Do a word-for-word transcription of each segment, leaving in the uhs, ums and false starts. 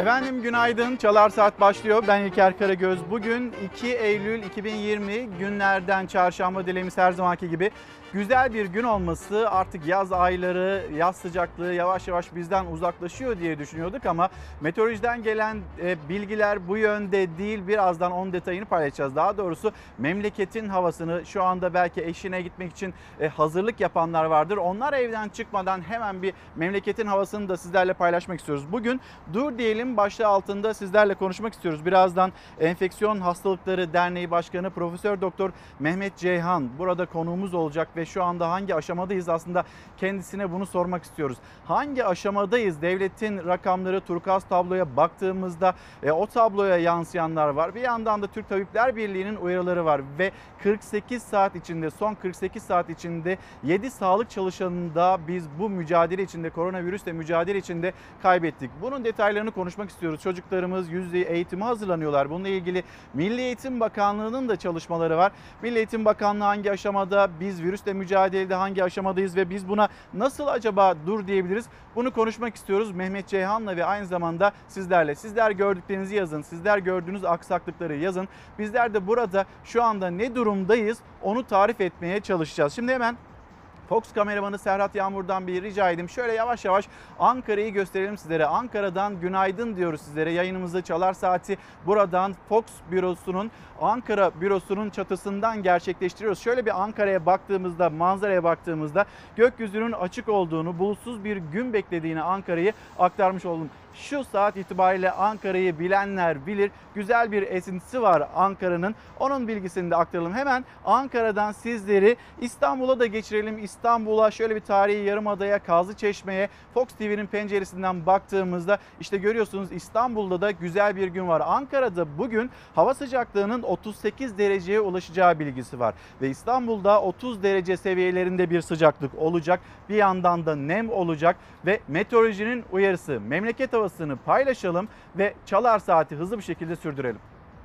Efendim günaydın. Çalar Saat başlıyor. Ben İlker Karagöz. Bugün iki Eylül iki bin yirmi günlerden çarşamba, dileğimiz her zamanki gibi güzel bir gün olması, artık yaz ayları, yaz sıcaklığı yavaş yavaş bizden uzaklaşıyor diye düşünüyorduk ama meteorolojiden gelen bilgiler bu yönde değil. Birazdan onun detayını paylaşacağız. Daha doğrusu memleketin havasını şu anda belki eşine gitmek için hazırlık yapanlar vardır. Onlar evden çıkmadan hemen bir memleketin havasını da sizlerle paylaşmak istiyoruz. Bugün Dur Diyelim başlığı altında sizlerle konuşmak istiyoruz. Birazdan Enfeksiyon Hastalıkları Derneği Başkanı Profesör Doktor Mehmet Ceyhan burada konuğumuz olacak ve şu anda hangi aşamadayız, aslında kendisine bunu sormak istiyoruz. Hangi aşamadayız? Devletin rakamları, turkuaz tabloya baktığımızda e, o tabloya yansıyanlar var. Bir yandan da Türk Tabipler Birliği'nin uyarıları var ve kırk sekiz saat içinde, son kırk sekiz saat içinde yedi sağlık çalışanını da biz bu mücadele içinde, koronavirüsle mücadele içinde kaybettik. Bunun detaylarını konuşmak istiyoruz. Çocuklarımız yüz yüze eğitime hazırlanıyorlar. Bununla ilgili Milli Eğitim Bakanlığı'nın da çalışmaları var. Milli Eğitim Bakanlığı hangi aşamada, biz virüsle mücadelede hangi aşamadayız ve biz buna nasıl acaba dur diyebiliriz? Bunu konuşmak istiyoruz Mehmet Ceyhan'la ve aynı zamanda sizlerle. Sizler gördüklerinizi yazın, sizler gördüğünüz aksaklıkları yazın. Bizler de burada şu anda ne durumdayız onu tarif etmeye çalışacağız. Şimdi hemen Fox kameramanı Serhat Yağmur'dan bir rica edeyim. Şöyle yavaş yavaş Ankara'yı gösterelim sizlere. Ankara'dan günaydın diyoruz sizlere. Yayınımızı Çalar Saati buradan Fox bürosunun, Ankara bürosunun çatısından gerçekleştiriyoruz. Şöyle bir Ankara'ya baktığımızda, manzaraya baktığımızda gökyüzünün açık olduğunu, bulutsuz bir gün beklediğini Ankara'yı aktarmış oldum. Şu saat itibariyle Ankara'yı bilenler bilir. Güzel bir esintisi var Ankara'nın. Onun bilgisini de aktaralım. Hemen Ankara'dan sizleri İstanbul'a da geçirelim. İstanbul'a, şöyle bir tarihi yarımadaya, Kazlıçeşme'ye Fox T V'nin penceresinden baktığımızda işte görüyorsunuz İstanbul'da da güzel bir gün var. Ankara'da bugün hava sıcaklığının otuz sekiz dereceye ulaşacağı bilgisi var. Ve İstanbul'da otuz derece seviyelerinde bir sıcaklık olacak. Bir yandan da nem olacak ve meteorolojinin uyarısı. Memleket havasını paylaşalım ve Çalar Saati hızlı bir şekilde sürdürelim.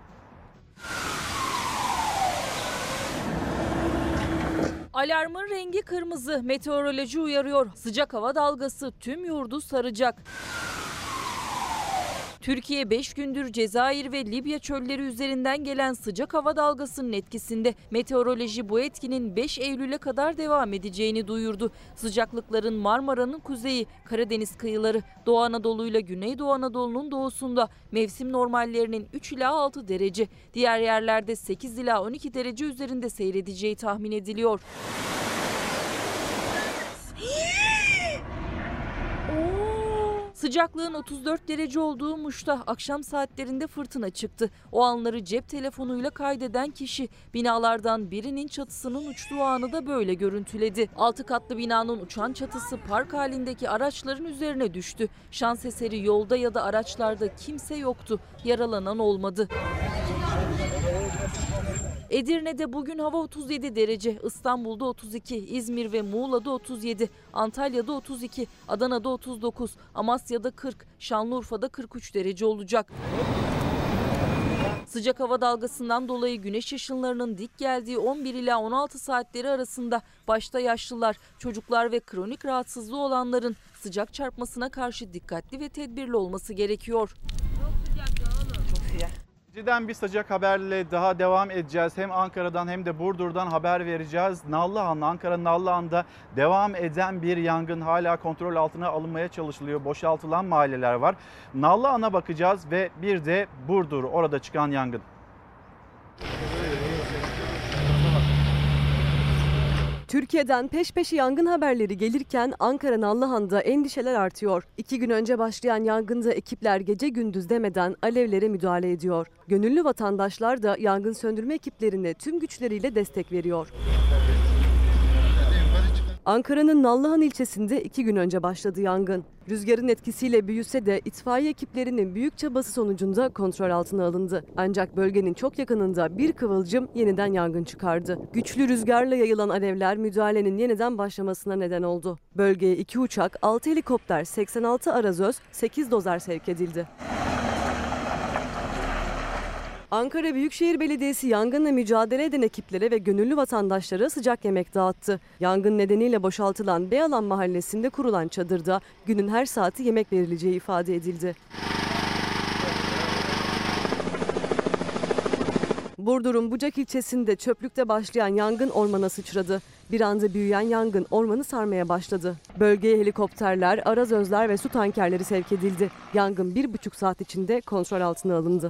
Alarmın rengi kırmızı. Meteoroloji uyarıyor. Sıcak hava dalgası tüm yurdu saracak. Türkiye beş gündür Cezayir ve Libya çölleri üzerinden gelen sıcak hava dalgasının etkisinde. Meteoroloji bu etkinin beş Eylül'e kadar devam edeceğini duyurdu. Sıcaklıkların Marmara'nın kuzeyi, Karadeniz kıyıları, Doğu Anadolu ile Güneydoğu Anadolu'nun doğusunda mevsim normallerinin üç ila altı derece, diğer yerlerde sekiz ila on iki derece üzerinde seyredeceği tahmin ediliyor. Sıcaklığın otuz dört derece olduğu Muş'ta akşam saatlerinde fırtına çıktı. O anları cep telefonuyla kaydeden kişi binalardan birinin çatısının uçtuğu anı da böyle görüntüledi. Altı katlı binanın uçan çatısı park halindeki araçların üzerine düştü. Şans eseri yolda ya da araçlarda kimse yoktu. Yaralanan olmadı. Edirne'de bugün hava otuz yedi derece, İstanbul'da otuz iki, İzmir ve Muğla'da otuz yedi, Antalya'da otuz iki, Adana'da otuz dokuz, Amasya'da kırk, Şanlıurfa'da kırk üç derece olacak. Sıcak hava dalgasından dolayı güneş ışınlarının dik geldiği on bir ila on altı saatleri arasında başta yaşlılar, çocuklar ve kronik rahatsızlığı olanların sıcak çarpmasına karşı dikkatli ve tedbirli olması gerekiyor. Çok sıcak ya oğlum. Çok sıcak. Bir sıcak haberle daha devam edeceğiz. Hem Ankara'dan hem de Burdur'dan haber vereceğiz. Nallıhan, Ankara Nallıhan'da devam eden bir yangın hala kontrol altına alınmaya çalışılıyor. Boşaltılan mahalleler var. Nallıhan'a bakacağız ve bir de Burdur, orada çıkan yangın. Türkiye'den peş peşe yangın haberleri gelirken Ankara Nallıhan'da endişeler artıyor. İki gün önce başlayan yangında ekipler gece gündüz demeden alevlere müdahale ediyor. Gönüllü vatandaşlar da yangın söndürme ekiplerine tüm güçleriyle destek veriyor. Ankara'nın Nallıhan ilçesinde iki gün önce başladı yangın. Rüzgarın etkisiyle büyüse de itfaiye ekiplerinin büyük çabası sonucunda kontrol altına alındı. Ancak bölgenin çok yakınında bir kıvılcım yeniden yangın çıkardı. Güçlü rüzgarla yayılan alevler müdahalenin yeniden başlamasına neden oldu. Bölgeye iki uçak, altı helikopter, seksen altı arazöz, sekiz dozer sevk edildi. Ankara Büyükşehir Belediyesi yangınla mücadele eden ekiplere ve gönüllü vatandaşlara sıcak yemek dağıttı. Yangın nedeniyle boşaltılan Beyalan Mahallesi'nde kurulan çadırda günün her saati yemek verileceği ifade edildi. Burdur'un Bucak ilçesinde çöplükte başlayan yangın ormana sıçradı. Bir anda büyüyen yangın ormanı sarmaya başladı. Bölgeye helikopterler, arazözler ve su tankerleri sevk edildi. Yangın bir buçuk saat içinde kontrol altına alındı.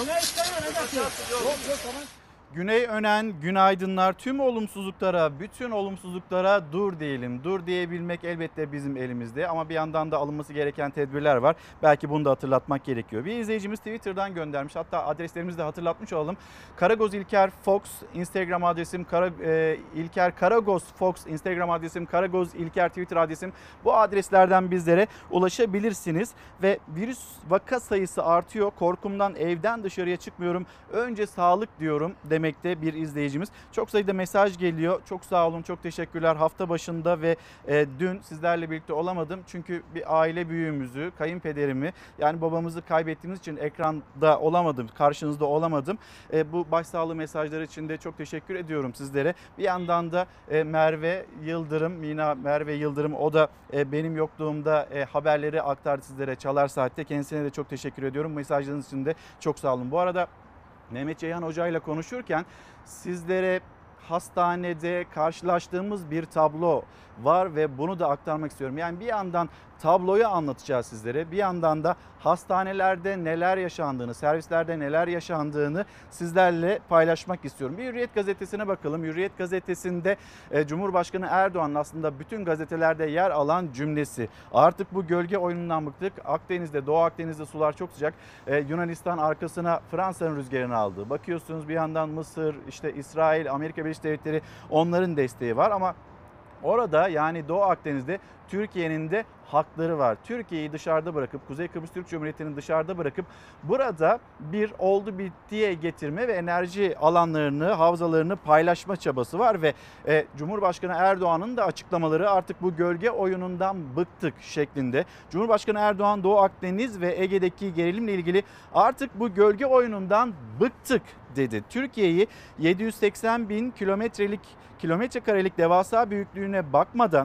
Güney Önen, günaydınlar. Tüm olumsuzluklara, bütün olumsuzluklara dur diyelim. Dur diyebilmek elbette bizim elimizde ama bir yandan da alınması gereken tedbirler var. Belki bunu da hatırlatmak gerekiyor. Bir izleyicimiz Twitter'dan göndermiş. Hatta adreslerimizi de hatırlatmış olalım. Karagoz İlker Fox, Instagram adresim Kara, e, İlker Karagoz Fox, Instagram adresim Karagoz İlker, Twitter adresim. Bu adreslerden bizlere ulaşabilirsiniz. Ve virüs vaka sayısı artıyor. Korkumdan evden dışarıya çıkmıyorum. Önce sağlık diyorum demekte bir izleyicimiz. Çok sayıda mesaj geliyor. Çok sağ olun, çok teşekkürler. Hafta başında ve e, dün sizlerle birlikte olamadım. Çünkü bir aile büyüğümüzü, kayınpederimi, yani babamızı kaybettiğimiz için ekranda olamadım, karşınızda olamadım. E, bu başsağlığı mesajları için de çok teşekkür ediyorum sizlere. Bir yandan da e, Merve Yıldırım, Mina Merve Yıldırım, o da e, benim yokluğumda e, haberleri aktardı sizlere Çalar Saat'te. Kendisine de çok teşekkür ediyorum. Mesajlarınız için de çok sağ olun. Bu arada Mehmet Ceyhan Hoca ile konuşurken sizlere hastanede karşılaştığımız bir tablo var ve bunu da aktarmak istiyorum. Yani bir yandan tabloyu anlatacağız sizlere, bir yandan da hastanelerde neler yaşandığını, servislerde neler yaşandığını sizlerle paylaşmak istiyorum. Bir Hürriyet gazetesine bakalım. Hürriyet gazetesinde e, Cumhurbaşkanı Erdoğan'ın aslında bütün gazetelerde yer alan cümlesi. Artık bu gölge oyunundan bıktık. Akdeniz'de, Doğu Akdeniz'de sular çok sıcak. E, Yunanistan arkasına Fransa'nın rüzgarını aldı. Bakıyorsunuz bir yandan Mısır, işte İsrail, Amerika Birleşik Devletleri, onların desteği var ama orada, yani Doğu Akdeniz'de Türkiye'nin de hakları var. Türkiye'yi dışarıda bırakıp, Kuzey Kıbrıs Türk Cumhuriyeti'ni dışarıda bırakıp burada bir oldu bittiye getirme ve enerji alanlarını, havzalarını paylaşma çabası var ve e, Cumhurbaşkanı Erdoğan'ın da açıklamaları artık bu gölge oyunundan bıktık şeklinde. Cumhurbaşkanı Erdoğan Doğu Akdeniz ve Ege'deki gerilimle ilgili artık bu gölge oyunundan bıktık dedi. Türkiye'yi yedi yüz seksen bin kilometrelik kilometre karelik devasa büyüklüğüne bakmadan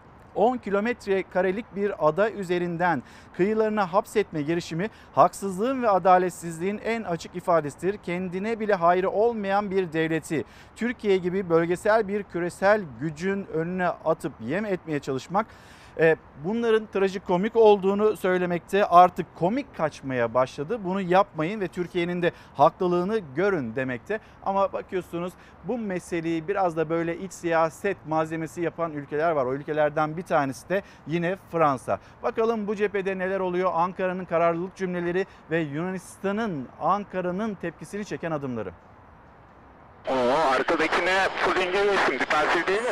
on kilometre karelik bir ada üzerinden kıyılarına hapsetme girişimi haksızlığın ve adaletsizliğin en açık ifadesidir. Kendine bile hayrı olmayan bir devleti Türkiye gibi bölgesel bir küresel gücün önüne atıp yem etmeye çalışmak, bunların trajikomik olduğunu söylemekte, artık komik kaçmaya başladı. Bunu yapmayın ve Türkiye'nin de haklılığını görün demekte. Ama bakıyorsunuz bu meseleyi biraz da böyle iç siyaset malzemesi yapan ülkeler var. O ülkelerden bir tanesi de yine Fransa. Bakalım bu cephede neler oluyor? Ankara'nın kararlılık cümleleri ve Yunanistan'ın Ankara'nın tepkisini çeken adımları. Oo, arkadakine full inceliyorsun. Defansif değil mi?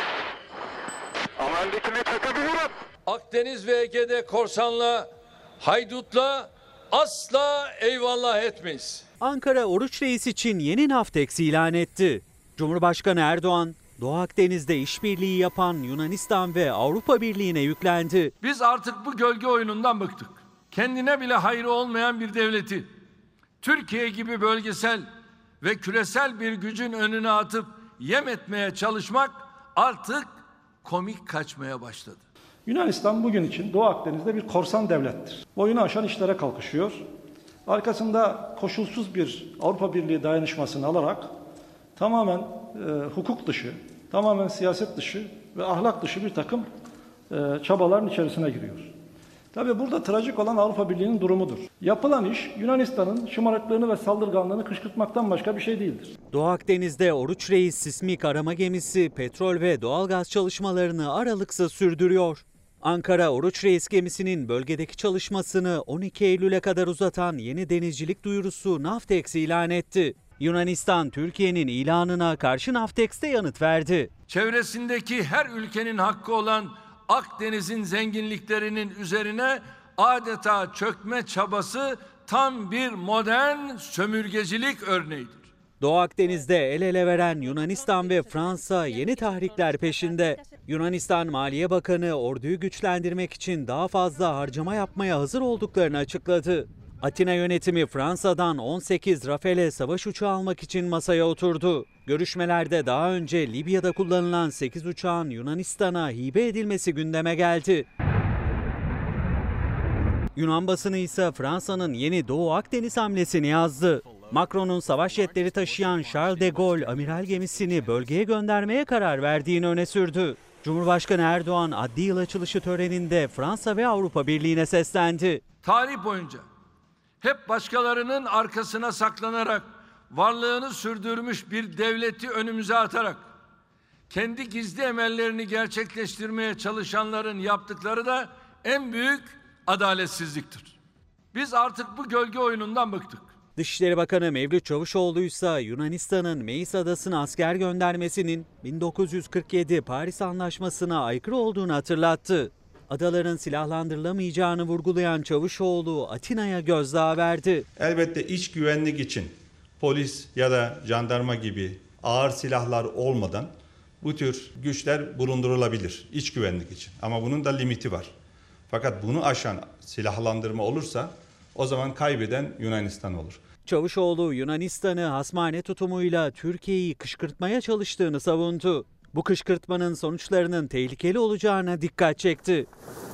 Ama öndekine çakabilirim. Akdeniz ve Ege'de korsanla, haydutla asla eyvallah etmeyiz. Ankara Oruç Reis için yeni Naftex ilan etti. Cumhurbaşkanı Erdoğan, Doğu Akdeniz'de işbirliği yapan Yunanistan ve Avrupa Birliği'ne yüklendi. Biz artık bu gölge oyunundan bıktık. Kendine bile hayrı olmayan bir devleti Türkiye gibi bölgesel ve küresel bir gücün önüne atıp yem etmeye çalışmak artık komik kaçmaya başladı. Yunanistan bugün için Doğu Akdeniz'de bir korsan devlettir. Boyunu aşan işlere kalkışıyor. Arkasında koşulsuz bir Avrupa Birliği dayanışmasını alarak tamamen e, hukuk dışı, tamamen siyaset dışı ve ahlak dışı bir takım e, çabaların içerisine giriyor. Tabii burada trajik olan Avrupa Birliği'nin durumudur. Yapılan iş Yunanistan'ın şımarıklığını ve saldırganlığını kışkırtmaktan başka bir şey değildir. Doğu Akdeniz'de Oruç Reis sismik arama gemisi petrol ve doğalgaz çalışmalarını aralıksız sürdürüyor. Ankara Oruç Reis gemisinin bölgedeki çalışmasını on iki Eylül'e kadar uzatan yeni denizcilik duyurusu Naftex ilan etti. Yunanistan, Türkiye'nin ilanına karşı Naftex'te yanıt verdi. Çevresindeki her ülkenin hakkı olan Akdeniz'in zenginliklerinin üzerine adeta çökme çabası tam bir modern sömürgecilik örneğidir. Doğu Akdeniz'de el ele veren Yunanistan ve Fransa yeni tahrikler peşinde. Yunanistan Maliye Bakanı orduyu güçlendirmek için daha fazla harcama yapmaya hazır olduklarını açıkladı. Atina yönetimi Fransa'dan on sekiz Rafale savaş uçağı almak için masaya oturdu. Görüşmelerde daha önce Libya'da kullanılan sekiz uçağın Yunanistan'a hibe edilmesi gündeme geldi. Yunan basını ise Fransa'nın yeni Doğu Akdeniz hamlesini yazdı. Macron'un savaş jetleri taşıyan Charles de Gaulle amiral gemisini bölgeye göndermeye karar verdiğini öne sürdü. Cumhurbaşkanı Erdoğan adli yıl açılışı töreninde Fransa ve Avrupa Birliği'ne seslendi. Tarih boyunca hep başkalarının arkasına saklanarak varlığını sürdürmüş bir devleti önümüze atarak kendi gizli emellerini gerçekleştirmeye çalışanların yaptıkları da en büyük adaletsizliktir. Biz artık bu gölge oyunundan bıktık. Dışişleri Bakanı Mevlüt Çavuşoğlu ise Yunanistan'ın Meis Adası'na asker göndermesinin bin dokuz yüz kırk yedi Paris Anlaşması'na aykırı olduğunu hatırlattı. Adaların silahlandırılamayacağını vurgulayan Çavuşoğlu Atina'ya gözdağı verdi. Elbette iç güvenlik için polis ya da jandarma gibi ağır silahlar olmadan bu tür güçler bulundurulabilir iç güvenlik için. Ama bunun da limiti var. Fakat bunu aşan silahlandırma olursa o zaman kaybeden Yunanistan olur. Çavuşoğlu Yunanistan'ı hasmane tutumuyla Türkiye'yi kışkırtmaya çalıştığını savundu. Bu kışkırtmanın sonuçlarının tehlikeli olacağına dikkat çekti.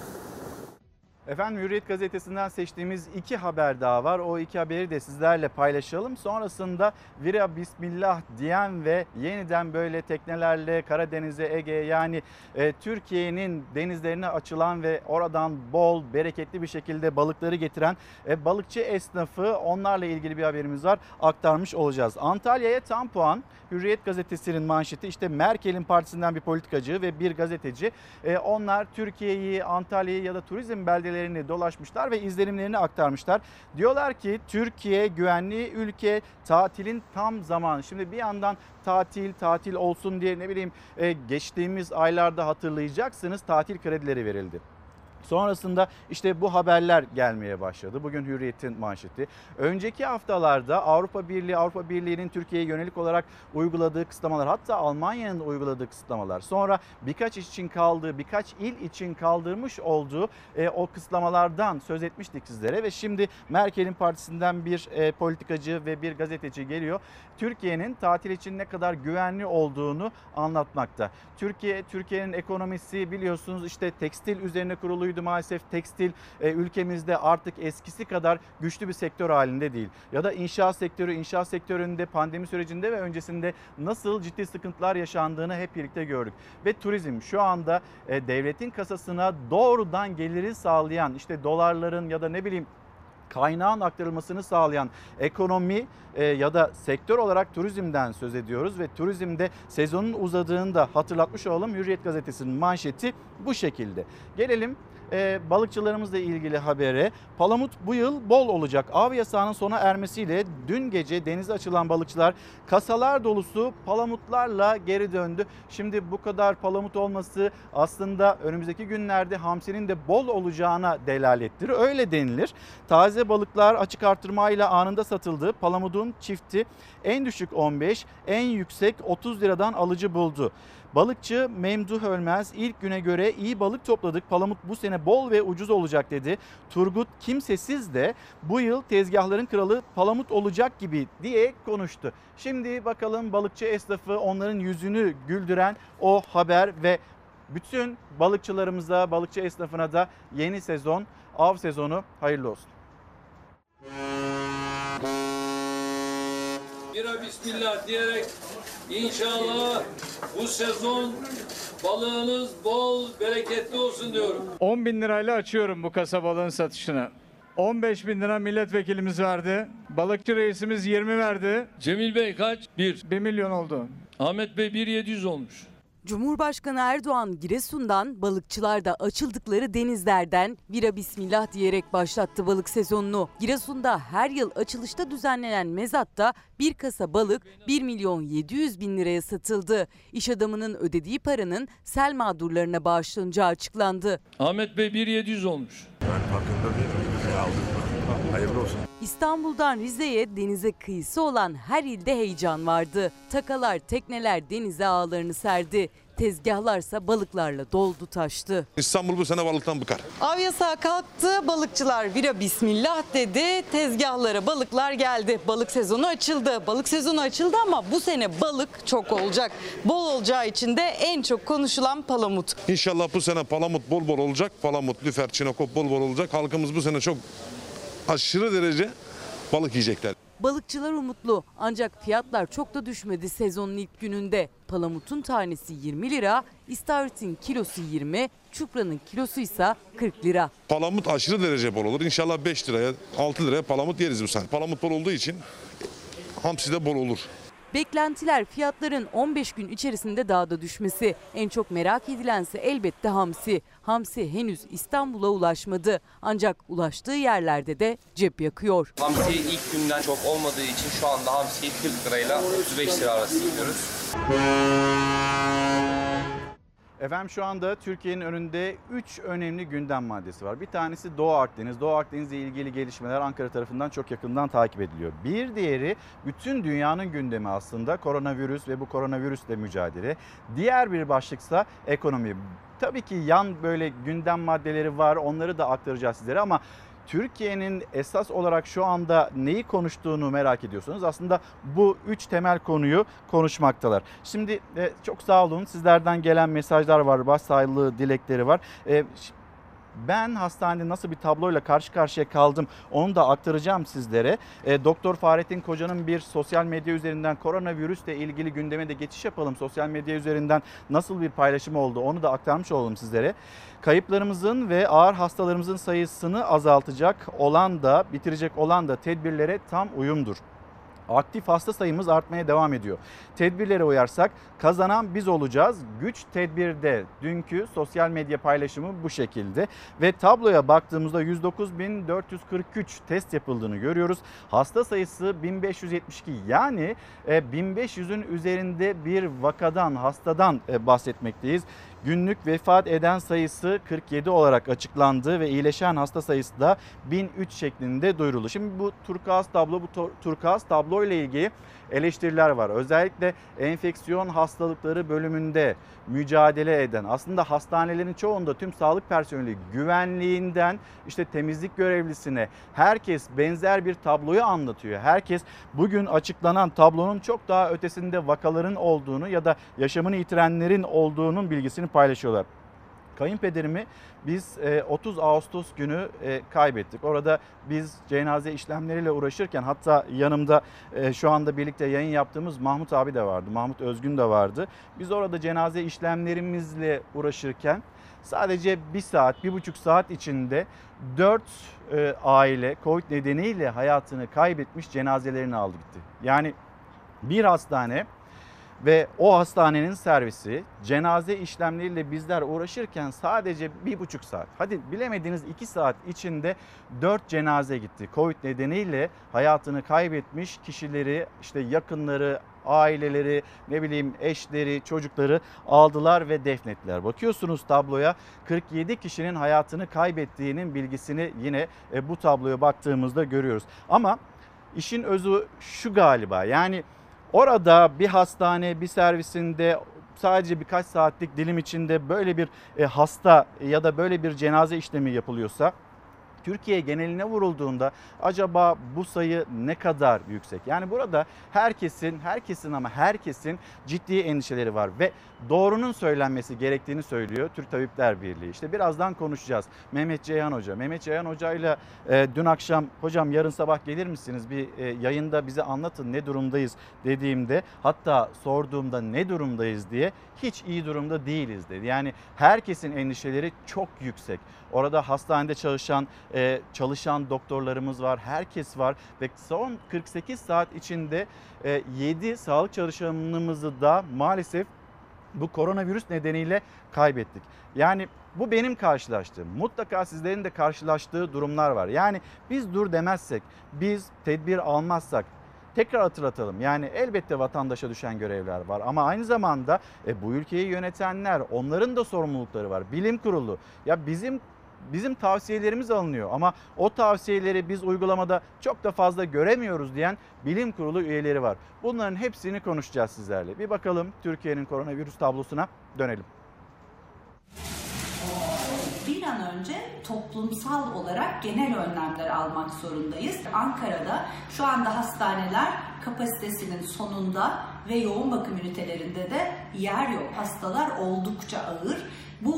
Efendim Hürriyet gazetesinden seçtiğimiz iki haber daha var. O iki haberi de sizlerle paylaşalım. Sonrasında vira bismillah diyen ve yeniden böyle teknelerle Karadeniz'e, Ege'ye yani e, Türkiye'nin denizlerine açılan ve oradan bol, bereketli bir şekilde balıkları getiren e, balıkçı esnafı, onlarla ilgili bir haberimiz var. Aktarmış olacağız. Antalya'ya tam puan. Hürriyet gazetesinin manşeti, işte Merkel'in partisinden bir politikacı ve bir gazeteci. E, onlar Türkiye'yi, Antalya'yı ya da turizm beldelerini dolaşmışlar ve izlenimlerini aktarmışlar. Diyorlar ki Türkiye güvenli ülke, tatilin tam zamanı. Şimdi bir yandan tatil tatil olsun diye ne bileyim e, geçtiğimiz aylarda hatırlayacaksınız tatil kredileri verildi. Sonrasında işte bu haberler gelmeye başladı. Bugün Hürriyet'in manşeti. Önceki haftalarda Avrupa Birliği, Avrupa Birliği'nin Türkiye'ye yönelik olarak uyguladığı kısıtlamalar, hatta Almanya'nın uyguladığı kısıtlamalar, sonra birkaç iş için kaldığı, birkaç il için kaldırmış olduğu e, o kısıtlamalardan söz etmiştik sizlere ve şimdi Merkel'in partisinden bir e, politikacı ve bir gazeteci geliyor. Türkiye'nin tatil için ne kadar güvenli olduğunu anlatmakta. Türkiye, Türkiye'nin ekonomisi biliyorsunuz işte tekstil üzerine kuruluydu maalesef. Tekstil e, ülkemizde artık eskisi kadar güçlü bir sektör halinde değil. Ya da inşaat sektörü, inşaat sektöründe pandemi sürecinde ve öncesinde nasıl ciddi sıkıntılar yaşandığını hep birlikte gördük. Ve turizm şu anda e, devletin kasasına doğrudan geliri sağlayan, işte dolarların ya da ne bileyim kaynağın aktarılmasını sağlayan ekonomi e, ya da sektör olarak turizmden söz ediyoruz ve turizmde sezonun uzadığını da hatırlatmış olalım. Hürriyet gazetesinin manşeti bu şekilde. Gelelim e, balıkçılarımızla ilgili habere. Palamut bu yıl bol olacak. Av yasağının sona ermesiyle dün gece denize açılan balıkçılar kasalar dolusu palamutlarla geri döndü. Şimdi bu kadar palamut olması aslında önümüzdeki günlerde hamsinin de bol olacağına delalettir. Öyle denilir. Taze balıklar açık artırmayla anında satıldı. Palamudun çifti en düşük on beş, en yüksek otuz liradan alıcı buldu. Balıkçı Memduh Ölmez ilk güne göre iyi balık topladık. Palamut bu sene bol ve ucuz olacak dedi. Turgut Kimsesiz de bu yıl tezgahların kralı palamut olacak gibi diye konuştu. Şimdi bakalım balıkçı esnafı, onların yüzünü güldüren o haber ve bütün balıkçılarımıza, balıkçı esnafına da yeni sezon, av sezonu hayırlı olsun. Bira bismillah diyerek inşallah bu sezon balığınız bol, bereketli olsun diyorum. on bin lirayla açıyorum bu kasa balığın satışını. on beş bin lira milletvekilimiz verdi. Balıkçı reisimiz yirmi verdi. Cemil Bey kaç? Bir. bir milyon oldu. Ahmet Bey bir yedi yüz olmuş. Cumhurbaşkanı Erdoğan Giresun'dan balıkçılar da açıldıkları denizlerden vira bismillah diyerek başlattı balık sezonunu. Giresun'da her yıl açılışta düzenlenen mezatta bir kasa balık bir milyon yedi yüz bin liraya satıldı. İş adamının ödediği paranın sel mağdurlarına bağışlanacağı açıklandı. Ahmet Bey bir yedi yüz olmuş. Ben farkında değilim. Hayırlı olsun. İstanbul'dan Rize'ye denize kıyısı olan her ilde heyecan vardı. Takalar, tekneler denize ağlarını serdi. Tezgahlarsa balıklarla doldu taştı. İstanbul bu sene balıktan bıkar. Av yasağı kalktı, balıkçılar vira bismillah dedi. Tezgahlara balıklar geldi. Balık sezonu açıldı. Balık sezonu açıldı ama bu sene balık çok olacak. Bol olacağı için de en çok konuşulan palamut. İnşallah bu sene palamut bol bol olacak. Palamut, lüfer, çinekop bol bol olacak. Halkımız bu sene çok aşırı derece balık yiyecekler. Balıkçılar umutlu ancak fiyatlar çok da düşmedi sezonun ilk gününde. Palamutun tanesi yirmi lira, istavritin kilosu yirmi, çupranın kilosu ise kırk lira. Palamut aşırı derece bol olur. İnşallah beş liraya, altı liraya palamut yeriz bu sene. Palamut bol olduğu için hamsi de bol olur. Beklentiler fiyatların on beş gün içerisinde daha da düşmesi. En çok merak edilense elbette hamsi. Hamsi henüz İstanbul'a ulaşmadı. Ancak ulaştığı yerlerde de cep yakıyor. Hamsi ilk günden çok olmadığı için şu anda hamsiyi kırk lirayla otuz beş lira arası yiyoruz. Efendim şu anda Türkiye'nin önünde üç önemli gündem maddesi var. Bir tanesi Doğu Akdeniz. Doğu Akdeniz'le ilgili gelişmeler Ankara tarafından çok yakından takip ediliyor. Bir diğeri bütün dünyanın gündemi aslında koronavirüs ve bu koronavirüsle mücadele. Diğer bir başlıksa ekonomi. Tabii ki yan böyle gündem maddeleri var, onları da aktaracağız sizlere ama Türkiye'nin esas olarak şu anda neyi konuştuğunu merak ediyorsunuz. Aslında bu üç temel konuyu konuşmaktalar. Şimdi e, çok sağ olun, sizlerden gelen mesajlar var, başsağlığı dilekleri var. E, Ben hastanede nasıl bir tabloyla karşı karşıya kaldım onu da aktaracağım sizlere. E, Doktor Fahrettin Koca'nın bir sosyal medya üzerinden koronavirüsle ilgili gündeme de geçiş yapalım. Sosyal medya üzerinden nasıl bir paylaşım oldu onu da aktarmış olalım sizlere. Kayıplarımızın ve ağır hastalarımızın sayısını azaltacak olan da bitirecek olan da tedbirlere tam uyumdur. Aktif hasta sayımız artmaya devam ediyor. Tedbirlere uyarsak kazanan biz olacağız. Güç tedbirde. Dünkü sosyal medya paylaşımı bu şekilde. Ve tabloya baktığımızda yüz dokuz bin dört yüz kırk üç test yapıldığını görüyoruz. Hasta sayısı bin beş yüz yetmiş iki, yani bin beş yüzün üzerinde bir vakadan, hastadan bahsetmekteyiz. Günlük vefat eden sayısı kırk yedi olarak açıklandı ve iyileşen hasta sayısı da bin üç şeklinde duyuruldu. Şimdi bu turkuaz tablo, bu turkuaz tablo ile ilgili eleştiriler var. Özellikle enfeksiyon hastalıkları bölümünde mücadele eden, aslında hastanelerin çoğunda tüm sağlık personeli güvenliğinden işte temizlik görevlisine herkes benzer bir tabloyu anlatıyor. Herkes bugün açıklanan tablonun çok daha ötesinde vakaların olduğunu ya da yaşamını yitirenlerin olduğunun bilgisini paylaşıyorlar. Kayınpederimi biz otuz Ağustos günü kaybettik. Orada biz cenaze işlemleriyle uğraşırken, hatta yanımda şu anda birlikte yayın yaptığımız Mahmut abi de vardı. Mahmut Özgün de vardı. Biz orada cenaze işlemlerimizle uğraşırken sadece bir saat, bir buçuk saat içinde dört aile Covid nedeniyle hayatını kaybetmiş, cenazelerini aldı gitti. Yani bir hastane ve o hastanenin servisi cenaze işlemleriyle bizler uğraşırken sadece bir buçuk saat, hadi bilemediğiniz iki saat içinde dört cenaze gitti. Covid nedeniyle hayatını kaybetmiş kişileri, işte yakınları, aileleri, ne bileyim eşleri, çocukları aldılar ve defnettiler. Bakıyorsunuz tabloya, kırk yedi kişinin hayatını kaybettiğinin bilgisini yine bu tabloya baktığımızda görüyoruz. Ama işin özü şu galiba, yani orada bir hastane, bir servisinde sadece birkaç saatlik dilim içinde böyle bir hasta ya da böyle bir cenaze işlemi yapılıyorsa, Türkiye geneline vurulduğunda acaba bu sayı ne kadar yüksek? Yani burada herkesin, herkesin ama herkesin ciddi endişeleri var ve doğrunun söylenmesi gerektiğini söylüyor Türk Tabipler Birliği. İşte birazdan konuşacağız. Mehmet Ceyhan Hoca. Mehmet Ceyhan Hoca ile dün akşam hocam yarın sabah gelir misiniz? Bir e, yayında bize anlatın ne durumdayız dediğimde, hatta sorduğumda ne durumdayız diye, hiç iyi durumda değiliz dedi. Yani herkesin endişeleri çok yüksek. Orada hastanede çalışan e, çalışan doktorlarımız var, herkes var ve son kırk sekiz saat içinde e, yedi sağlık çalışanımızı da maalesef bu koronavirüs nedeniyle kaybettik. Yani bu benim karşılaştığım, mutlaka sizlerin de karşılaştığı durumlar var. Yani biz dur demezsek, biz tedbir almazsak, tekrar hatırlatalım, yani elbette vatandaşa düşen görevler var ama aynı zamanda e, bu ülkeyi yönetenler, onların da sorumlulukları var. Bilim kurulu, ya bizim bizim tavsiyelerimiz alınıyor ama o tavsiyeleri biz uygulamada çok da fazla göremiyoruz diyen bilim kurulu üyeleri var. Bunların hepsini konuşacağız sizlerle. Bir bakalım Türkiye'nin koronavirüs tablosuna dönelim. Bir an önce toplumsal olarak genel önlemler almak zorundayız. Ankara'da şu anda hastaneler kapasitesinin sonunda ve yoğun bakım ünitelerinde de yer yok. Hastalar oldukça ağır. Bu çok sıkıntı.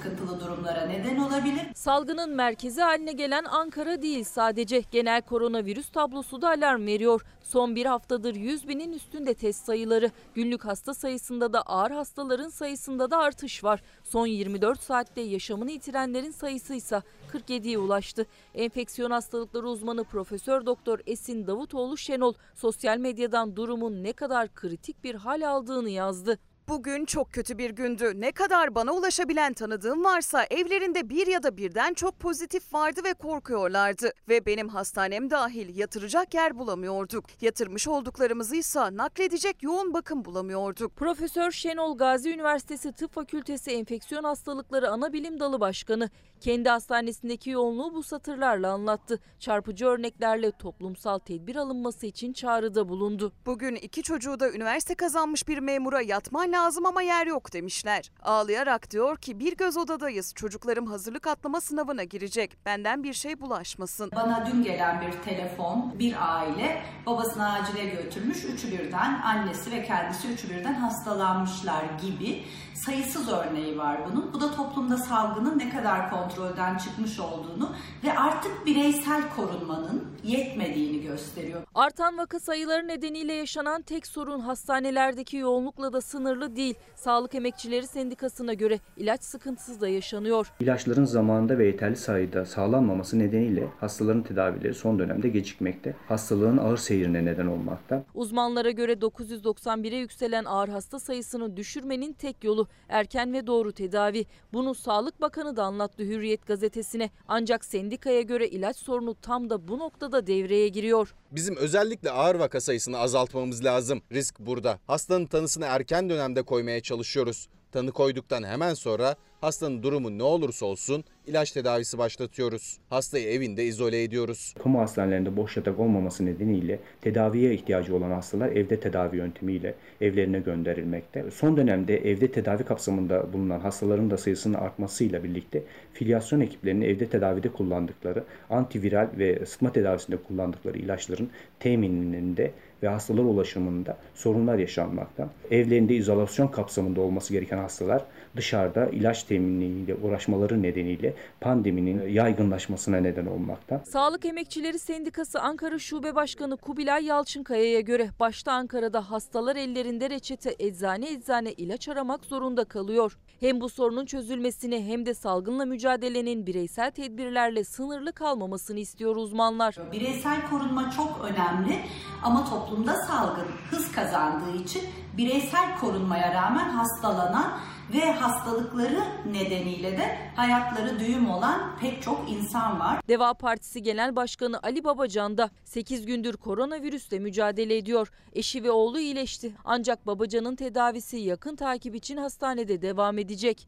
sıkıntılı durumlara neden olabilir. Salgının merkezi haline gelen Ankara değil sadece. Genel koronavirüs tablosu da alarm veriyor. Son bir haftadır yüz binin üstünde test sayıları. Günlük hasta sayısında da ağır hastaların sayısında da artış var. Son yirmi dört saatte yaşamını yitirenlerin sayısı ise kırk yediye ulaştı. Enfeksiyon hastalıkları uzmanı Profesör Doktor Esin Davutoğlu Şenol sosyal medyadan durumun ne kadar kritik bir hal aldığını yazdı. Bugün çok kötü bir gündü. Ne kadar bana ulaşabilen tanıdığım varsa evlerinde bir ya da birden çok pozitif vardı ve korkuyorlardı. Ve benim hastanem dahil yatıracak yer bulamıyorduk. Yatırmış olduklarımızı ise nakledecek yoğun bakım bulamıyorduk. Profesör Şenol Gazi Üniversitesi Tıp Fakültesi Enfeksiyon Hastalıkları Anabilim Dalı Başkanı kendi hastanesindeki yoğunluğu bu satırlarla anlattı. Çarpıcı örneklerle toplumsal tedbir alınması için çağrıda bulundu. Bugün iki çocuğu da üniversite kazanmış bir memura yatman lazım ama yer yok demişler. Ağlayarak diyor ki bir göz odadayız. Çocuklarım hazırlık atlama sınavına girecek. Benden bir şey bulaşmasın. Bana dün gelen bir telefon, bir aile babasını acile götürmüş. Üçü birden, annesi ve kendisi üçü birden hastalanmışlar gibi sayısız örneği var bunun. Bu da toplumda salgının ne kadar kontrolden çıkmış olduğunu ve artık bireysel korunmanın yetmediğini gösteriyor. Artan vaka sayıları nedeniyle yaşanan tek sorun hastanelerdeki yoğunlukla da sınırlı değil. Sağlık Emekçileri Sendikası'na göre ilaç sıkıntısı da yaşanıyor. İlaçların zamanında ve yeterli sayıda sağlanmaması nedeniyle hastaların tedavileri son dönemde gecikmekte. Hastalığın ağır seyrine neden olmakta. Uzmanlara göre dokuz yüz doksan bire yükselen ağır hasta sayısını düşürmenin tek yolu erken ve doğru tedavi. Bunu Sağlık Bakanı da anlattı Hürriyet gazetesine. Ancak sendikaya göre ilaç sorunu tam da bu noktada devreye giriyor. Bizim özellikle ağır vaka sayısını azaltmamız lazım. Risk burada. Hastanın tanısını erken dönemde koymaya çalışıyoruz. Tanı koyduktan hemen sonra hastanın durumu ne olursa olsun ilaç tedavisi başlatıyoruz. Hastayı evinde izole ediyoruz. Kamu hastanelerinde boş yatak olmaması nedeniyle tedaviye ihtiyacı olan hastalar evde tedavi yöntemiyle evlerine gönderilmekte. Son dönemde evde tedavi kapsamında bulunan hastaların da sayısının artmasıyla birlikte filyasyon ekiplerinin evde tedavide kullandıkları antiviral ve sıtma tedavisinde kullandıkları ilaçların temininde ve hastalara ulaşımında sorunlar yaşanmakta. Evlerinde izolasyon kapsamında olması gereken hastalar dışarıda ilaç teminiyle uğraşmaları nedeniyle pandeminin yaygınlaşmasına neden olmakta. Sağlık Emekçileri Sendikası Ankara Şube Başkanı Kubilay Yalçınkaya'ya göre başta Ankara'da hastalar ellerinde reçete eczane eczane ilaç aramak zorunda kalıyor. Hem bu sorunun çözülmesini hem de salgınla mücadelenin bireysel tedbirlerle sınırlı kalmamasını istiyor uzmanlar. Bireysel korunma çok önemli ama toplumda salgın hız kazandığı için bireysel korunmaya rağmen hastalanan ve hastalıkları nedeniyle de hayatları düğüm olan pek çok insan var. Deva Partisi Genel Başkanı Ali Babacan da sekiz gündür koronavirüsle mücadele ediyor. Eşi ve oğlu iyileşti. Ancak Babacan'ın tedavisi yakın takip için hastanede devam edecek.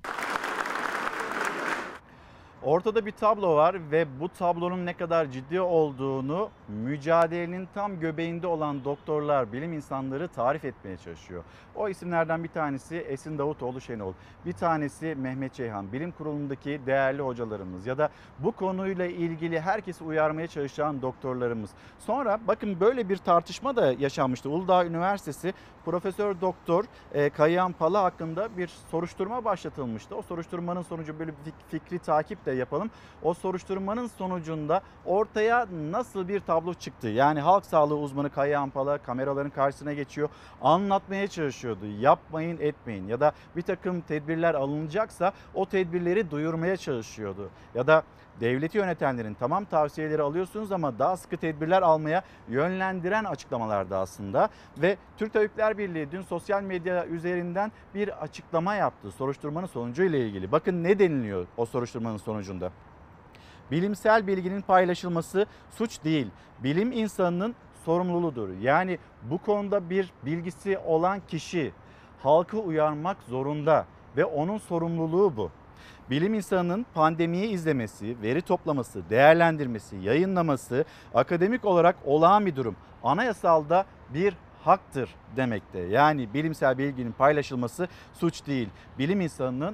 Ortada bir tablo var ve bu tablonun ne kadar ciddi olduğunu mücadelenin tam göbeğinde olan doktorlar, bilim insanları tarif etmeye çalışıyor. O isimlerden bir tanesi Esin Davutoğlu Şenol, bir tanesi Mehmet Ceyhan, bilim kurulundaki değerli hocalarımız ya da bu konuyla ilgili herkesi uyarmaya çalışan doktorlarımız. Sonra bakın böyle bir tartışma da yaşanmıştı. Uludağ Üniversitesi Profesör Doktor Kayhan Pala hakkında bir soruşturma başlatılmıştı. O soruşturmanın sonucu böyle bir fikri takip de yapalım. O soruşturmanın sonucunda ortaya nasıl bir tablo çıktı? Yani halk sağlığı uzmanı Kayhan Pala kameraların karşısına geçiyor. Anlatmaya çalışıyordu. Yapmayın etmeyin ya da bir takım tedbirler alınacaksa o tedbirleri duyurmaya çalışıyordu. Ya da devleti yönetenlerin tamam tavsiyeleri alıyorsunuz ama daha sıkı tedbirler almaya yönlendiren açıklamalardı aslında. Ve Türk Tabipler Birliği dün sosyal medya üzerinden bir açıklama yaptı soruşturmanın sonucuyla ilgili. Bakın ne deniliyor o soruşturmanın sonucunda. Bilimsel bilginin paylaşılması suç değil, bilim insanının sorumluluğudur. Yani bu konuda bir bilgisi olan kişi halkı uyarmak zorunda ve onun sorumluluğu bu. Bilim insanının pandemiyi izlemesi, veri toplaması, değerlendirmesi, yayınlaması akademik olarak olağan bir durum. Anayasalda bir haktır demekte. Yani bilimsel bilginin paylaşılması suç değil, bilim insanının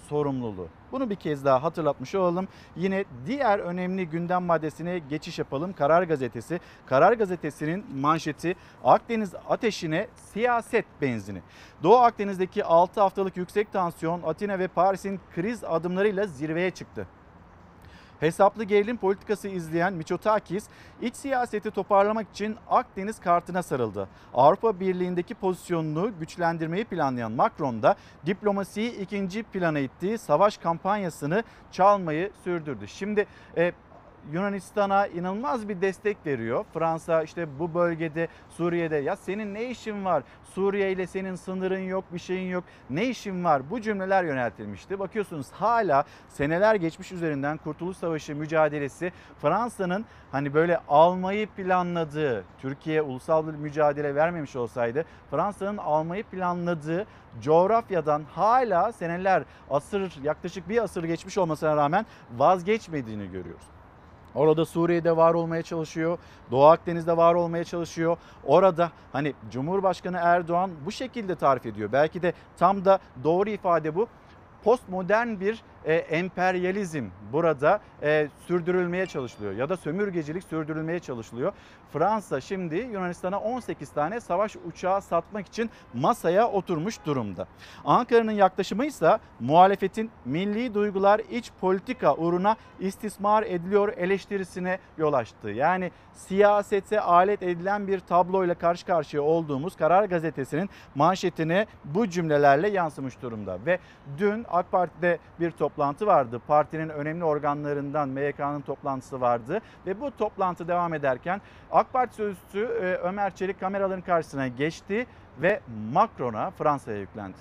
sorumluluğu. Bunu bir kez daha hatırlatmış olalım. Yine diğer önemli gündem maddesine geçiş yapalım. Karar Gazetesi. Karar Gazetesi'nin manşeti Akdeniz ateşine siyaset benzini. Doğu Akdeniz'deki altı haftalık yüksek tansiyon Atina ve Paris'in kriz adımlarıyla zirveye çıktı. Hesaplı gerilim politikası izleyen Mitsotakis, iç siyaseti toparlamak için Akdeniz kartına sarıldı. Avrupa Birliği'ndeki pozisyonunu güçlendirmeyi planlayan Macron da diplomasiyi ikinci plana ittiği savaş kampanyasını çalmayı sürdürdü. Şimdi e, Yunanistan'a inanılmaz bir destek veriyor. Fransa işte bu bölgede, Suriye'de, ya senin ne işin var? Suriye ile senin sınırın yok, bir şeyin yok. Ne işin var? Bu cümleler yöneltilmişti. Bakıyorsunuz hala seneler geçmiş üzerinden Kurtuluş Savaşı mücadelesi Fransa'nın hani böyle almayı planladığı, Türkiye ulusal bir mücadele vermemiş olsaydı Fransa'nın almayı planladığı coğrafyadan hala seneler, asır, yaklaşık bir asır geçmiş olmasına rağmen vazgeçmediğini görüyoruz. Orada Suriye'de var olmaya çalışıyor. Doğu Akdeniz'de var olmaya çalışıyor. Orada hani Cumhurbaşkanı Erdoğan bu şekilde tarif ediyor. Belki de tam da doğru ifade bu. Postmodern bir e, emperyalizm burada e, sürdürülmeye çalışılıyor ya da sömürgecilik sürdürülmeye çalışılıyor. Fransa şimdi Yunanistan'a on sekiz tane savaş uçağı satmak için masaya oturmuş durumda. Ankara'nın yaklaşımı ise muhalefetin milli duygular iç politika uğruna istismar ediliyor eleştirisine yol açtı. Yani siyasete alet edilen bir tabloyla karşı karşıya olduğumuz Karar Gazetesi'nin manşetine bu cümlelerle yansımış durumda. Ve dün AK Parti'de bir toplantı vardı. Partinin önemli organlarından M Y K'nın toplantısı vardı ve bu toplantı devam ederken AK Parti sözcüsü Ömer Çelik kameraların karşısına geçti ve Macron'a, Fransa'ya yüklendi.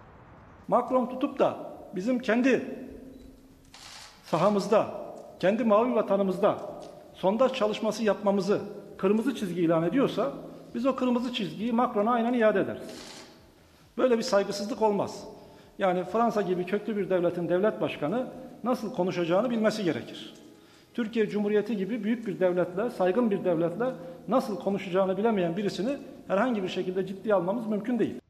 Macron tutup da bizim kendi sahamızda, kendi mavi vatanımızda sondaj çalışması yapmamızı kırmızı çizgi ilan ediyorsa biz o kırmızı çizgiyi Macron'a aynen iade ederiz. Böyle bir saygısızlık olmaz. Yani Fransa gibi köklü bir devletin devlet başkanı nasıl konuşacağını bilmesi gerekir. Türkiye Cumhuriyeti gibi büyük bir devletle, saygın bir devletle nasıl konuşacağını bilemeyen birisini herhangi bir şekilde ciddiye almamız mümkün değil.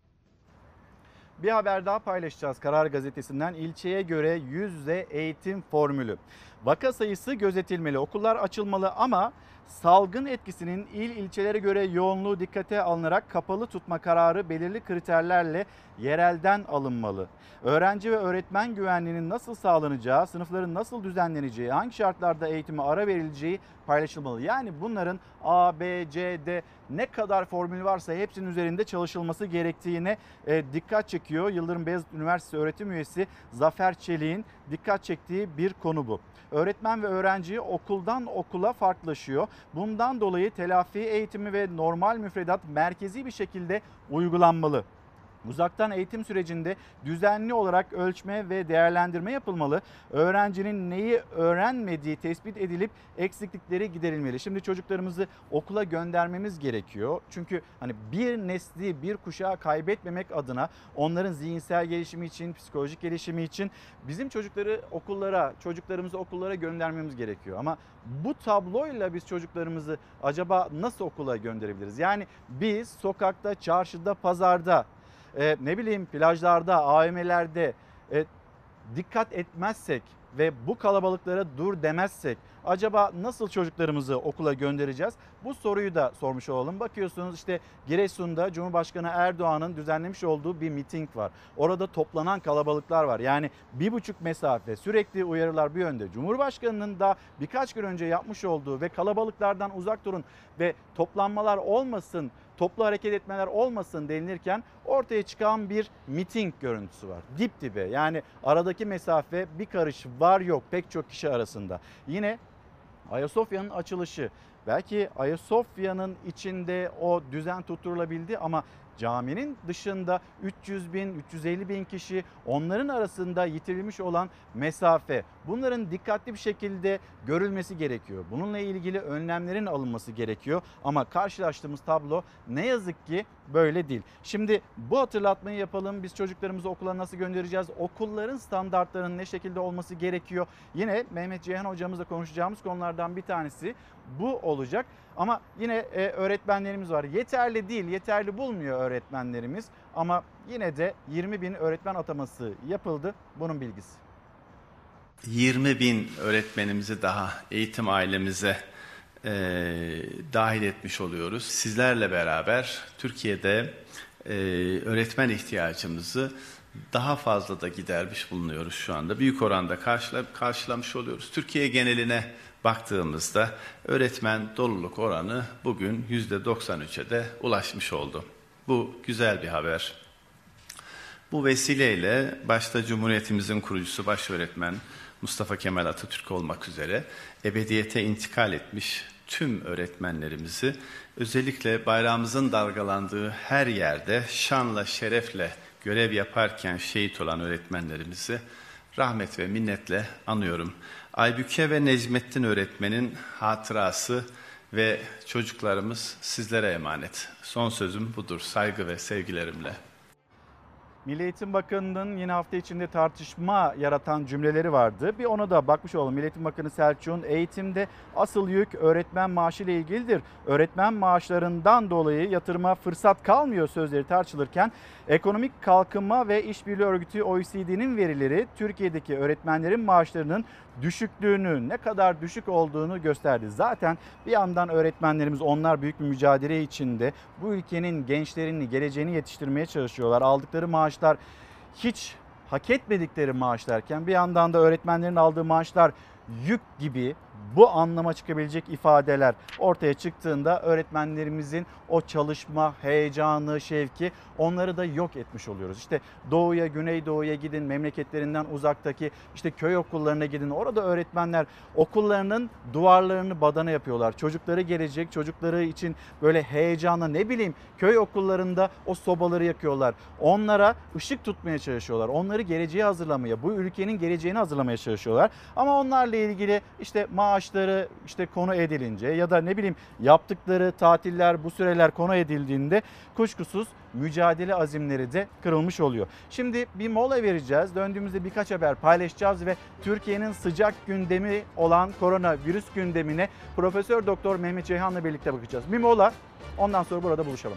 Bir haber daha paylaşacağız Karar Gazetesi'nden. İlçeye göre yüz yüze eğitim formülü. Vaka sayısı gözetilmeli, okullar açılmalı ama salgın etkisinin il ilçelere göre yoğunluğu dikkate alınarak kapalı tutma kararı belirli kriterlerle yerelden alınmalı. Öğrenci ve öğretmen güvenliğinin nasıl sağlanacağı, sınıfların nasıl düzenleneceği, hangi şartlarda eğitime ara verileceği paylaşılmalı. Yani bunların A, B, C, D ne kadar formül varsa hepsinin üzerinde çalışılması gerektiğine e, dikkat çekiyor. Yıldırım Beyazıt Üniversitesi öğretim üyesi Zafer Çelik'in dikkat çektiği bir konu bu. Öğretmen ve öğrenci okuldan okula farklılaşıyor. Bundan dolayı telafi eğitimi ve normal müfredat merkezi bir şekilde uygulanmalı. Uzaktan eğitim sürecinde düzenli olarak ölçme ve değerlendirme yapılmalı. Öğrencinin neyi öğrenmediği tespit edilip eksiklikleri giderilmeli. Şimdi çocuklarımızı okula göndermemiz gerekiyor. Çünkü hani bir nesli, bir kuşağı kaybetmemek adına onların zihinsel gelişimi için, psikolojik gelişimi için bizim çocukları okullara, çocuklarımızı okullara göndermemiz gerekiyor. Ama bu tabloyla biz çocuklarımızı acaba nasıl okula gönderebiliriz? Yani biz sokakta, çarşıda, pazarda, Ee, ne bileyim plajlarda, A V M'lerde e, dikkat etmezsek ve bu kalabalıklara dur demezsek acaba nasıl çocuklarımızı okula göndereceğiz? Bu soruyu da sormuş olalım. Bakıyorsunuz işte Giresun'da Cumhurbaşkanı Erdoğan'ın düzenlemiş olduğu bir miting var. Orada toplanan kalabalıklar var. Yani bir buçuk mesafe, sürekli uyarılar bir yönde. Cumhurbaşkanının da birkaç gün önce yapmış olduğu ve kalabalıklardan uzak durun ve toplanmalar olmasın, toplu hareket etmeler olmasın denilirken ortaya çıkan bir miting görüntüsü var. Dip dibe, yani aradaki mesafe bir karış var yok pek çok kişi arasında. Yine Ayasofya'nın açılışı, belki Ayasofya'nın içinde o düzen tutturulabildi ama caminin dışında üç yüz bin, üç yüz elli bin kişi, onların arasında yitirilmiş olan mesafe, bunların dikkatli bir şekilde görülmesi gerekiyor. Bununla ilgili önlemlerin alınması gerekiyor ama karşılaştığımız tablo ne yazık ki böyle değil. Şimdi bu hatırlatmayı yapalım. Biz çocuklarımızı okula nasıl göndereceğiz? Okulların standartlarının ne şekilde olması gerekiyor? Yine Mehmet Ceyhan hocamızla konuşacağımız konulardan bir tanesi bu olacak. olacak. Ama yine e, öğretmenlerimiz var. Yeterli değil, yeterli bulmuyor öğretmenlerimiz. Ama yine de yirmi bin öğretmen ataması yapıldı. Bunun bilgisi. yirmi bin öğretmenimizi daha eğitim ailemize e, dahil etmiş oluyoruz. Sizlerle beraber Türkiye'de e, öğretmen ihtiyacımızı daha fazla da gidermiş bulunuyoruz şu anda. Büyük oranda karşıla, karşılamış oluyoruz. Türkiye geneline baktığımızda öğretmen doluluk oranı bugün yüzde doksan üçe de ulaşmış oldu. Bu güzel bir haber. Bu vesileyle başta Cumhuriyetimizin kurucusu başöğretmen Mustafa Kemal Atatürk olmak üzere ebediyete intikal etmiş tüm öğretmenlerimizi özellikle bayrağımızın dalgalandığı her yerde şanla şerefle görev yaparken şehit olan öğretmenlerimizi rahmet ve minnetle anıyorum. Aybüke ve Necmettin öğretmenin hatırası ve çocuklarımız sizlere emanet. Son sözüm budur. Saygı ve sevgilerimle. Milli Eğitim Bakanı'nın yine hafta içinde tartışma yaratan cümleleri vardı. Bir ona da bakmış olalım. Milli Eğitim Bakanı Selçuk'un eğitimde asıl yük öğretmen maaşı ile ilgilidir. Öğretmen maaşlarından dolayı yatırıma fırsat kalmıyor sözleri tartışılırken Ekonomik Kalkınma ve İşbirliği Örgütü O E C D'nin verileri Türkiye'deki öğretmenlerin maaşlarının düşüklüğünü, ne kadar düşük olduğunu gösterdi. Zaten bir yandan öğretmenlerimiz, onlar büyük bir mücadele içinde bu ülkenin gençlerini, geleceğini yetiştirmeye çalışıyorlar. Aldıkları maaşlar hiç hak etmedikleri maaşlarken bir yandan da öğretmenlerin aldığı maaşlar yük gibi bu anlama çıkabilecek ifadeler ortaya çıktığında öğretmenlerimizin o çalışma heyecanı, şevki, onları da yok etmiş oluyoruz. İşte doğuya, güneydoğuya gidin, memleketlerinden uzaktaki işte köy okullarına gidin. Orada öğretmenler okullarının duvarlarını badana yapıyorlar. Çocukları gelecek, çocukları için böyle heyecanla, ne bileyim, köy okullarında o sobaları yakıyorlar. Onlara ışık tutmaya çalışıyorlar. Onları geleceğe hazırlamaya, bu ülkenin geleceğini hazırlamaya çalışıyorlar. Ama onlarla ilgili işte maaşları işte konu edilince ya da ne bileyim yaptıkları tatiller, bu süreler konu edildiğinde kuşkusuz mücadele azimleri de kırılmış oluyor. Şimdi bir mola vereceğiz. Döndüğümüzde birkaç haber paylaşacağız ve Türkiye'nin sıcak gündemi olan koronavirüs gündemine Profesör Doktor Mehmet Ceyhan'la birlikte bakacağız. Bir mola, ondan sonra burada buluşalım.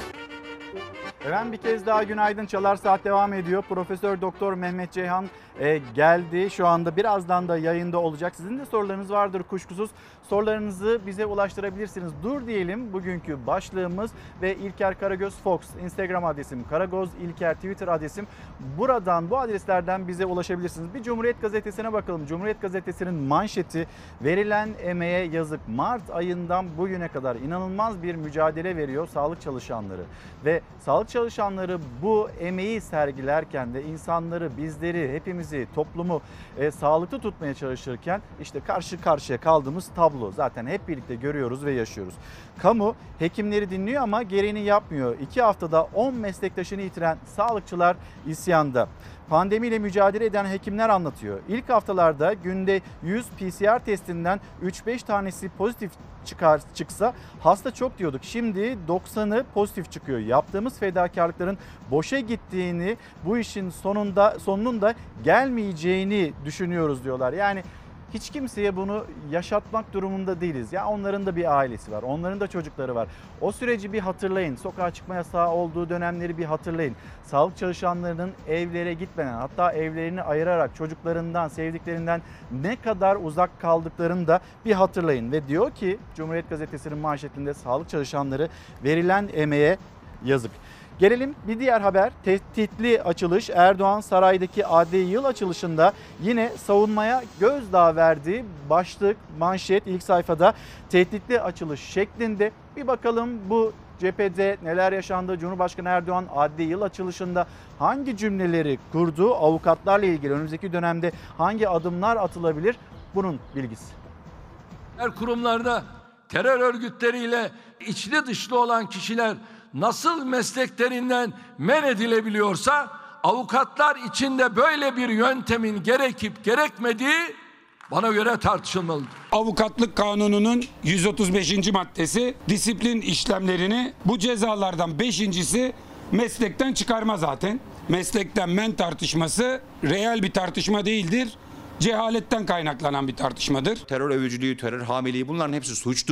Efendim bir kez daha günaydın. Çalar Saat devam ediyor. Profesör Doktor Mehmet Ceyhan e, geldi. Şu anda birazdan da yayında olacak. Sizin de sorularınız vardır kuşkusuz. Sorularınızı bize ulaştırabilirsiniz. Dur diyelim bugünkü başlığımız ve İlker Karagöz Fox Instagram adresim, Karagöz İlker Twitter adresim. Buradan, bu adreslerden bize ulaşabilirsiniz. Bir Cumhuriyet Gazetesi'ne bakalım. Cumhuriyet Gazetesi'nin manşeti verilen emeğe yazık. Mart ayından bugüne kadar inanılmaz bir mücadele veriyor sağlık çalışanları ve sağlık çalışanları bu emeği sergilerken de insanları, bizleri, hepimizi, toplumu e, sağlıklı tutmaya çalışırken işte karşı karşıya kaldığımız tablo zaten hep birlikte görüyoruz ve yaşıyoruz. Kamu hekimleri dinliyor ama gereğini yapmıyor. İki haftada on meslektaşını yitiren sağlıkçılar isyanda. Pandemiyle mücadele eden hekimler anlatıyor. İlk haftalarda günde yüz P C R testinden üç beş tanesi pozitif çıkar çıksa hasta çok diyorduk. Şimdi doksanı pozitif çıkıyor. Yaptığımız fedakarlıkların boşa gittiğini, bu işin sonunda sonunun da gelmeyeceğini düşünüyoruz diyorlar. Yani hiç kimseye bunu yaşatmak durumunda değiliz. Ya onların da bir ailesi var. Onların da çocukları var. O süreci bir hatırlayın. Sokağa çıkma yasağı olduğu dönemleri bir hatırlayın. Sağlık çalışanlarının evlere gitmeden, hatta evlerini ayırarak çocuklarından, sevdiklerinden ne kadar uzak kaldıklarını da bir hatırlayın. Ve diyor ki Cumhuriyet Gazetesi'nin manşetinde sağlık çalışanları verilen emeğe yazık. Gelelim bir diğer haber, tehditli açılış. Erdoğan saraydaki adli yıl açılışında yine savunmaya gözdağı verdi. Başlık, manşet ilk sayfada tehditli açılış şeklinde. Bir bakalım bu cephede neler yaşandı? Cumhurbaşkanı Erdoğan adli yıl açılışında hangi cümleleri kurdu? Avukatlarla ilgili önümüzdeki dönemde hangi adımlar atılabilir? Bunun bilgisi. Her kurumlarda terör örgütleriyle içli dışlı olan kişiler nasıl mesleklerinden men edilebiliyorsa avukatlar içinde böyle bir yöntemin gerekip gerekmediği bana göre tartışılmalıdır. Avukatlık Kanunu'nun yüz otuz beşinci maddesi disiplin işlemlerini, bu cezalardan beşincisi meslekten çıkarma zaten. Meslekten men tartışması reel bir tartışma değildir. Cehaletten kaynaklanan bir tartışmadır. Terör övücülüğü, terör hamiliği bunların hepsi suçtur.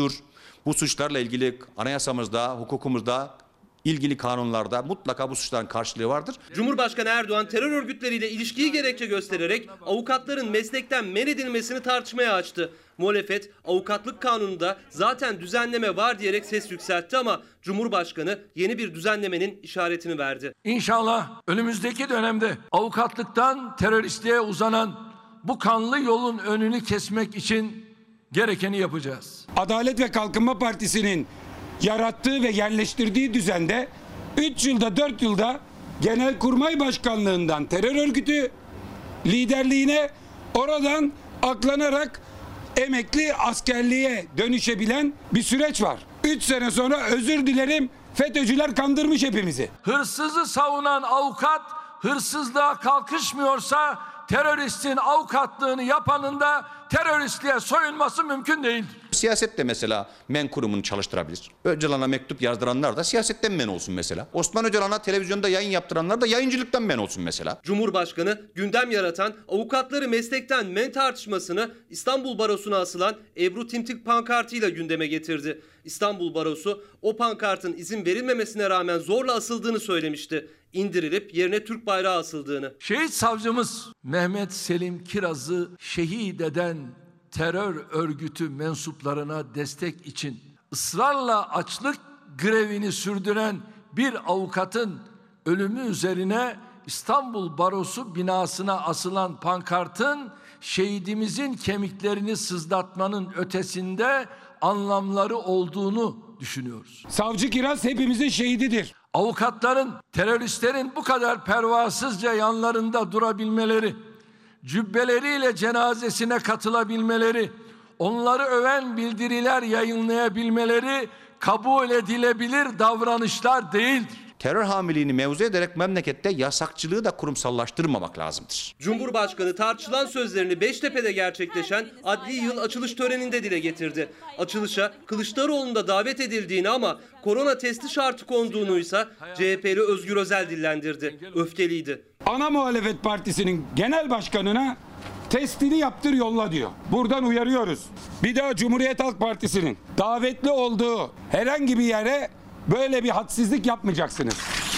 Bu suçlarla ilgili anayasamızda, hukukumuzda, ilgili kanunlarda mutlaka bu suçların karşılığı vardır. Cumhurbaşkanı Erdoğan terör örgütleriyle ilişkiyi gerekçe göstererek avukatların meslekten men edilmesini tartışmaya açtı. Muhalefet avukatlık kanununda zaten düzenleme var diyerek ses yükseltti ama Cumhurbaşkanı yeni bir düzenlemenin işaretini verdi. İnşallah önümüzdeki dönemde avukatlıktan teröristliğe uzanan bu kanlı yolun önünü kesmek için gerekeni yapacağız. Adalet ve Kalkınma Partisi'nin yarattığı ve yerleştirdiği düzende üç yılda dört yılda Genelkurmay Başkanlığından terör örgütü liderliğine, oradan aklanarak emekli askerliğe dönüşebilen bir süreç var. üç sene sonra özür dilerim, FETÖ'cüler kandırmış hepimizi. Hırsızı savunan avukat hırsızlığa kalkışmıyorsa teröristin avukatlığını yapanın da teröristliğe soyunması mümkün değildir. Siyaset de mesela men kurumunu çalıştırabilir. Öcalan'a mektup yazdıranlar da siyasetten men olsun mesela. Osman Öcalan'a televizyonda yayın yaptıranlar da yayıncılıktan men olsun mesela. Cumhurbaşkanı gündem yaratan avukatları meslekten men tartışmasını İstanbul Barosu'na asılan Ebru Timtik pankartıyla gündeme getirdi. İstanbul Barosu o pankartın izin verilmemesine rağmen zorla asıldığını söylemişti. İndirilip yerine Türk bayrağı asıldığını. Şehit savcımız Mehmet Selim Kiraz'ı şehit eden terör örgütü mensuplarına destek için ısrarla açlık grevini sürdüren bir avukatın ölümü üzerine İstanbul Barosu binasına asılan pankartın şehidimizin kemiklerini sızlatmanın ötesinde anlamları olduğunu düşünüyoruz. Savcı Kiraz hepimizin şehididir. Avukatların teröristlerin bu kadar pervasızca yanlarında durabilmeleri, cübbeleriyle cenazesine katılabilmeleri, onları öven bildiriler yayınlayabilmeleri kabul edilebilir davranışlar değildir. Terör hamiliğini mevzu ederek memlekette yasakçılığı da kurumsallaştırmamak lazımdır. Cumhurbaşkanı tartışılan sözlerini Beştepe'de gerçekleşen adli yıl açılış töreninde dile getirdi. Açılışa Kılıçdaroğlu'nun da davet edildiğini ama korona testi şartı konduğunu ise C H P'li Özgür Özel dillendirdi. Öfkeliydi. Ana muhalefet partisinin genel başkanına testini yaptır yolla diyor. Buradan uyarıyoruz. Bir daha Cumhuriyet Halk Partisi'nin davetli olduğu herhangi bir yere böyle bir hadsizlik yapmayacaksınız.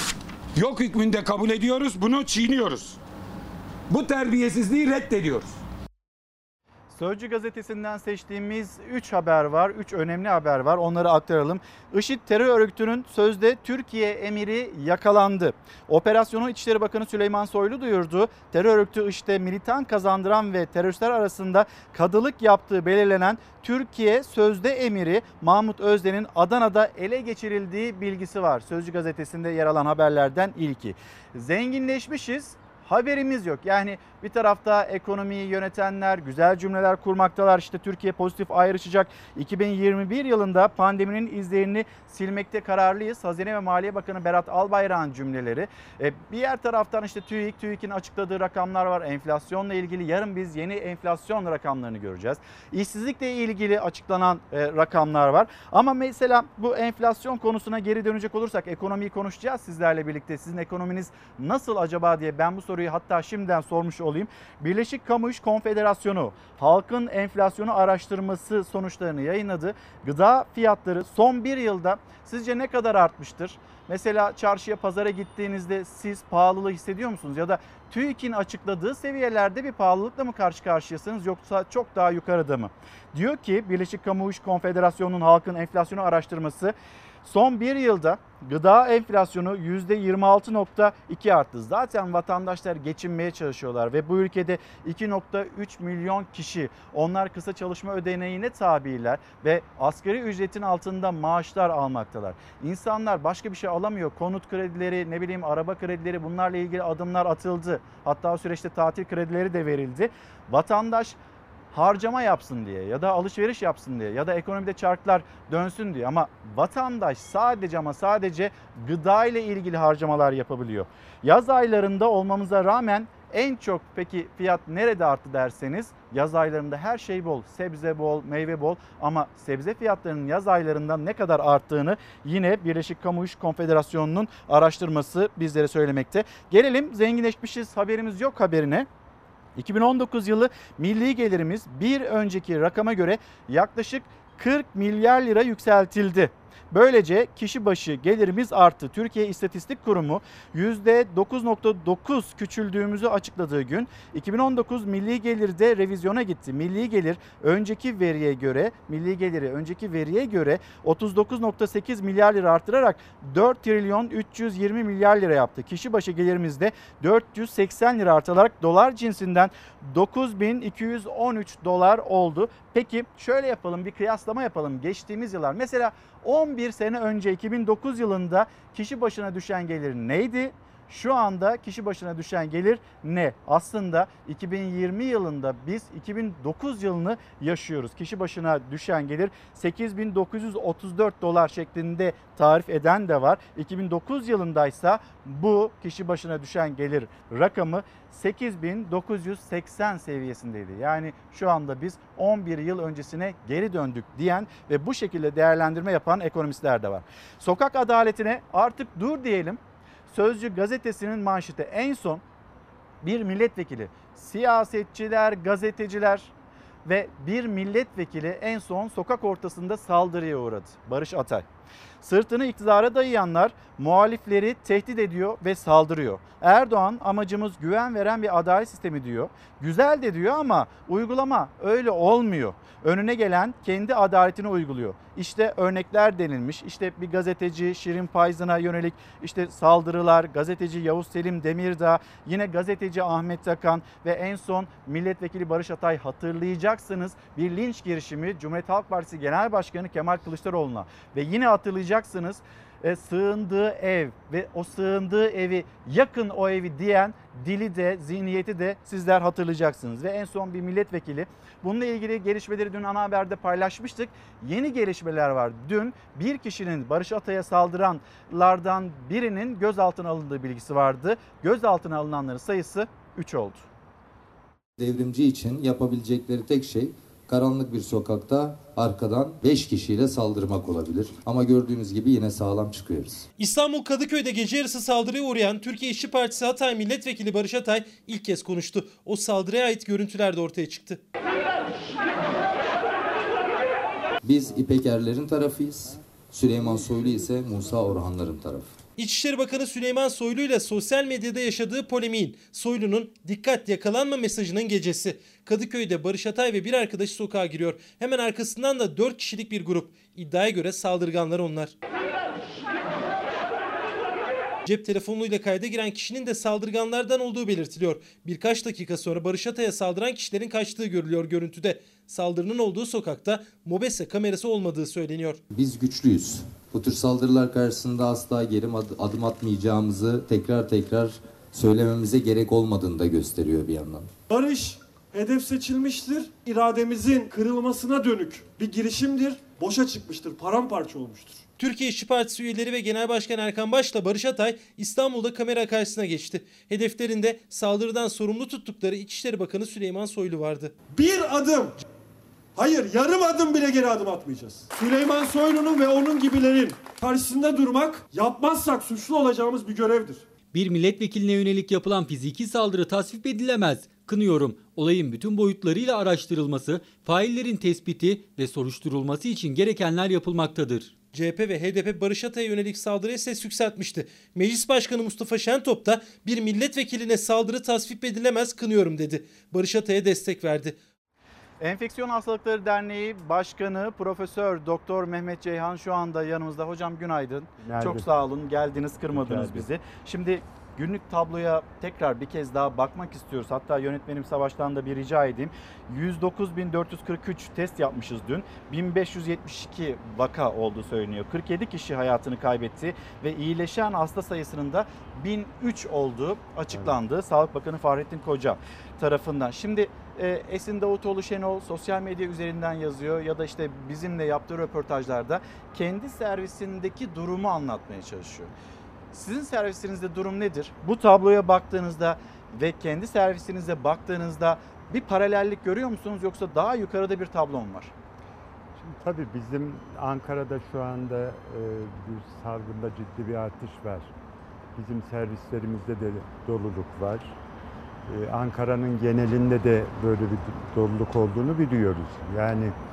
Yok hükmünde kabul ediyoruz, bunu çiğniyoruz. Bu terbiyesizliği reddediyoruz. Sözcü gazetesinden seçtiğimiz üç haber var, üç önemli haber var. Onları aktaralım. IŞİD terör örgütünün sözde Türkiye emiri yakalandı. Operasyonu İçişleri Bakanı Süleyman Soylu duyurdu. Terör örgütü IŞİD'e militan kazandıran ve teröristler arasında kadılık yaptığı belirlenen Türkiye sözde emiri Mahmut Özden'in Adana'da ele geçirildiği bilgisi var. Sözcü gazetesinde yer alan haberlerden ilki. Zenginleşmişiz. Haberimiz yok. Yani bir tarafta ekonomiyi yönetenler güzel cümleler kurmaktalar. İşte Türkiye pozitif ayrışacak. iki bin yirmi bir yılında pandeminin izlerini silmekte kararlıyız. Hazine ve Maliye Bakanı Berat Albayrak'ın cümleleri. E, bir yer taraftan işte TÜİK, TÜİK'in açıkladığı rakamlar var. Enflasyonla ilgili yarın biz yeni enflasyon rakamlarını göreceğiz. İşsizlikle ilgili açıklanan e, rakamlar var. Ama mesela bu enflasyon konusuna geri dönecek olursak ekonomiyi konuşacağız sizlerle birlikte. Sizin ekonominiz nasıl acaba diye ben bu soruyu hatta şimdiden sormuş olayım. Birleşik Kamu İş Konfederasyonu halkın enflasyonu araştırması sonuçlarını yayınladı. Gıda fiyatları son bir yılda sizce ne kadar artmıştır? Mesela çarşıya, pazara gittiğinizde siz pahalılığı hissediyor musunuz? Ya da TÜİK'in açıkladığı seviyelerde bir pahalılıkla mı karşı karşıyasınız yoksa çok daha yukarıda mı? Diyor ki Birleşik Kamu İş Konfederasyonu'nun halkın enflasyonu araştırması son bir yılda gıda enflasyonu yüzde yirmi altı nokta iki arttı. Zaten vatandaşlar geçinmeye çalışıyorlar ve bu ülkede iki nokta üç milyon kişi, onlar kısa çalışma ödeneğine tabiler ve asgari ücretin altında maaşlar almaktalar. İnsanlar başka bir şey alamıyor. Konut kredileri, ne bileyim araba kredileri, bunlarla ilgili adımlar atıldı. Hatta o süreçte tatil kredileri de verildi. Vatandaş harcama yapsın diye ya da alışveriş yapsın diye ya da ekonomide çarklar dönsün diye ama vatandaş sadece ama sadece gıda ile ilgili harcamalar yapabiliyor. Yaz aylarında olmamıza rağmen en çok peki fiyat nerede arttı derseniz yaz aylarında her şey bol, sebze bol, meyve bol ama sebze fiyatlarının yaz aylarında ne kadar arttığını yine Birleşik Kamu İş Konfederasyonu'nun araştırması bizlere söylemekte. Gelelim zenginleşmişiz haberimiz yok haberine. iki bin on dokuz yılı milli gelirimiz bir önceki rakama göre yaklaşık kırk milyar lira yükseltildi. Böylece kişi başı gelirimiz arttı. Türkiye İstatistik Kurumu yüzde dokuz nokta dokuz küçüldüğümüzü açıkladığı gün iki bin on dokuz milli gelirde revizyona gitti. Milli gelir önceki veriye göre milli geliri önceki veriye göre otuz dokuz nokta sekiz milyar lira arttırarak dört trilyon üç yüz yirmi milyar lira yaptı. Kişi başı gelirimizde dört yüz seksen lira artarak dolar cinsinden dokuz bin iki yüz on üç dolar oldu. Peki şöyle yapalım, bir kıyaslama yapalım. Geçtiğimiz yıllar mesela on bir sene önce iki bin dokuz yılında kişi başına düşen gelir neydi? Şu anda kişi başına düşen gelir ne? Aslında iki bin yirmi yılında biz iki bin dokuz yılını yaşıyoruz. Kişi başına düşen gelir sekiz bin dokuz yüz otuz dört dolar şeklinde tarif eden de var. iki bin dokuz yılındaysa bu kişi başına düşen gelir rakamı sekiz bin dokuz yüz seksen seviyesindeydi. Yani şu anda biz on bir yıl öncesine geri döndük diyen ve bu şekilde değerlendirme yapan ekonomistler de var. Sokak adaletine artık dur diyelim. Sözcü gazetesinin manşeti en son bir milletvekili, siyasetçiler, gazeteciler ve bir milletvekili en son sokak ortasında saldırıya uğradı. Barış Atay. Sırtını iktidara dayayanlar muhalifleri tehdit ediyor ve saldırıyor. Erdoğan amacımız güven veren bir adalet sistemi diyor. Güzel de diyor ama uygulama öyle olmuyor. Önüne gelen kendi adaletini uyguluyor. İşte örnekler denilmiş. İşte bir gazeteci Şirin Payzın'a yönelik işte saldırılar, gazeteci Yavuz Selim Demirdağ, yine gazeteci Ahmet Takan ve en son milletvekili Barış Atay, hatırlayacaksınız bir linç girişimi Cumhuriyet Halk Partisi Genel Başkanı Kemal Kılıçdaroğlu'na ve yine hatırlayacaksınız e, sığındığı ev ve o sığındığı evi yakın o evi diyen dili de zihniyeti de sizler hatırlayacaksınız. Ve en son bir milletvekili, bununla ilgili gelişmeleri dün ana haberde paylaşmıştık. Yeni gelişmeler var. Dün bir kişinin Barış Atay'a saldıranlardan birinin gözaltına alındığı bilgisi vardı. Gözaltına alınanların sayısı üç oldu. Devrimci için yapabilecekleri tek şey karanlık bir sokakta arkadan beş kişiyle saldırmak olabilir. Ama gördüğünüz gibi yine sağlam çıkıyoruz. İstanbul Kadıköy'de gece yarısı saldırıya uğrayan Türkiye İşçi Partisi Hatay Milletvekili Barış Atay ilk kez konuştu. O saldırıya ait görüntüler de ortaya çıktı. Biz İpek Erler'in tarafıyız. Süleyman Soylu ise Musa Orhanların tarafı. İçişleri Bakanı Süleyman Soylu ile sosyal medyada yaşadığı polemiğin, Soylu'nun dikkat yakalanma mesajının gecesi. Kadıköy'de Barış Atay ve bir arkadaşı sokağa giriyor. Hemen arkasından da dört kişilik bir grup. İddiaya göre saldırganlar onlar. Cep telefonuyla kayda giren kişinin de saldırganlardan olduğu belirtiliyor. Birkaç dakika sonra Barış Atay'a saldıran kişilerin kaçtığı görülüyor görüntüde. Saldırının olduğu sokakta MOBESE kamerası olmadığı söyleniyor. Biz güçlüyüz. Bu tür saldırılar karşısında asla geri adım atmayacağımızı tekrar tekrar söylememize gerek olmadığını da gösteriyor bir yandan. Barış hedef seçilmiştir. İrademizin kırılmasına dönük bir girişimdir. Boşa çıkmıştır, paramparça olmuştur. Türkiye İşçi Partisi üyeleri ve Genel Başkan Erkan Baş'la Barış Atay İstanbul'da kamera karşısına geçti. Hedeflerinde saldırıdan sorumlu tuttukları İçişleri Bakanı Süleyman Soylu vardı. Bir adım, hayır yarım adım bile geri adım atmayacağız. Süleyman Soylu'nun ve onun gibilerin karşısında durmak, yapmazsak suçlu olacağımız bir görevdir. Bir milletvekiline yönelik yapılan fiziki saldırı tasvip edilemez. Kınıyorum. Olayın bütün boyutlarıyla araştırılması, faillerin tespiti ve soruşturulması için gerekenler yapılmaktadır. C H P ve H D P Barış Atay'a yönelik saldırıya ses yükseltmişti. Meclis Başkanı Mustafa Şentop da bir milletvekiline saldırı tasvip edilemez, kınıyorum dedi. Barış Atay'a destek verdi. Enfeksiyon Hastalıkları Derneği Başkanı Profesör Doktor Mehmet Ceyhan şu anda yanımızda. Hocam günaydın. Günaydın. Çok sağ olun. Geldiniz, kırmadınız bizi. Şimdi günlük tabloya tekrar bir kez daha bakmak istiyoruz. Hatta yönetmenim Savaş'tan da bir rica edeyim. yüz dokuz bin dört yüz kırk üç test yapmışız dün. bin beş yüz yetmiş iki vaka olduğu söyleniyor. kırk yedi kişi hayatını kaybetti ve iyileşen hasta sayısının da bin üç olduğu açıklandı. Evet. Sağlık Bakanı Fahrettin Koca tarafından. Şimdi e, Esin Davutoğlu Şenol sosyal medya üzerinden yazıyor ya da işte bizimle yaptığı röportajlarda kendi servisindeki durumu anlatmaya çalışıyor. Sizin servisinizde durum nedir? Bu tabloya baktığınızda ve kendi servisinizde baktığınızda bir paralellik görüyor musunuz yoksa daha yukarıda bir tablo mu var? Şimdi tabii bizim Ankara'da şu anda e, bir salgında ciddi bir artış var. Bizim servislerimizde de doluluk var. E, Ankara'nın genelinde de böyle bir doluluk olduğunu biliyoruz. Yani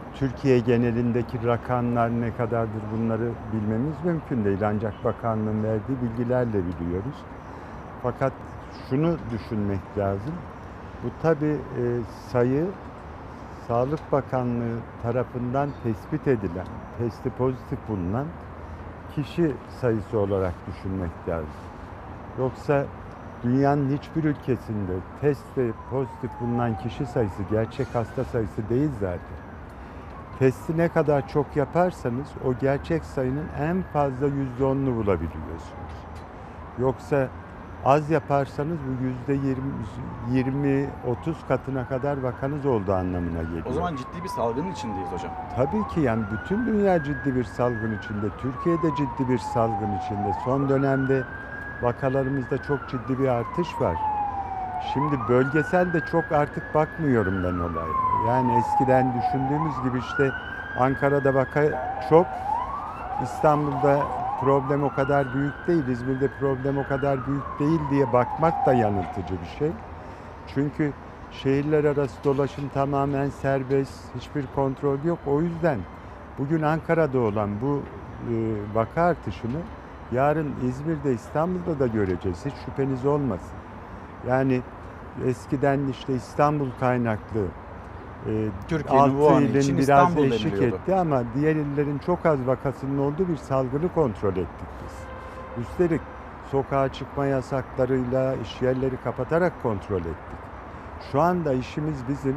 Türkiye genelindeki rakamlar ne kadardır bunları bilmemiz mümkün değil. Ancak bakanlığın verdiği bilgilerle biliyoruz. Fakat şunu düşünmek lazım. Bu tabii e, sayı Sağlık Bakanlığı tarafından tespit edilen, testi pozitif bulunan kişi sayısı olarak düşünmek lazım. Yoksa dünyanın hiçbir ülkesinde testi pozitif bulunan kişi sayısı gerçek hasta sayısı değil zaten. Testi ne kadar çok yaparsanız o gerçek sayının en fazla yüzde onunu bulabiliyorsunuz. Yoksa az yaparsanız bu yüzde yirmi otuz katına kadar vakanız olduğu anlamına geliyor. O zaman ciddi bir salgının içindeyiz hocam. Tabii ki yani bütün dünya ciddi bir salgın içinde, Türkiye'de ciddi bir salgın içinde. Son dönemde vakalarımızda çok ciddi bir artış var. Şimdi bölgesel de çok artık bakmıyorum ben olaya. Yani eskiden düşündüğümüz gibi işte Ankara'da vaka çok, İstanbul'da problem o kadar büyük değil, İzmir'de problem o kadar büyük değil diye bakmak da yanıltıcı bir şey. Çünkü şehirler arası dolaşım tamamen serbest, hiçbir kontrol yok. O yüzden bugün Ankara'da olan bu e, vaka artışını yarın İzmir'de, İstanbul'da da göreceğiz. Hiç şüpheniz olmasın. Yani eskiden işte İstanbul kaynaklı e, Türkiye'nin bu an için biraz İstanbul eşlik deniliyordu. etti ama diğer illerin çok az vakasının olduğu bir salgını kontrol ettik biz. Üstelik sokağa çıkma yasaklarıyla iş yerleri kapatarak kontrol ettik. Şu anda işimiz bizim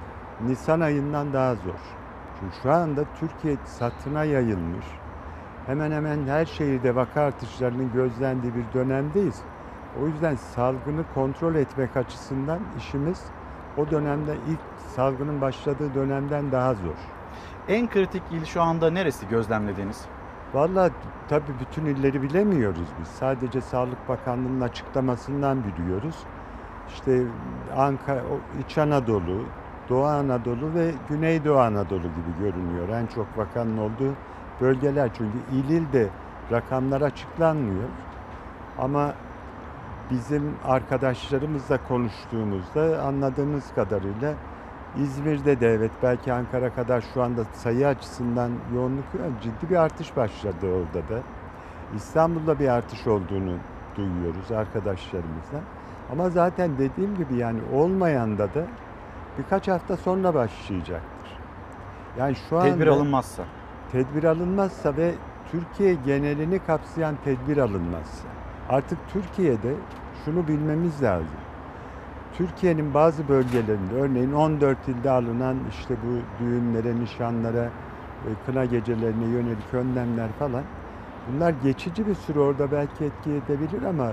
Nisan ayından daha zor. Çünkü şu anda Türkiye satına yayılmış. Hemen hemen her şehirde vaka artışlarının gözlendiği bir dönemdeyiz. O yüzden salgını kontrol etmek açısından işimiz o dönemde ilk salgının başladığı dönemden daha zor. En kritik il şu anda neresi gözlemlediğiniz? Vallahi tabii bütün illeri bilemiyoruz biz. Sadece Sağlık Bakanlığı'nın açıklamasından biliyoruz. İşte Ankara, İç Anadolu, Doğu Anadolu ve Güneydoğu Anadolu gibi görünüyor. En çok vakanın olduğu bölgeler, çünkü il il de rakamlar açıklanmıyor. Ama bizim arkadaşlarımızla konuştuğumuzda anladığımız kadarıyla İzmir'de de evet belki Ankara kadar şu anda sayı açısından yoğunluk ciddi bir artış başladı orada da. İstanbul'da bir artış olduğunu duyuyoruz arkadaşlarımızdan. Ama zaten dediğim gibi yani olmayanda da birkaç hafta sonra başlayacaktır. Yani şu anda Tedbir alınmazsa. Tedbir alınmazsa ve Türkiye genelini kapsayan tedbir alınmazsa. Artık Türkiye'de şunu bilmemiz lazım. Türkiye'nin bazı bölgelerinde, örneğin on dört ilde alınan işte bu düğünlere, nişanlara, kına gecelerine yönelik önlemler falan, bunlar geçici bir süre orada belki etki edebilir ama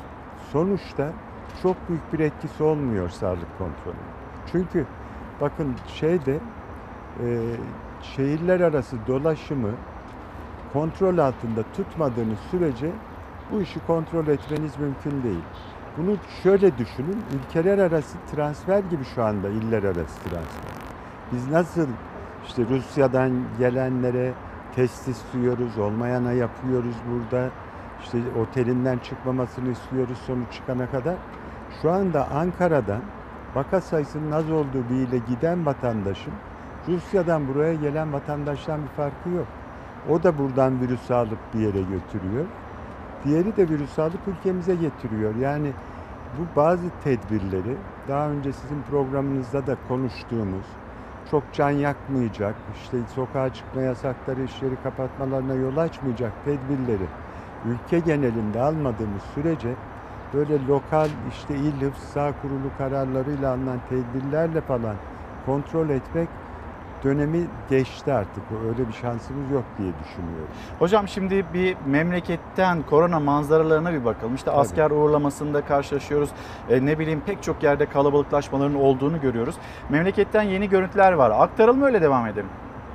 sonuçta çok büyük bir etkisi olmuyor sağlık kontrolü. Çünkü bakın şeyde e, şehirler arası dolaşımı kontrol altında tutmadığınız sürece bu işi kontrol etmeniz mümkün değil. Bunu şöyle düşünün, ülkeler arası transfer gibi şu anda iller arası transfer. Biz nasıl işte Rusya'dan gelenlere test istiyoruz, olmayana yapıyoruz burada, işte otelinden çıkmamasını istiyoruz sonuç çıkana kadar. Şu anda Ankara'dan vaka sayısının az olduğu bir ile giden vatandaşın Rusya'dan buraya gelen vatandaştan bir farkı yok. O da buradan virüs alıp bir yere götürüyor. Diğeri de virüs alıp ülkemize getiriyor. Yani bu bazı tedbirleri daha önce sizin programınızda da konuştuğumuz, çok can yakmayacak, işte sokağa çıkma yasakları, işleri kapatmalarına yol açmayacak tedbirleri ülke genelinde almadığımız sürece böyle lokal işte il hıfz sağ kurulu kararlarıyla alınan tedbirlerle falan kontrol etmek dönemi geçti artık. Öyle bir şansımız yok diye düşünüyorum. Hocam şimdi bir memleketten korona manzaralarına bir bakalım. İşte Tabii. asker uğurlamasında karşılaşıyoruz. E, ne bileyim pek çok yerde kalabalıklaşmaların olduğunu görüyoruz. Memleketten yeni görüntüler var. Aktaralım, öyle devam edelim.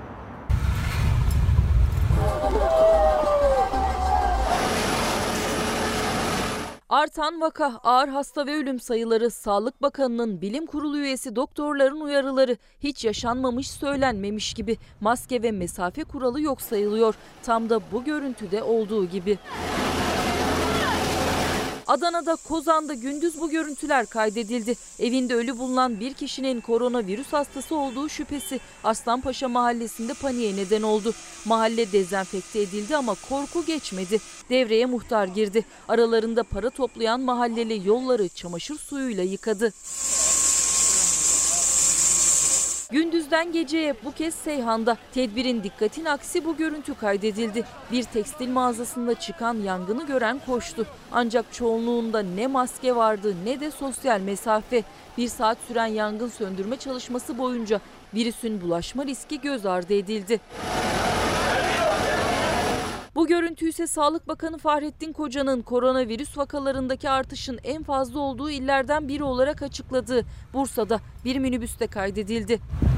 Artan vaka, ağır hasta ve ölüm sayıları, Sağlık Bakanı'nın bilim kurulu üyesi doktorların uyarıları, hiç yaşanmamış söylenmemiş gibi, maske ve mesafe kuralı yok sayılıyor. Tam da bu görüntüde olduğu gibi. Adana'da Kozan'da gündüz bu görüntüler kaydedildi. Evinde ölü bulunan bir kişinin koronavirüs hastası olduğu şüphesi Aslanpaşa mahallesinde paniğe neden oldu. Mahalle dezenfekte edildi ama korku geçmedi. Devreye muhtar girdi. Aralarında para toplayan mahalleli yolları çamaşır suyuyla yıkadı. Gündüzden geceye bu kez Seyhan'da tedbirin dikkatin aksi bu görüntü kaydedildi. Bir tekstil mağazasında çıkan yangını gören koştu. Ancak çoğunluğunda ne maske vardı ne de sosyal mesafe. Bir saat süren yangın söndürme çalışması boyunca virüsün bulaşma riski göz ardı edildi. Bu görüntü ise Sağlık Bakanı Fahrettin Koca'nın koronavirüs vakalarındaki artışın en fazla olduğu illerden biri olarak açıkladığı Bursa'da bir minibüste kaydedildi.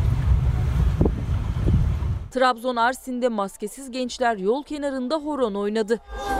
Trabzon Arsin'de maskesiz gençler yol kenarında horon oynadı.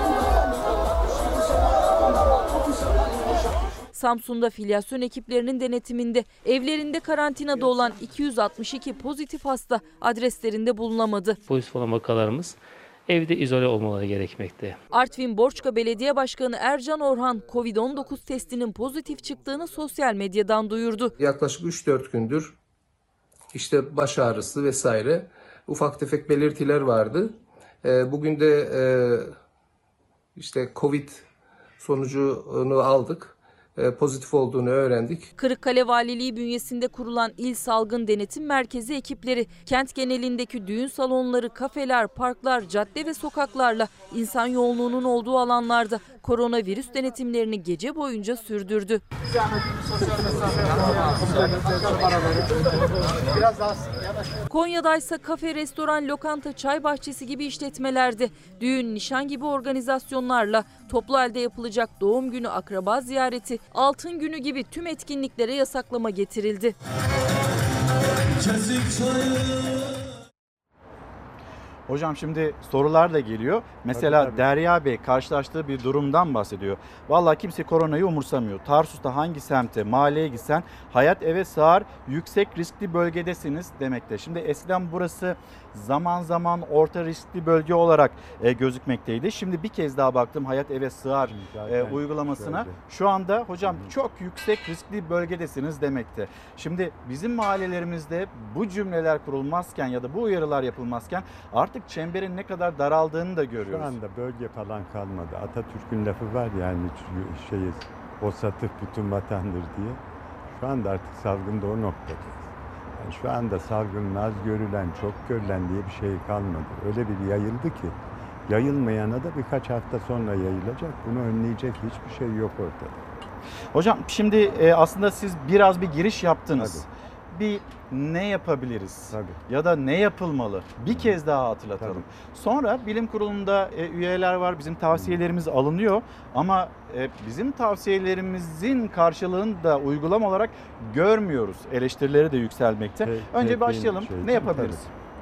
Samsun'da filyasyon ekiplerinin denetiminde evlerinde karantinada olan iki yüz altmış iki pozitif hasta adreslerinde bulunamadı. Pozitif olan vakalarımız evde izole olmaları gerekmekte. Artvin Borçka Belediye Başkanı Ercan Orhan, kovid on dokuz testinin pozitif çıktığını sosyal medyadan duyurdu. Yaklaşık üç dört gündür işte baş ağrısı vesaire ufak tefek belirtiler vardı. Bugün de işte Covid sonucunu aldık. Pozitif olduğunu öğrendik. Kırıkkale Valiliği bünyesinde kurulan İl Salgın Denetim Merkezi ekipleri kent genelindeki düğün salonları, kafeler, parklar, cadde ve sokaklarla insan yoğunluğunun olduğu alanlarda koronavirüs denetimlerini gece boyunca sürdürdü. Konya'da ise kafe, restoran, lokanta, çay bahçesi gibi işletmelerde düğün, nişan gibi organizasyonlarla toplu halde yapılacak doğum günü, akraba ziyareti, altın günü gibi tüm etkinliklere yasaklama getirildi. Hocam şimdi sorular da geliyor. Mesela tabii, tabii. Derya Bey karşılaştığı bir durumdan bahsediyor. Vallahi kimse koronayı umursamıyor. Tarsus'ta hangi semte, mahalleye gitsen hayat eve sığar, yüksek riskli bölgedesiniz demekte. Şimdi eskiden burası zaman zaman orta riskli bölge olarak e, gözükmekteydi. Şimdi bir kez daha baktım hayat eve sığar e, uygulamasına. Şöyle. Şu anda hocam Hı-hı. çok yüksek riskli bölgedesiniz demekte. Şimdi bizim mahallelerimizde bu cümleler kurulmazken ya da bu uyarılar yapılmazken artık çemberin ne kadar daraldığını da görüyoruz. Şu anda bölge falan kalmadı. Atatürk'ün lafı var yani şey, o satıp bütün vatandır diye. Şu anda artık salgında o noktada. Yani şu anda salgının az görülen, çok görülen diye bir şey kalmadı. Öyle bir yayıldı ki yayılmayana da birkaç hafta sonra yayılacak. Bunu önleyecek hiçbir şey yok ortada. Hocam şimdi e, aslında siz biraz bir giriş yaptınız. Tabii. Bir ne yapabiliriz Tabii. ya da ne yapılmalı bir Hı. kez daha hatırlatalım. Tabii. Sonra bilim kurulunda e, üyeler var, bizim tavsiyelerimiz Hı. alınıyor ama e, bizim tavsiyelerimizin karşılığını da uygulama olarak görmüyoruz. Eleştirileri de yükselmekte. Te, Önce başlayalım. Şey, ne yapabiliriz? Tabii,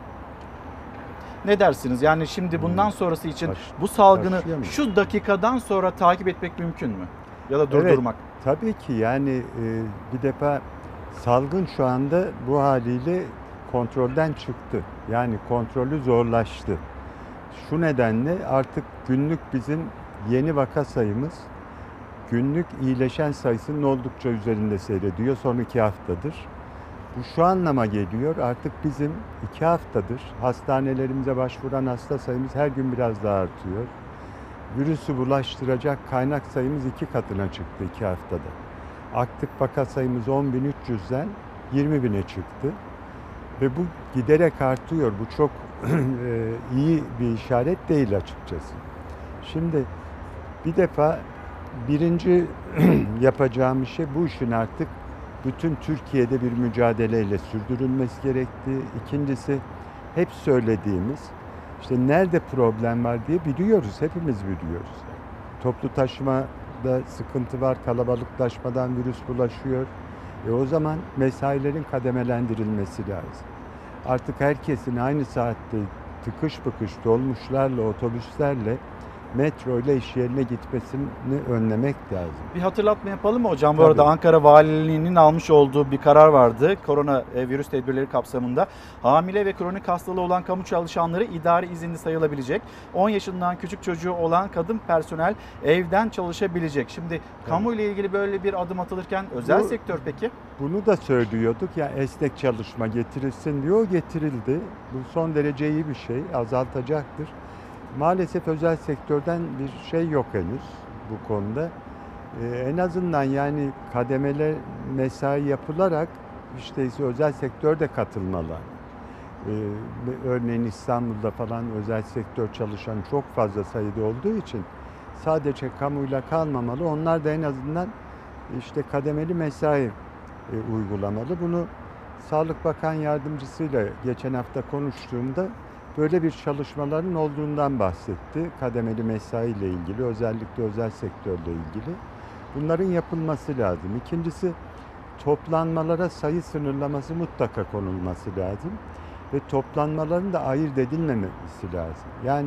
tabii. Ne dersiniz? Yani şimdi bundan sonrası için Baş, bu salgını şu dakikadan sonra takip etmek mümkün mü? Ya da durdurmak? Evet, tabii ki yani e, bir defa salgın şu anda bu haliyle kontrolden çıktı. Yani kontrolü zorlaştı. Şu nedenle artık günlük bizim yeni vaka sayımız günlük iyileşen sayısının oldukça üzerinde seyrediyor son iki haftadır. Bu şu anlama geliyor artık bizim iki haftadır hastanelerimize başvuran hasta sayımız her gün biraz daha artıyor. Virüsü bulaştıracak kaynak sayımız iki katına çıktı iki haftada. Aktif vaka sayımız on bin üç yüzden yirmi bine çıktı ve bu giderek artıyor. Bu çok iyi bir işaret değil açıkçası. Şimdi bir defa birinci yapacağım şey bu işin artık bütün Türkiye'de bir mücadeleyle sürdürülmesi gerektiği. İkincisi hep söylediğimiz işte nerede problem var diye biliyoruz, hepimiz biliyoruz. Toplu taşıma da sıkıntı var, kalabalıklaşmadan virüs bulaşıyor. E o zaman mesailerin kademelendirilmesi lazım. Artık herkesin aynı saatte tıkış bıkış dolmuşlarla, otobüslerle metro ile iş yerine gitmesini önlemek lazım. Bir hatırlatma yapalım mı hocam? Bu Tabii. arada Ankara Valiliği'nin almış olduğu bir karar vardı. Korona virüs tedbirleri kapsamında hamile ve kronik hastalığı olan kamu çalışanları idari izinli sayılabilecek. on yaşından küçük çocuğu olan kadın personel evden çalışabilecek. Şimdi evet. Kamu ile ilgili böyle bir adım atılırken özel Bu, sektör peki? Bunu da söylüyorduk ya, esnek çalışma getirilsin diyor, getirildi. Bu son derece iyi bir şey, azaltacaktır. Maalesef özel sektörden bir şey yok henüz bu konuda. Ee, en azından yani kademeli mesai yapılarak işte özel sektör de katılmalı. Ee, örneğin İstanbul'da falan özel sektör çalışan çok fazla sayıda olduğu için sadece kamuyla kalmamalı. Onlar da en azından işte kademeli mesai e, uygulamalı. Bunu Sağlık Bakan Yardımcısıyla geçen hafta konuştuğumda böyle bir çalışmaların olduğundan bahsetti. Kademeli mesai ile ilgili, özellikle özel sektörle ilgili. Bunların yapılması lazım. İkincisi, toplanmalara sayı sınırlaması mutlaka konulması lazım. Ve toplanmaların da ayırt edilmemesi lazım. Yani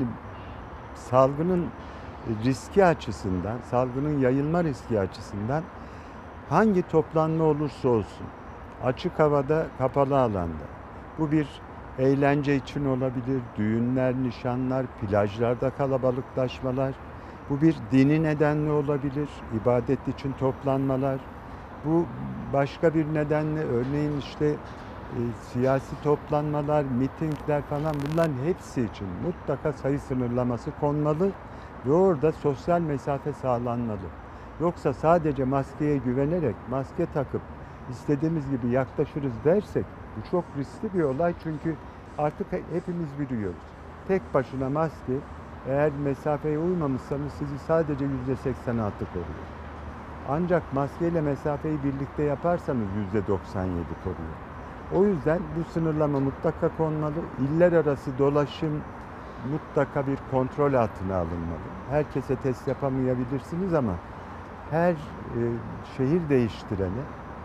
salgının riski açısından, salgının yayılma riski açısından hangi toplanma olursa olsun, açık havada, kapalı alanda, bu bir eğlence için olabilir, düğünler, nişanlar, plajlarda kalabalıklaşmalar, bu bir dini nedenle olabilir, ibadet için toplanmalar, bu başka bir nedenle, örneğin işte e, siyasi toplanmalar, mitingler falan, bunların hepsi için mutlaka sayı sınırlaması konmalı ve orada sosyal mesafe sağlanmalı. Yoksa sadece maskeye güvenerek, maske takıp istediğimiz gibi yaklaşırız dersek, bu çok riskli bir olay, çünkü artık hepimiz biliyoruz. Tek başına maske, eğer mesafeye uymamışsanız sizi sadece yüzde seksen altı koruyor. Ancak maskeyle mesafeyi birlikte yaparsanız yüzde doksan yedi koruyor. O yüzden bu sınırlama mutlaka konmalı. İller arası dolaşım mutlaka bir kontrol altına alınmalı. Herkese test yapamayabilirsiniz ama her e, şehir değiştirene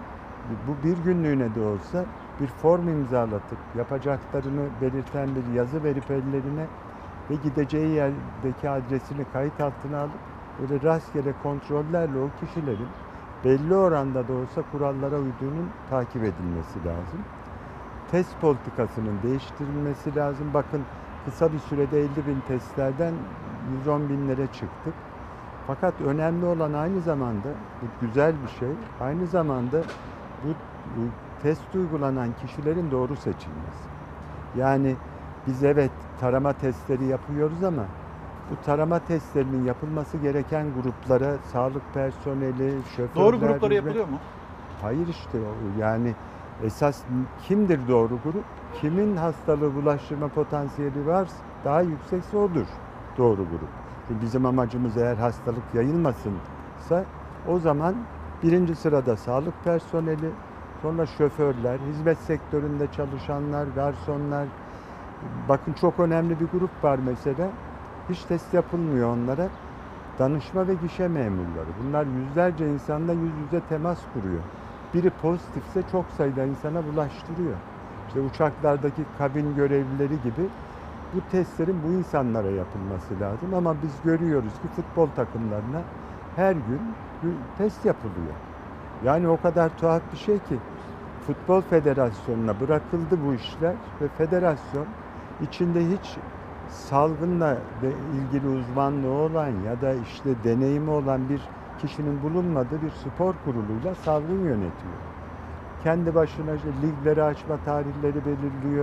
bu bir günlüğüne de olsa bir form imzalatıp yapacaklarını belirten bir yazı verip ellerine ve gideceği yerdeki adresini kayıt altına alıp böyle rastgele kontrollerle o kişilerin belli oranda da olsa kurallara uyduğunun takip edilmesi lazım. Test politikasının değiştirilmesi lazım. Bakın, kısa bir sürede elli bin testlerden yüz on binlere çıktık. Fakat önemli olan aynı zamanda, bu güzel bir şey, aynı zamanda bu, bu test uygulanan kişilerin doğru seçilmesi. Yani biz evet tarama testleri yapıyoruz ama bu tarama testlerinin yapılması gereken gruplara sağlık personeli, şoförler... Doğru gruplara yapılıyor mu? Hayır işte, yani esas kimdir doğru grup? Kimin hastalığı bulaştırma potansiyeli varsa, daha yüksekse odur doğru grup. Bizim amacımız eğer hastalık yayılmasınsa o zaman birinci sırada sağlık personeli, sonra şoförler, hizmet sektöründe çalışanlar, garsonlar. Bakın, çok önemli bir grup var mesela. Hiç test yapılmıyor onlara. Danışma ve gişe memurları. Bunlar yüzlerce insanla yüz yüze temas kuruyor. Biri pozitifse çok sayıda insana bulaştırıyor. İşte uçaklardaki kabin görevlileri gibi bu testlerin bu insanlara yapılması lazım. Ama biz görüyoruz ki futbol takımlarına her gün test yapılıyor. Yani o kadar tuhaf bir şey ki Futbol Federasyonu'na bırakıldı bu işler ve federasyon içinde hiç salgınla ilgili uzmanlığı olan ya da işte deneyimi olan bir kişinin bulunmadığı bir spor kuruluyla salgın yönetiyor. Kendi başına işte ligleri açma tarihleri belirliyor,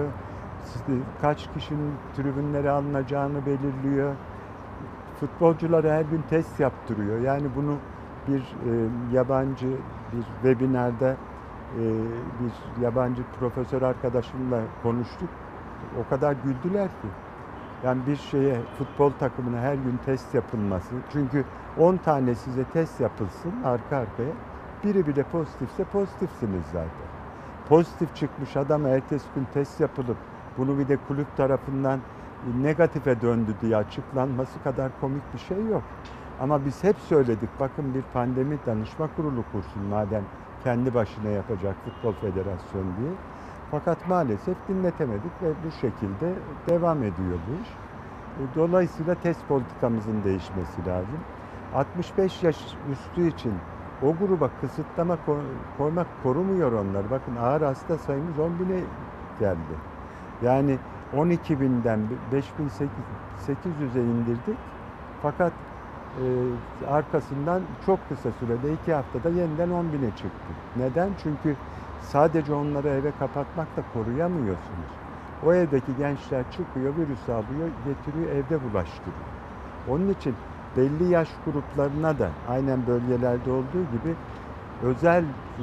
kaç kişinin tribünlere alınacağını belirliyor, futbolculara her gün test yaptırıyor. Yani bunu bir e, yabancı bir webinarda e, bir yabancı profesör arkadaşımla konuştuk. O kadar güldüler ki. Yani bir şeye, futbol takımına her gün test yapılması. Çünkü on tane size test yapılsın arka arkaya. Biri bile pozitifse pozitifsiniz zaten. Pozitif çıkmış adama ertesi gün test yapılıp bunu bir de kulüp tarafından negatife döndü diye açıklanması kadar komik bir şey yok. Ama biz hep söyledik, bakın bir pandemi danışma kurulu kursun madem kendi başına yapacak Futbol Federasyonu diye. Fakat maalesef dinletemedik ve bu şekilde devam ediyor bu iş. Dolayısıyla test politikamızın değişmesi lazım. altmış beş yaş üstü için o gruba kısıtlama koymak korumuyor onları. Bakın ağır hasta sayımız on bine geldi. Yani on iki binden beş bin sekiz yüze indirdik. Fakat e, arkasından çok kısa sürede iki haftada yeniden on bine çıktı. Neden? Çünkü sadece onları eve kapatmakla koruyamıyorsunuz. O evdeki gençler çıkıyor, virüs alıyor, getiriyor, evde bulaştırıyor. Onun için belli yaş gruplarına da aynen bölgelerde olduğu gibi özel e,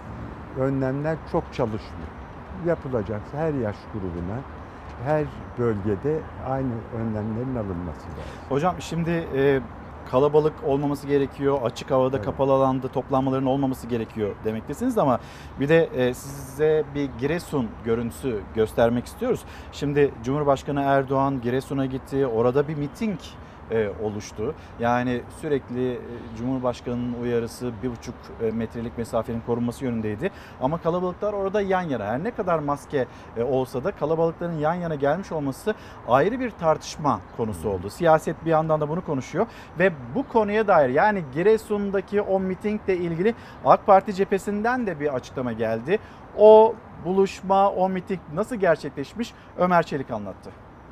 önlemler çok çalışmıyor. Yapılacaksa her yaş grubuna, her bölgede aynı önlemlerin alınması lazım. Hocam şimdi e, kalabalık olmaması gerekiyor, açık havada, evet, kapalı alanda toplanmaların olmaması gerekiyor demektesiniz ama bir de e, size bir Giresun görüntüsü göstermek istiyoruz. Şimdi Cumhurbaşkanı Erdoğan Giresun'a gitti, orada bir miting E, oluştu. Yani sürekli e, Cumhurbaşkanı'nın uyarısı bir buçuk e, metrelik mesafenin korunması yönündeydi. Ama kalabalıklar orada yan yana. Her ne kadar maske e, olsa da kalabalıkların yan yana gelmiş olması ayrı bir tartışma konusu oldu. Siyaset bir yandan da bunu konuşuyor ve bu konuya dair, yani Giresun'daki o mitingle ilgili AK Parti cephesinden de bir açıklama geldi. O buluşma, o miting nasıl gerçekleşmiş? Ömer Çelik anlattı.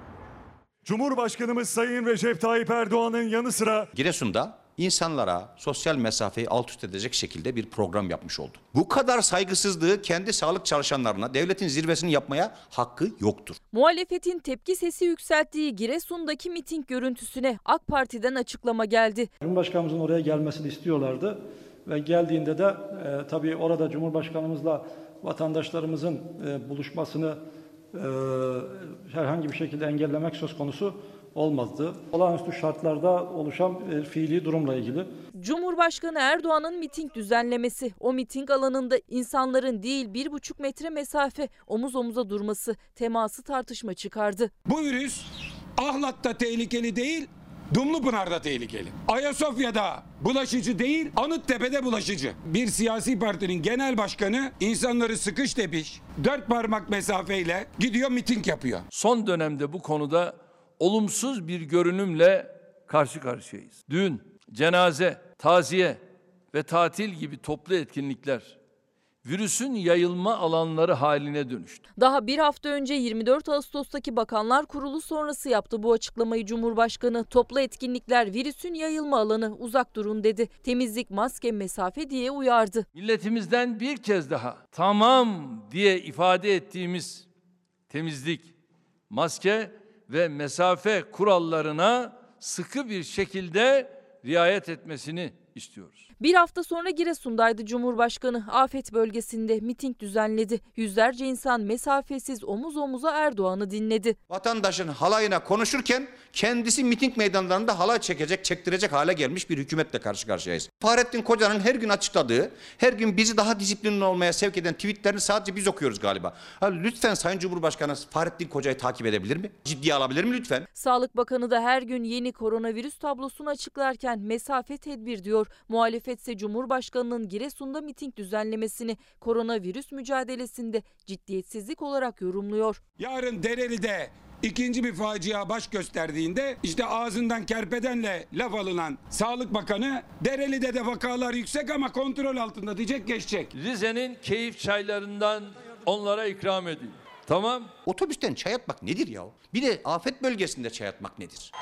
Cumhurbaşkanımız Sayın Recep Tayyip Erdoğan'ın yanı sıra Giresun'da insanlara sosyal mesafeyi alt üst edecek şekilde bir program yapmış oldu. Bu kadar saygısızlığı kendi sağlık çalışanlarına devletin zirvesini yapmaya hakkı yoktur. Muhalefetin tepki sesi yükselttiği Giresun'daki miting görüntüsüne AK Parti'den açıklama geldi. Cumhurbaşkanımızın oraya gelmesini istiyorlardı ve geldiğinde de e, tabii orada Cumhurbaşkanımızla vatandaşlarımızın e, buluşmasını e, herhangi bir şekilde engellemek söz konusu olmazdı. Olağanüstü şartlarda oluşan e, fiili durumla ilgili. Cumhurbaşkanı Erdoğan'ın miting düzenlemesi, o miting alanında insanların değil bir buçuk metre mesafe, omuz omuza durması, teması tartışma çıkardı. Bu virüs Ahlat'ta tehlikeli değil, Dumlupınar'da tehlikeli. Ayasofya'da bulaşıcı değil, Anıttepe'de bulaşıcı. Bir siyasi partinin genel başkanı insanları sıkış tepiş, dört parmak mesafeyle gidiyor miting yapıyor. Son dönemde bu konuda olumsuz bir görünümle karşı karşıyayız. Düğün, cenaze, taziye ve tatil gibi toplu etkinlikler virüsün yayılma alanları haline dönüştü. Daha bir hafta önce yirmi dört Ağustos'taki Bakanlar Kurulu sonrası yaptı bu açıklamayı Cumhurbaşkanı. Toplu etkinlikler virüsün yayılma alanı, uzak durun dedi. Temizlik, maske, mesafe diye uyardı. Milletimizden bir kez daha tamam diye ifade ettiğimiz temizlik, maske ve mesafe kurallarına sıkı bir şekilde riayet etmesini istiyoruz. Bir hafta sonra Giresun'daydı Cumhurbaşkanı. Afet bölgesinde miting düzenledi. Yüzlerce insan mesafesiz omuz omuza Erdoğan'ı dinledi. Vatandaşın halayına konuşurken kendisi miting meydanlarında halay çekecek, çektirecek hale gelmiş bir hükümetle karşı karşıyayız. Fahrettin Koca'nın her gün açıkladığı, her gün bizi daha disiplinli olmaya sevk eden tweetlerini sadece biz okuyoruz galiba. Ha, lütfen Sayın Cumhurbaşkanı Fahrettin Koca'yı takip edebilir mi? Ciddiye alabilir mi lütfen? Sağlık Bakanı da her gün yeni koronavirüs tablosunu açıklarken mesafe tedbir diyor. Muhalefet ise Cumhurbaşkanı'nın Giresun'da miting düzenlemesini koronavirüs mücadelesinde ciddiyetsizlik olarak yorumluyor. Yarın Dereli'de ikinci bir facia baş gösterdiğinde işte ağzından kerpedenle laf alınan Sağlık Bakanı Dereli'de de vakalar yüksek ama kontrol altında diyecek, geçecek. Rize'nin keyif çaylarından onlara ikram edin. Tamam. Otobüsten çay atmak nedir ya? Bir de afet bölgesinde çay atmak nedir?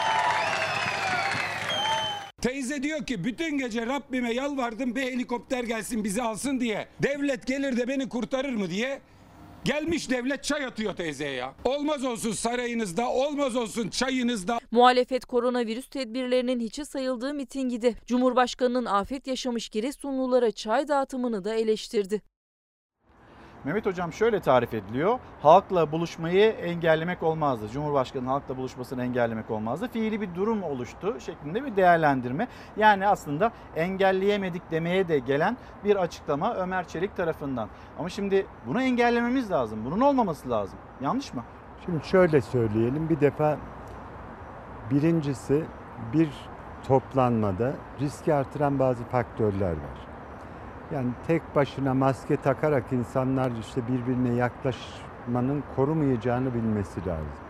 Teyze diyor ki bütün gece Rabbime yalvardım bir helikopter gelsin bizi alsın diye. Devlet gelir de beni kurtarır mı diye. Gelmiş devlet çay atıyor teyzeye ya. Olmaz olsun sarayınızda, olmaz olsun çayınızda. Muhalefet koronavirüs tedbirlerinin hiçe sayıldığı mitingi de Cumhurbaşkanı'nın afet yaşamış Giresunlulara çay dağıtımını da eleştirdi. Mehmet Hocam şöyle tarif ediliyor. Halkla buluşmayı engellemek olmazdı. Cumhurbaşkanı'nın halkla buluşmasını engellemek olmazdı. Fiili bir durum oluştu şeklinde bir değerlendirme. Yani aslında engelleyemedik demeye de gelen bir açıklama Ömer Çelik tarafından. Ama şimdi bunu engellememiz lazım. Bunun olmaması lazım. Yanlış mı? Şimdi şöyle söyleyelim. Bir defa birincisi bir toplanmada riski artıran bazı faktörler var. Yani tek başına maske takarak insanlar işte birbirine yaklaşmanın korumayacağını bilmesi lazım.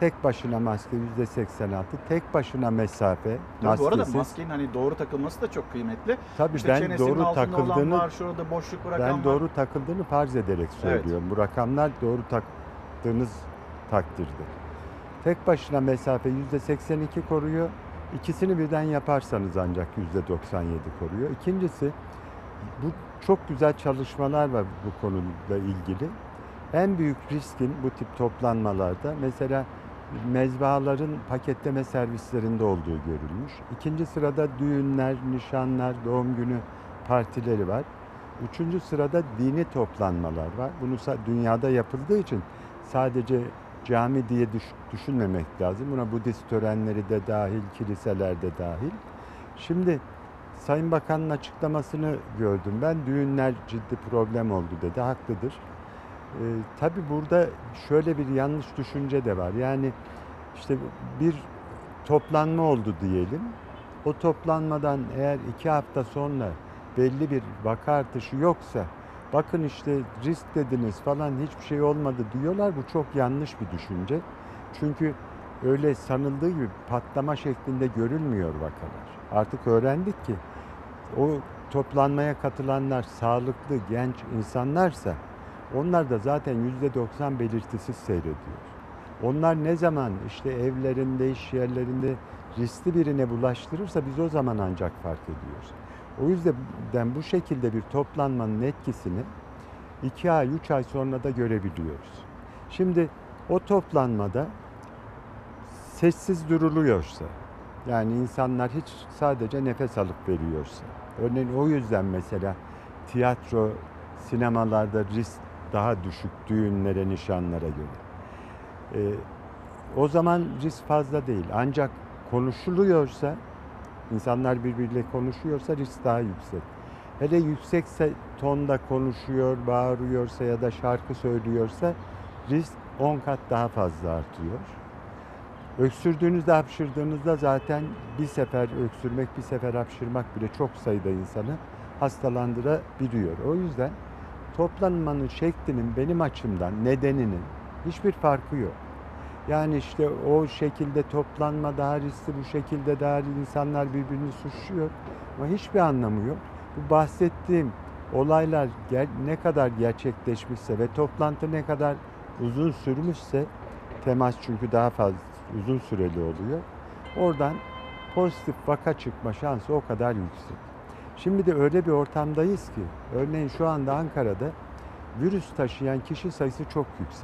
tek başına maske yüzde seksen altı, tek başına mesafe Tabii bu arada maskesiz. maskenin hani doğru takılması da çok kıymetli. Tabii İşte ben çenesinin doğru altında takıldığını olan var, şurada boşluk bırakan ben var. doğru takıldığını farz ederek söylüyorum. Bu rakamlar doğru taktığınız takdirde. Tek başına mesafe yüzde seksen iki koruyor. İkisini birden yaparsanız ancak yüzde doksan yedi koruyor. İkincisi, bu çok güzel çalışmalar var bu konuyla ilgili. En büyük riskin bu tip toplanmalarda mesela mezbahaların paketleme servislerinde olduğu görülmüş. İkinci sırada düğünler, nişanlar, doğum günü partileri var. Üçüncü sırada dini toplanmalar var. Bunu dünyada yapıldığı için sadece cami diye düşünmemek lazım. Buna Budist törenleri de dahil, kiliseler de dahil. Şimdi Sayın Bakan'ın açıklamasını gördüm ben. Düğünler ciddi problem oldu dedi. Haklıdır. Ee, tabii burada şöyle bir yanlış düşünce de var. Yani işte bir toplanma oldu diyelim. O toplanmadan eğer iki hafta sonra belli bir vaka artışı yoksa, bakın işte risk dediniz falan, hiçbir şey olmadı diyorlar. Bu çok yanlış bir düşünce. Çünkü öyle sanıldığı gibi patlama şeklinde görülmüyor vakalar. Artık öğrendik ki o toplanmaya katılanlar sağlıklı, genç insanlarsa onlar da zaten yüzde doksan belirtisiz seyrediyor. Onlar ne zaman işte evlerinde, iş yerlerinde riskli birine bulaştırırsa biz o zaman ancak fark ediyoruz. O yüzden bu şekilde bir toplanmanın etkisini iki ay, üç ay sonra da görebiliyoruz. Şimdi o toplanmada sessiz duruluyorsa, yani insanlar hiç sadece nefes alıp veriyorsa, örneğin o yüzden mesela tiyatro, sinemalarda risk daha düşük düğünlere, nişanlara göre. Ee, o zaman risk fazla değil. Ancak konuşuluyorsa, insanlar birbiriyle konuşuyorsa risk daha yüksek. Hele yüksek tonda konuşuyor, bağırıyorsa ya da şarkı söylüyorsa risk on kat daha fazla artıyor. Öksürdüğünüzde, hapşırdığınızda zaten bir sefer öksürmek, bir sefer hapşırmak bile çok sayıda insanı hastalandırabiliyor. O yüzden toplanmanın şeklinin benim açımdan nedeninin hiçbir farkı yok. Yani işte o şekilde toplanma daha riskli, bu şekilde daha insanlar birbirini suçluyor ama hiçbir anlamı yok. Bu bahsettiğim olaylar ne kadar gerçekleşmişse ve toplantı ne kadar uzun sürmüşse, temas çünkü daha fazla uzun süreli oluyor. Oradan pozitif vaka çıkma şansı o kadar yüksek. Şimdi de öyle bir ortamdayız ki, örneğin şu anda Ankara'da virüs taşıyan kişi sayısı çok yüksek.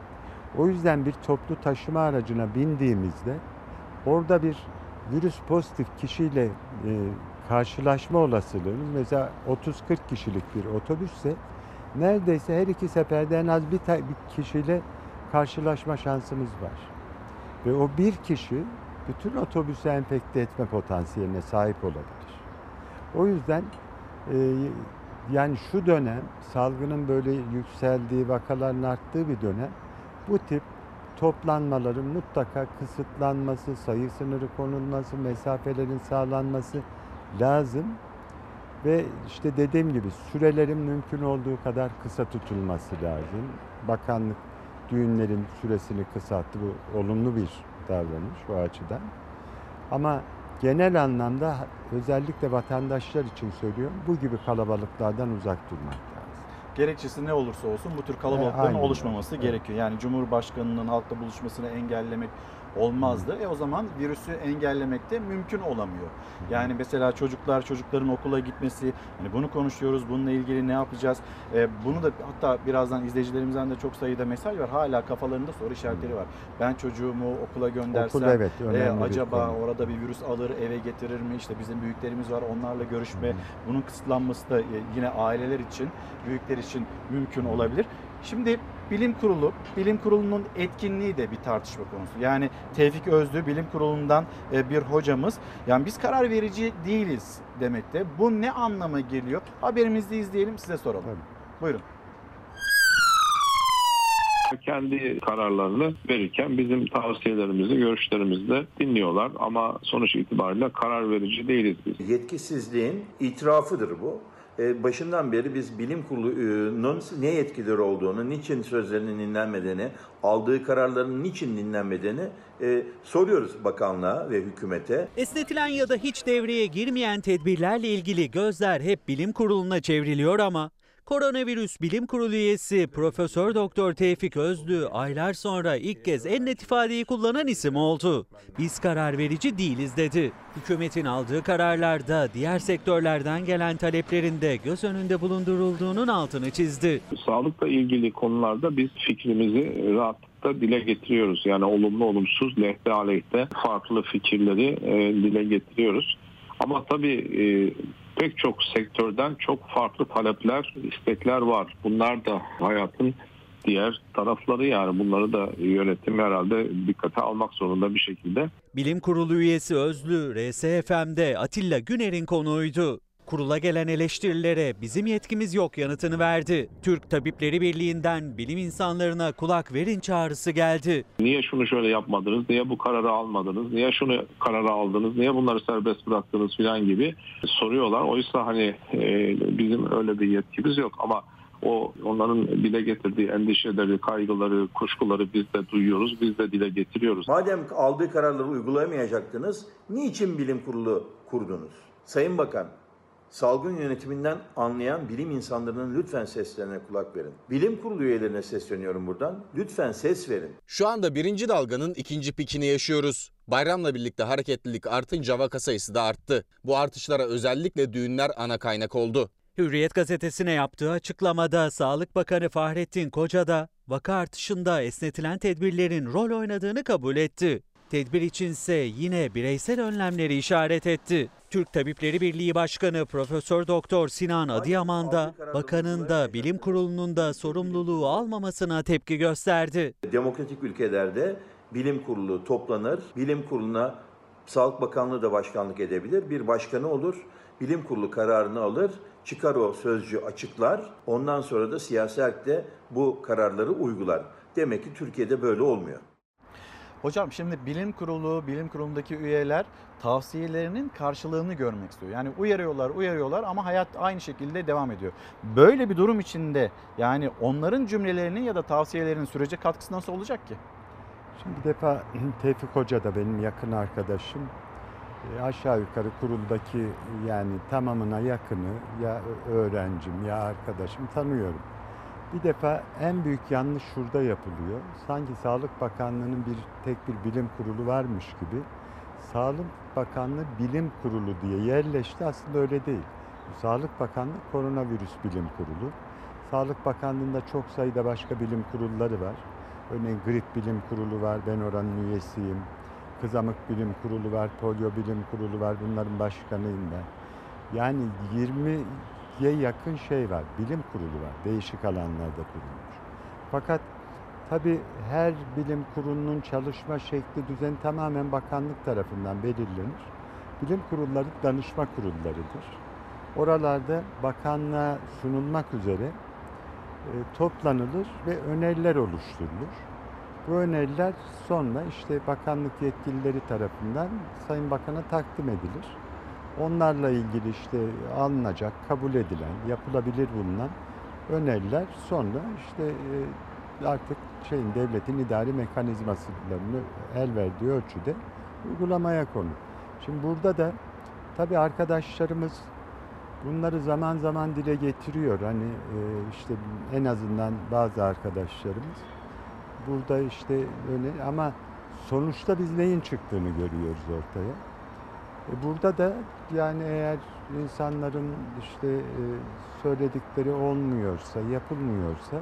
O yüzden bir toplu taşıma aracına bindiğimizde orada bir virüs pozitif kişiyle e, karşılaşma olasılığımız mesela otuz kırk kişilik bir otobüsse neredeyse her iki seferde en az bir, bir kişiyle karşılaşma şansımız var. Ve o bir kişi bütün otobüsü enfekte etme potansiyeline sahip olabilir. O yüzden e, yani şu dönem salgının böyle yükseldiği, vakaların arttığı bir dönem, bu tip toplanmaların mutlaka kısıtlanması, sayı sınırı konulması, mesafelerin sağlanması lazım. Ve işte dediğim gibi sürelerin mümkün olduğu kadar kısa tutulması lazım. Bakanlık düğünlerin süresini kısalttı. Bu olumlu bir davranış o açıdan. Ama genel anlamda özellikle vatandaşlar için söylüyorum, bu gibi kalabalıklardan uzak durmak lazım. Gerekçesi ne olursa olsun bu tür kalabalıkların e, oluşmaması evet. gerekiyor. Yani Cumhurbaşkanı'nın halkla buluşmasını engellemek olmazdı. E o zaman virüsü engellemek de mümkün olamıyor. Yani mesela çocuklar, çocukların okula gitmesi, hani bunu konuşuyoruz, bununla ilgili ne yapacağız? E, bunu da hatta birazdan izleyicilerimizden de çok sayıda mesaj var. Hala kafalarında soru işaretleri var. Ben çocuğumu okula göndersem Okul, evet, e, acaba orada bir virüs alır, eve getirir mi? İşte bizim büyüklerimiz var, onlarla görüşme. Hı. Bunun kısıtlanması da yine aileler için, büyükler için mümkün olabilir. Şimdi Bilim Kurulu, Bilim Kurulu'nun etkinliği de bir tartışma konusu. Yani Tevfik Özdü, Bilim Kurulu'ndan bir hocamız. Yani biz karar verici değiliz demekte. Bu ne anlama geliyor? Haberimizi izleyelim, size soralım. Tabii. Buyurun. Kendi kararlarını verirken bizim tavsiyelerimizi, görüşlerimizi de dinliyorlar ama sonuç itibariyle karar verici değiliz biz. Yetkisizliğin itirafıdır bu. başından beri biz bilim kurulunun ne yetkileri olduğunu, niçin sözlerinin dinlenmediğini, aldığı kararların niçin dinlenmediğini e, soruyoruz bakanlığa ve hükümete. Esnetilen ya da hiç devreye girmeyen tedbirlerle ilgili gözler hep bilim kuruluna çevriliyor ama Koronavirüs Bilim Kurulu üyesi Profesör Doktor Tevfik Özlü aylar sonra ilk kez en net ifadeyi kullanan isim oldu. Biz karar verici değiliz dedi. Hükümetin aldığı kararlarda diğer sektörlerden gelen taleplerin de göz önünde bulundurulduğunun altını çizdi. Sağlıkla ilgili konularda biz fikrimizi rahatlıkla dile getiriyoruz. Yani olumlu olumsuz, lehte aleyhte farklı fikirleri e, dile getiriyoruz. Ama tabii e, pek çok sektörden çok farklı talepler, istekler var. Bunlar da hayatın diğer tarafları, yani bunları da yönetim herhalde dikkate almak zorunda bir şekilde. Bilim Kurulu üyesi Özlü, R S F M'de Atilla Güner'in konuğuydu. Kurula gelen eleştirilere bizim yetkimiz yok yanıtını verdi. Türk Tabipleri Birliği'nden bilim insanlarına kulak verin çağrısı geldi. Niye şunu şöyle yapmadınız, niye bu kararı almadınız, niye şunu kararı aldınız, niye bunları serbest bıraktınız filan gibi soruyorlar. Oysa hani e, bizim öyle bir yetkimiz yok ama o onların dile getirdiği endişeleri, kaygıları, kuşkuları biz de duyuyoruz, biz de dile getiriyoruz. Madem aldığı kararları uygulayamayacaktınız, niçin bilim kurulu kurdunuz? Sayın Bakan, salgın yönetiminden anlayan bilim insanlarının lütfen seslerine kulak verin. Bilim kurulu üyelerine sesleniyorum buradan. Lütfen ses verin. Şu anda birinci dalganın ikinci pikini yaşıyoruz. Bayramla birlikte hareketlilik artınca vaka sayısı da arttı. Bu artışlara özellikle düğünler ana kaynak oldu. Hürriyet gazetesine yaptığı açıklamada Sağlık Bakanı Fahrettin Koca da vaka artışında esnetilen tedbirlerin rol oynadığını kabul etti. Tedbir içinse yine bireysel önlemleri işaret etti. Türk Tabipleri Birliği Başkanı Profesör Doktor Sinan Adıyaman da bakanın da bilim kurulunun da sorumluluğu almamasına tepki gösterdi. Demokratik ülkelerde bilim kurulu toplanır. Bilim kuruluna Sağlık Bakanlığı da başkanlık edebilir. Bir başkanı olur. Bilim kurulu kararını alır. Çıkar o sözcü açıklar. Ondan sonra da siyasi erk de bu kararları uygular. Demek ki Türkiye'de böyle olmuyor. Hocam şimdi bilim kurulu, bilim kurulundaki üyeler tavsiyelerinin karşılığını görmek istiyor. Yani uyarıyorlar, uyarıyorlar ama hayat aynı şekilde devam ediyor. Böyle bir durum içinde yani onların cümlelerinin ya da tavsiyelerinin sürece katkısı nasıl olacak ki? Şimdi bir defa Tevfik Hoca da benim yakın arkadaşım. E, aşağı yukarı kuruldaki yani tamamına yakını ya öğrencim ya arkadaşım tanıyorum. Bir defa en büyük yanlış şurada yapılıyor. Sanki Sağlık Bakanlığı'nın bir tek bir bilim kurulu varmış gibi. Sağlık Bakanlığı Bilim Kurulu diye yerleşti. Aslında öyle değil. Sağlık Bakanlığı Koronavirüs Bilim Kurulu. Sağlık Bakanlığı'nda çok sayıda başka bilim kurulları var. Örneğin Grip Bilim Kurulu var. Ben oranın üyesiyim. Kızamık Bilim Kurulu var. Polio Bilim Kurulu var. Bunların başkanıyım ben. Yani yirmiye yakın şey var. Bilim kurulu var. Değişik alanlarda kurulmuş. Fakat tabii her bilim kurulunun çalışma şekli, düzeni tamamen bakanlık tarafından belirlenir. Bilim kurulları danışma kurullarıdır. Oralarda bakanlığa sunulmak üzere e, toplanılır ve öneriler oluşturulur. Bu öneriler sonra işte bakanlık yetkilileri tarafından Sayın Bakan'a takdim edilir. Onlarla ilgili işte alınacak, kabul edilen, yapılabilir bulunan öneriler sonra işte artık şeyin devletin idari mekanizmalarını el verdiği ölçüde uygulamaya konur. Şimdi burada da tabii arkadaşlarımız bunları zaman zaman dile getiriyor. Hani işte en azından bazı arkadaşlarımız burada işte öyle ama sonuçta biz neyin çıktığını görüyoruz ortaya. Burada da yani eğer insanların işte söyledikleri olmuyorsa, yapılmıyorsa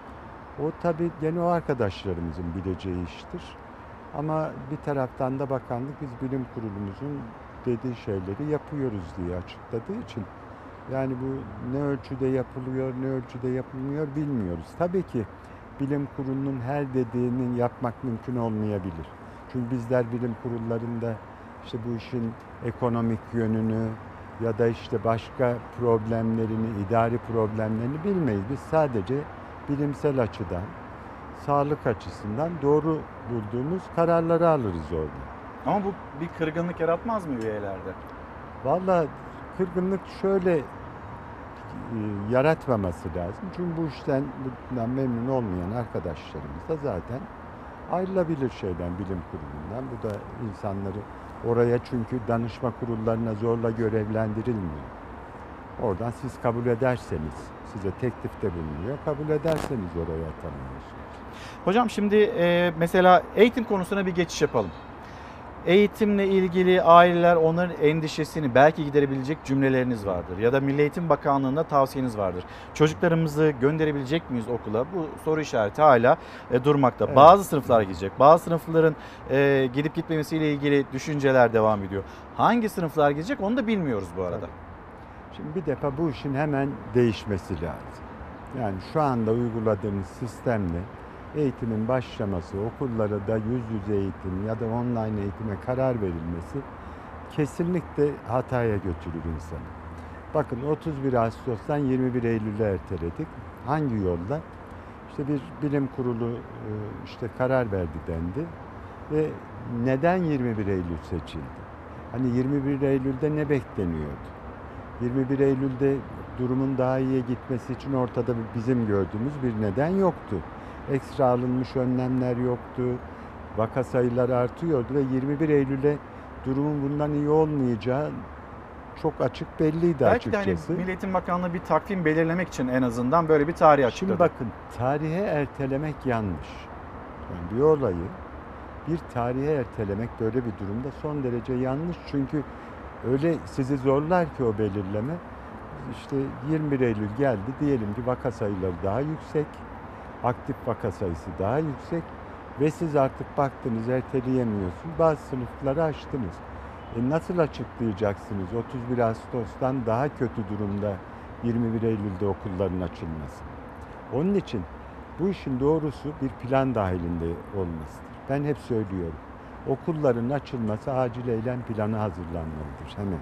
o tabii gene o arkadaşlarımızın bileceği iştir. Ama bir taraftan da bakanlık biz bilim kurulumuzun dediği şeyleri yapıyoruz diye açıkladığı için yani bu ne ölçüde yapılıyor, ne ölçüde yapılmıyor bilmiyoruz. Tabii ki bilim kurulunun her dediğinin yapmak mümkün olmayabilir. Çünkü bizler bilim kurullarında işte bu işin ekonomik yönünü ya da işte başka problemlerini, idari problemlerini bilmeyiz. Biz sadece bilimsel açıdan, sağlık açısından doğru bulduğumuz kararları alırız orada. Ama bu bir kırgınlık yaratmaz mı üyelerde? Vallahi kırgınlık şöyle yaratmaması lazım. Çünkü bu işten bundan memnun olmayan arkadaşlarımız da zaten ayrılabilir şeyden, bilim kurulundan. Bu da insanları oraya, çünkü danışma kurullarına zorla görevlendirilmiyor. Oradan siz kabul ederseniz, size teklifte bulunuyor, kabul ederseniz oraya atanıyorsunuz. Hocam şimdi e, mesela eğitim konusuna bir geçiş yapalım. Eğitimle ilgili aileler, onların endişesini belki giderebilecek cümleleriniz vardır. Ya da Milli Eğitim Bakanlığı'na tavsiyeniz vardır. Çocuklarımızı gönderebilecek miyiz okula? Bu soru işareti hala e, durmakta. Evet. Bazı sınıflar gidecek. Bazı sınıfların e, gidip gitmemesiyle ilgili düşünceler devam ediyor. Hangi sınıflar gidecek onu da bilmiyoruz bu arada. Şimdi bir defa bu işin hemen değişmesi lazım. Yani şu anda uyguladığımız sistemle eğitimin başlaması, okullara da yüz yüze eğitim ya da online eğitime karar verilmesi kesinlikle hataya götürür insanı. Bakın otuz bir Ağustos'tan yirmi bir Eylül'e erteledik. Hangi yolda? İşte bir bilim kurulu işte karar verdi dendi ve neden yirmi bir Eylül seçildi? Hani yirmi bir Eylül'de ne bekleniyordu? yirmi bir Eylül'de durumun daha iyiye gitmesi için ortada bizim gördüğümüz bir neden yoktu. Ekstra alınmış önlemler yoktu. Vaka sayıları artıyordu ve yirmi bir Eylül'e durumun bundan iyi olmayacağı çok açık belliydi Belki açıkçası. Belki de hani Milli Eğitim Bakanlığı bir takvim belirlemek için en azından böyle bir tarih açıkladı. Şimdi bakın, tarihe ertelemek yanlış. Yani bir olayı bir tarihe ertelemek böyle bir durumda son derece yanlış. Çünkü öyle sizi zorlar ki o belirleme. İşte yirmi bir Eylül geldi, diyelim ki vaka sayıları daha yüksek, aktif vaka sayısı daha yüksek ve siz artık baktınız erteleyemiyorsunuz. Bazı sınıfları açtınız. E nasıl açıklayacaksınız otuz bir Ağustos'tan daha kötü durumda yirmi bir Eylül'de okulların açılması? Onun için bu işin doğrusu bir plan dahilinde olmasıdır. Ben hep söylüyorum. Okulların açılması acil eylem planı hazırlanmalıdır hemen.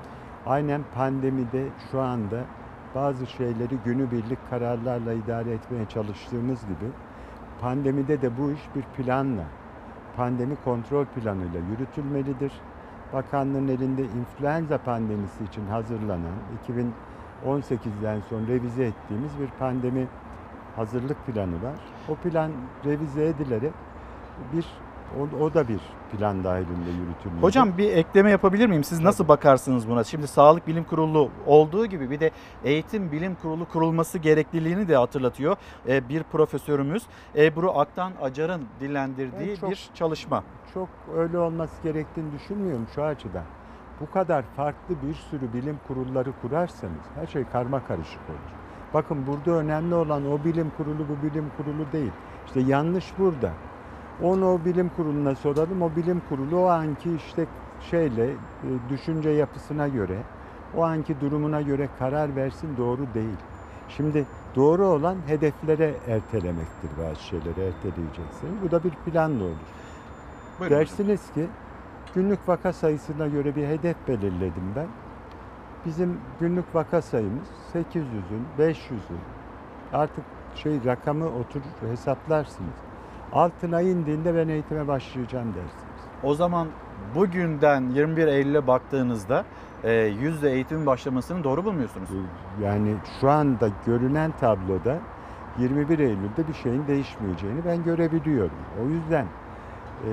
Aynen pandemide şu anda bazı şeyleri günübirlik kararlarla idare etmeye çalıştığımız gibi pandemide de bu iş bir planla, pandemi kontrol planıyla yürütülmelidir. Bakanlığın elinde influenza pandemisi için hazırlanan iki bin on sekizden sonra revize ettiğimiz bir pandemi hazırlık planı var. O plan revize edilerek bir O, o da bir plan dahilinde yürütülmeli. Hocam bir ekleme yapabilir miyim? Siz nasıl bakarsınız buna? Şimdi Sağlık Bilim Kurulu olduğu gibi bir de Eğitim Bilim Kurulu kurulması gerekliliğini de hatırlatıyor. Ee, bir profesörümüz Ebru Aktan Acar'ın dillendirdiği çok, bir çalışma. Çok öyle olması gerektiğini düşünmüyorum şu açıdan. Bu kadar farklı bir sürü bilim kurulları kurarsanız her şey karma karışık olur. Bakın burada önemli olan o bilim kurulu bu bilim kurulu değil. İşte yanlış burada. Onu o bilim kuruluna soralım. O bilim kurulu o anki işte şeyle düşünce yapısına göre, o anki durumuna göre karar versin, doğru değil. Şimdi doğru olan hedeflere ertelemektir, bazı şeyleri erteleyeceksiniz. Bu da bir planla olur. Buyurun Dersiniz hocam. Ki günlük vaka sayısına göre bir hedef belirledim ben. Bizim günlük vaka sayımız sekiz yüzün, beş yüzün artık şey rakamı oturur hesaplarsınız. Altına indiğinde ben eğitime başlayacağım dersiniz. O zaman bugünden yirmi bir Eylül'e baktığınızda yüz yüze eğitimin başlamasını doğru bulmuyorsunuz. Yani şu anda görünen tabloda yirmi bir Eylül'de bir şeyin değişmeyeceğini ben görebiliyorum. O yüzden e,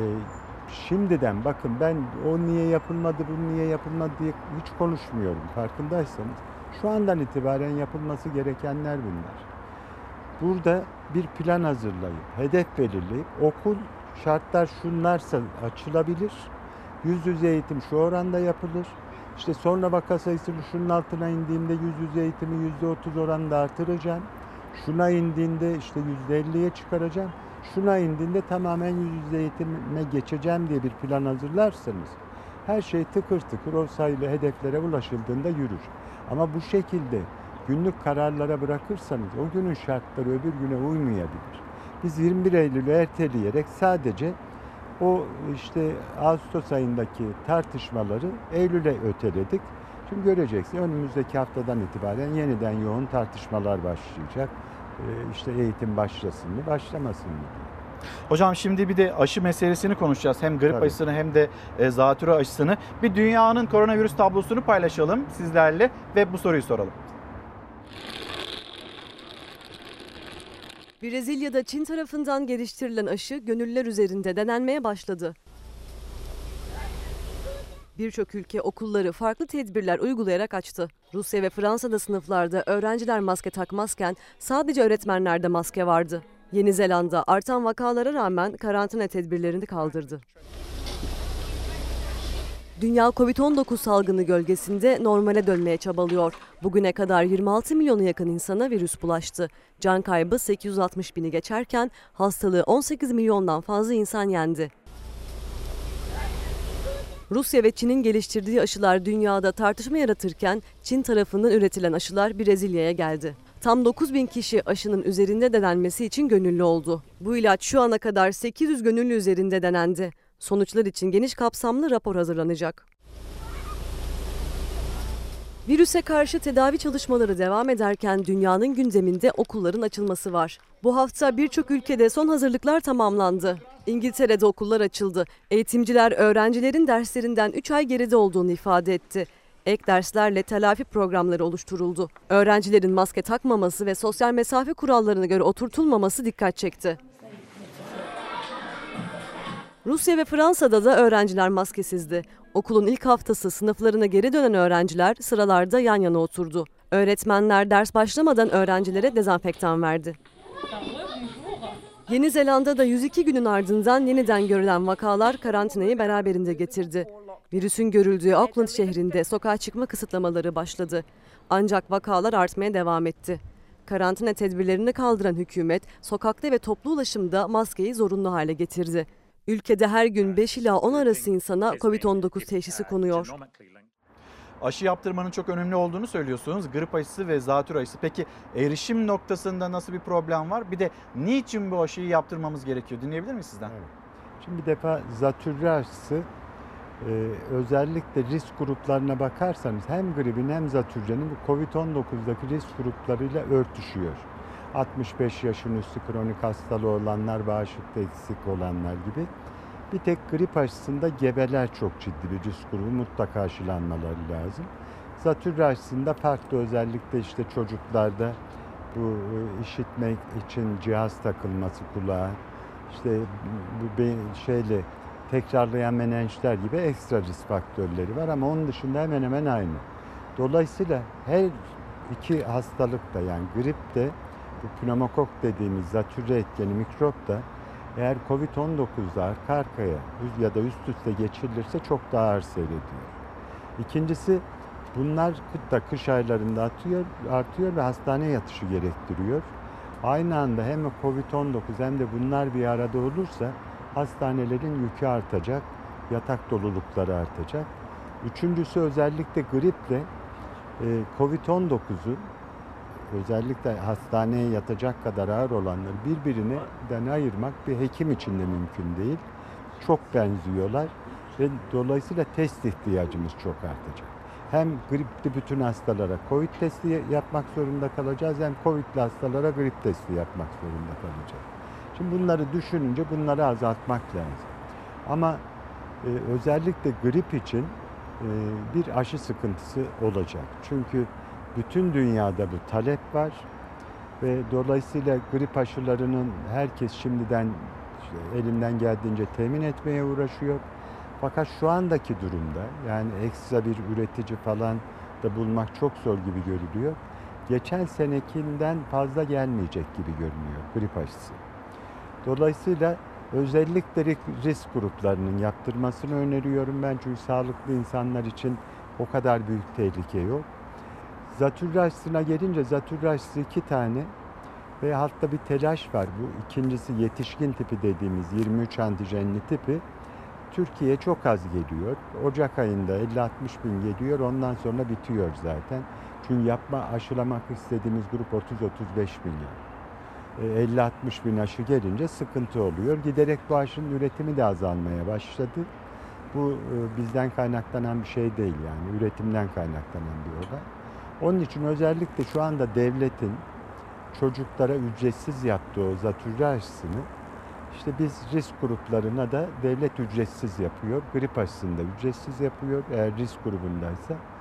şimdiden bakın ben o niye yapılmadı, bu niye yapılmadı diye hiç konuşmuyorum. Farkındaysanız şu andan itibaren yapılması gerekenler bunlar. Burada bir plan hazırlayıp, hedef belirleyip, okul şartlar şunlarsa açılabilir, yüz yüze eğitim şu oranda yapılır, işte sonra vaka sayısı şunun altına indiğimde yüz yüze eğitimi yüzde otuz oranında artıracağım, şuna indiğinde işte yüzde elliye çıkaracağım, şuna indiğinde tamamen yüz yüze eğitime geçeceğim diye bir plan hazırlarsanız, her şey tıkır tıkır o sayılı hedeflere ulaşıldığında yürür. Ama bu şekilde günlük kararlara bırakırsanız o günün şartları öbür güne uymayabilir. Biz yirmi bir Eylül'ü erteleyerek sadece o işte Ağustos ayındaki tartışmaları Eylül'e öteledik. Şimdi göreceksiniz önümüzdeki haftadan itibaren yeniden yoğun tartışmalar başlayacak. Ee, işte eğitim başlasın mı, başlamasın mı diye. Hocam şimdi bir de aşı meselesini konuşacağız. Hem grip Tabii. aşısını hem de e, zatürre aşısını. Bir dünyanın koronavirüs tablosunu paylaşalım sizlerle ve bu soruyu soralım. Brezilya'da Çin tarafından geliştirilen aşı gönüllüler üzerinde denenmeye başladı. Birçok ülke okulları farklı tedbirler uygulayarak açtı. Rusya ve Fransa'da sınıflarda öğrenciler maske takmazken sadece öğretmenlerde maske vardı. Yeni Zelanda artan vakalara rağmen karantina tedbirlerini kaldırdı. Dünya Covid on dokuz salgını gölgesinde normale dönmeye çabalıyor. Bugüne kadar yirmi altı milyona yakın insana virüs bulaştı. Can kaybı sekiz yüz altmış bini geçerken hastalığı on sekiz milyondan fazla insan yendi. Rusya ve Çin'in geliştirdiği aşılar dünyada tartışma yaratırken Çin tarafından üretilen aşılar Brezilya'ya geldi. Tam dokuz bin kişi aşının üzerinde denenmesi için gönüllü oldu. Bu ilaç şu ana kadar sekiz yüz gönüllü üzerinde denendi. Sonuçlar için geniş kapsamlı rapor hazırlanacak. Virüse karşı tedavi çalışmaları devam ederken dünyanın gündeminde okulların açılması var. Bu hafta birçok ülkede son hazırlıklar tamamlandı. İngiltere'de okullar açıldı. Eğitimciler öğrencilerin derslerinden üç ay geride olduğunu ifade etti. Ek derslerle telafi programları oluşturuldu. Öğrencilerin maske takmaması ve sosyal mesafe kurallarına göre oturtulmaması dikkat çekti. Rusya ve Fransa'da da öğrenciler maskesizdi. Okulun ilk haftası sınıflarına geri dönen öğrenciler sıralarda yan yana oturdu. Öğretmenler ders başlamadan öğrencilere dezenfektan verdi. Yeni Zelanda'da yüz iki günün ardından yeniden görülen vakalar karantinayı beraberinde getirdi. Virüsün görüldüğü Auckland şehrinde sokağa çıkma kısıtlamaları başladı. Ancak vakalar artmaya devam etti. Karantina tedbirlerini kaldıran hükümet sokakta ve toplu ulaşımda maskeyi zorunlu hale getirdi. Ülkede her gün beş ila on arası insana Covid on dokuz teşhisi konuyor. Aşı yaptırmanın çok önemli olduğunu söylüyorsunuz. Grip aşısı ve zatürre aşısı. Peki erişim noktasında nasıl bir problem var? Bir de niçin bu aşıyı yaptırmamız gerekiyor? Dinleyebilir miyiz sizden? Evet. Şimdi bir defa zatürre aşısı e, özellikle risk gruplarına bakarsanız hem gripin hem zatürrenin Covid on dokuzdaki risk gruplarıyla örtüşüyor. altmış beş yaşın üstü kronik hastalığı olanlar, bağışıklığı eksik olanlar gibi. Bir tek grip aşısında gebeler çok ciddi bir risk grubu, mutlaka aşılanmaları lazım. Zatürre aşısında farklı, özellikle işte çocuklarda bu işitmek için cihaz takılması kulağa, işte bu şeyle tekrarlayan menenjler gibi ekstra risk faktörleri var ama onun dışında hemen hemen aynı. Dolayısıyla her iki hastalık da, yani grip de bu pneumokok dediğimiz zatürre etkeni mikrop da eğer Covid on dokuzda arka arkaya ya da üst üste geçirilirse çok daha ağır seyrediyor. İkincisi, bunlar da kış aylarında artıyor, artıyor ve hastane yatışı gerektiriyor. Aynı anda hem Covid on dokuz hem de bunlar bir arada olursa hastanelerin yükü artacak, yatak dolulukları artacak. Üçüncüsü, özellikle griple Covid on dokuzu özellikle hastaneye yatacak kadar ağır olanları birbirinden ayırmak bir hekim için de mümkün değil. Çok benziyorlar ve dolayısıyla test ihtiyacımız çok artacak. Hem gripli bütün hastalara Covid testi yapmak zorunda kalacağız, hem Covid'li hastalara grip testi yapmak zorunda kalacağız. Şimdi bunları düşününce bunları azaltmak lazım. Ama e, özellikle grip için e, bir aşı sıkıntısı olacak. Çünkü bütün dünyada bu talep var ve dolayısıyla grip aşılarının herkes şimdiden işte elinden geldiğince temin etmeye uğraşıyor. Fakat şu andaki durumda, yani ekstra bir üretici falan da bulmak çok zor gibi görülüyor. Geçen senekinden fazla gelmeyecek gibi görünüyor grip aşısı. Dolayısıyla özellikle risk gruplarının yaptırmasını öneriyorum ben, çünkü sağlıklı insanlar için o kadar büyük tehlike yok. Zatürre aşısına gelince, zatürre aşısı iki tane ve hatta bir telaş var. Bu ikincisi yetişkin tipi dediğimiz yirmi üç antijenli tipi Türkiye'ye çok az geliyor. Ocak ayında elli altmış bin geliyor, ondan sonra bitiyor zaten. Çünkü yapma, aşılamak istediğimiz grup otuz otuz beş milyon. elli altmış bin aşı gelince sıkıntı oluyor. Giderek bu aşının üretimi de azalmaya başladı. Bu bizden kaynaklanan bir şey değil, yani üretimden kaynaklanan bir olay. Onun için özellikle şu anda devletin çocuklara ücretsiz yaptığı o zatürre aşısını işte biz risk gruplarına da devlet ücretsiz yapıyor. Grip aşısını da ücretsiz yapıyor eğer risk grubundaysa.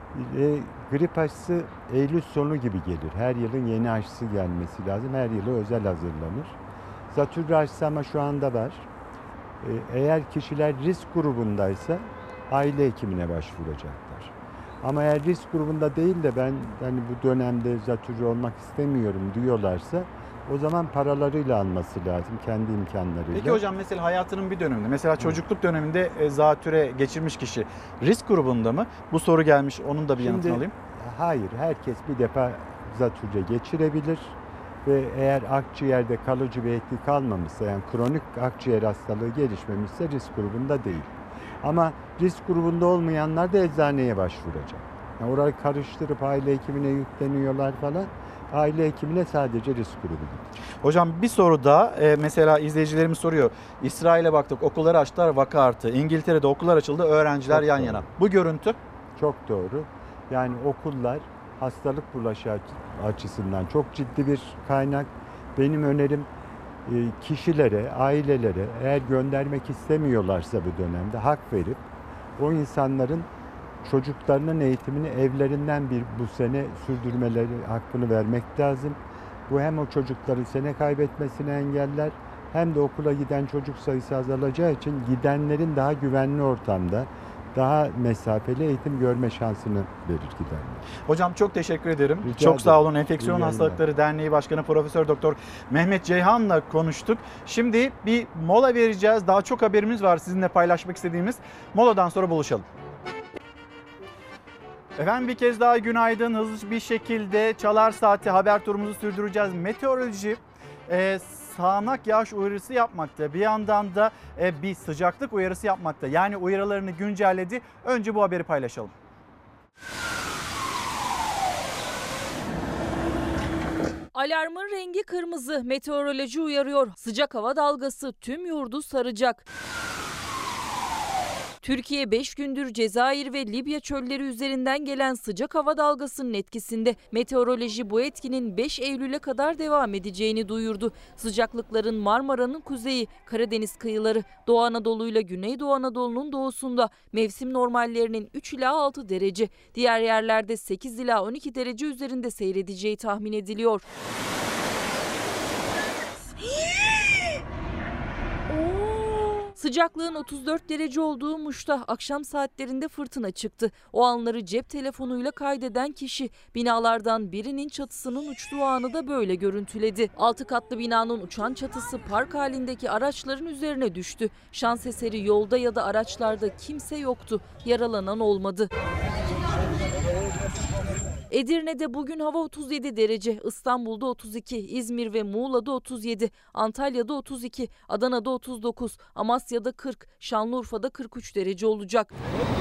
E, grip aşısı Eylül sonu gibi gelir. Her yılın yeni aşısı gelmesi lazım. Her yılı özel hazırlanır. Zatürre aşısı ama şu anda var. E, eğer kişiler risk grubundaysa aile hekimine başvuracaklar. Ama eğer risk grubunda değil de ben hani bu dönemde zatürre olmak istemiyorum diyorlarsa o zaman paralarıyla alması lazım, kendi imkanlarıyla. Peki hocam mesela hayatının bir döneminde, mesela çocukluk döneminde e, zatüre geçirmiş kişi risk grubunda mı? Bu soru gelmiş, onun da bir yanıtını alayım. Hayır, herkes bir defa zatürre geçirebilir ve eğer akciğerde kalıcı bir etki kalmamışsa, yani kronik akciğer hastalığı gelişmemişse risk grubunda değil. Ama risk grubunda olmayanlar da eczaneye başvuracak. Yani orayı karıştırıp aile hekimine yükleniyorlar falan. Aile hekimine sadece risk grubu gidiyor. Hocam bir soru da e, mesela izleyicilerimiz soruyor. İsrail'e baktık, okulları açtılar, vaka arttı. İngiltere'de okullar açıldı, öğrenciler Çok yan doğru. yana. Bu görüntü? Çok doğru. Yani okullar hastalık bulaşı açısından çok ciddi bir kaynak. Benim önerim e, kişilere, ailelere eğer göndermek istemiyorlarsa bu dönemde hak verip o insanların çocuklarının eğitimini evlerinden bir bu sene sürdürmeleri hakkını vermek lazım. Bu hem o çocukların sene kaybetmesini engeller hem de okula giden çocuk sayısı azalacağı için gidenlerin daha güvenli ortamda, daha mesafeli eğitim görme şansını verir gidenler. Hocam çok teşekkür ederim. Rica çok sağ ederim. olun. Enfeksiyon İyi Hastalıkları Derneği Başkanı Profesör Doktor Mehmet Ceyhan'la konuştuk. Şimdi bir mola vereceğiz. Daha çok haberimiz var sizinle paylaşmak istediğimiz. Moladan sonra buluşalım. Efendim bir kez daha günaydın. Hızlı bir şekilde Çalar Saati haber turumuzu sürdüreceğiz. Meteoroloji e, sağanak yağış uyarısı yapmakta. Bir yandan da e, bir sıcaklık uyarısı yapmakta. Yani uyarılarını güncelledi. Önce bu haberi paylaşalım. Alarmın rengi kırmızı. Meteoroloji uyarıyor. Sıcak hava dalgası tüm yurdu saracak. Türkiye beş gündür Cezayir ve Libya çölleri üzerinden gelen sıcak hava dalgasının etkisinde. Meteoroloji bu etkinin beş Eylül'e kadar devam edeceğini duyurdu. Sıcaklıkların Marmara'nın kuzeyi, Karadeniz kıyıları, Doğu Anadolu ile Güneydoğu Anadolu'nun doğusunda mevsim normallerinin üç ila altı derece, diğer yerlerde sekiz ila on iki derece üzerinde seyredeceği tahmin ediliyor. Sıcaklığın otuz dört derece olduğu Muş'ta akşam saatlerinde fırtına çıktı. O anları cep telefonuyla kaydeden kişi binalardan birinin çatısının uçtuğu anı da böyle görüntüledi. Altı katlı binanın uçan çatısı park halindeki araçların üzerine düştü. Şans eseri yolda ya da araçlarda kimse yoktu. Yaralanan olmadı. Edirne'de bugün hava otuz yedi derece, İstanbul'da otuz iki, İzmir ve Muğla'da otuz yedi, Antalya'da otuz iki, Adana'da otuz dokuz, Amasya'da kırk, Şanlıurfa'da kırk üç derece olacak.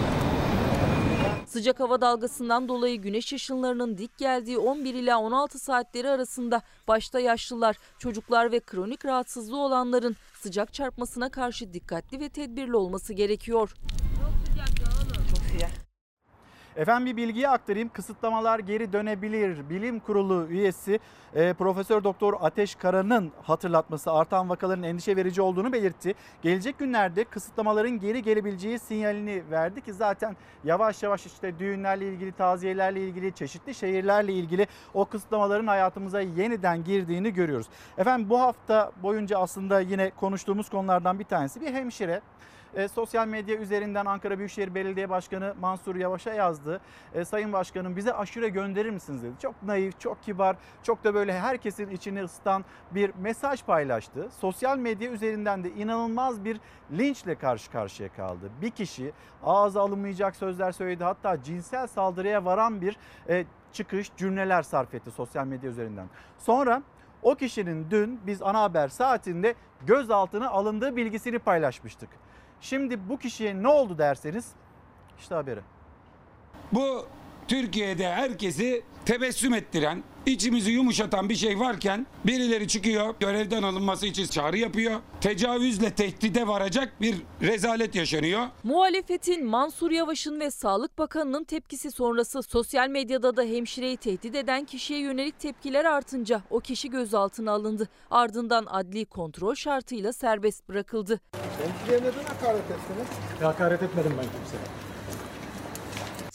Sıcak hava dalgasından dolayı güneş ışınlarının dik geldiği on bir ila on altı saatleri arasında başta yaşlılar, çocuklar ve kronik rahatsızlığı olanların sıcak çarpmasına karşı dikkatli ve tedbirli olması gerekiyor. Çok sıcak ya oğlum. Çok sıcak. Efendim bir bilgiyi aktarayım. Kısıtlamalar geri dönebilir. Bilim Kurulu üyesi e, Profesör Doktor Ateş Kara'nın hatırlatması artan vakaların endişe verici olduğunu belirtti. Gelecek günlerde kısıtlamaların geri gelebileceği sinyalini verdi ki zaten yavaş yavaş işte düğünlerle ilgili, taziyelerle ilgili, çeşitli şehirlerle ilgili o kısıtlamaların hayatımıza yeniden girdiğini görüyoruz. Efendim bu hafta boyunca aslında yine konuştuğumuz konulardan bir tanesi bir hemşire. E, sosyal medya üzerinden Ankara Büyükşehir Belediye Başkanı Mansur Yavaş'a yazdı. E, Sayın Başkanım bize aşure gönderir misiniz dedi. Çok naif, çok kibar, çok da böyle herkesin içini ısıtan bir mesaj paylaştı. Sosyal medya üzerinden de inanılmaz bir linçle karşı karşıya kaldı. Bir kişi ağza alınmayacak sözler söyledi, hatta cinsel saldırıya varan bir e, çıkış, cümleler sarf etti sosyal medya üzerinden. Sonra o kişinin dün biz ana haber saatinde gözaltına alındığı bilgisini paylaşmıştık. Şimdi bu kişiye ne oldu derseniz işte haberi. Bu Türkiye'de herkesi tebessüm ettiren, içimizi yumuşatan bir şey varken birileri çıkıyor, görevden alınması için çağrı yapıyor. Tecavüzle tehdide varacak bir rezalet yaşanıyor. Muhalefetin Mansur Yavaş'ın ve Sağlık Bakanı'nın tepkisi sonrası sosyal medyada da hemşireyi tehdit eden kişiye yönelik tepkiler artınca o kişi gözaltına alındı. Ardından adli kontrol şartıyla serbest bırakıldı. Hemşireye neden hakaret ettiniz? Hakaret etmedim ben kimseye.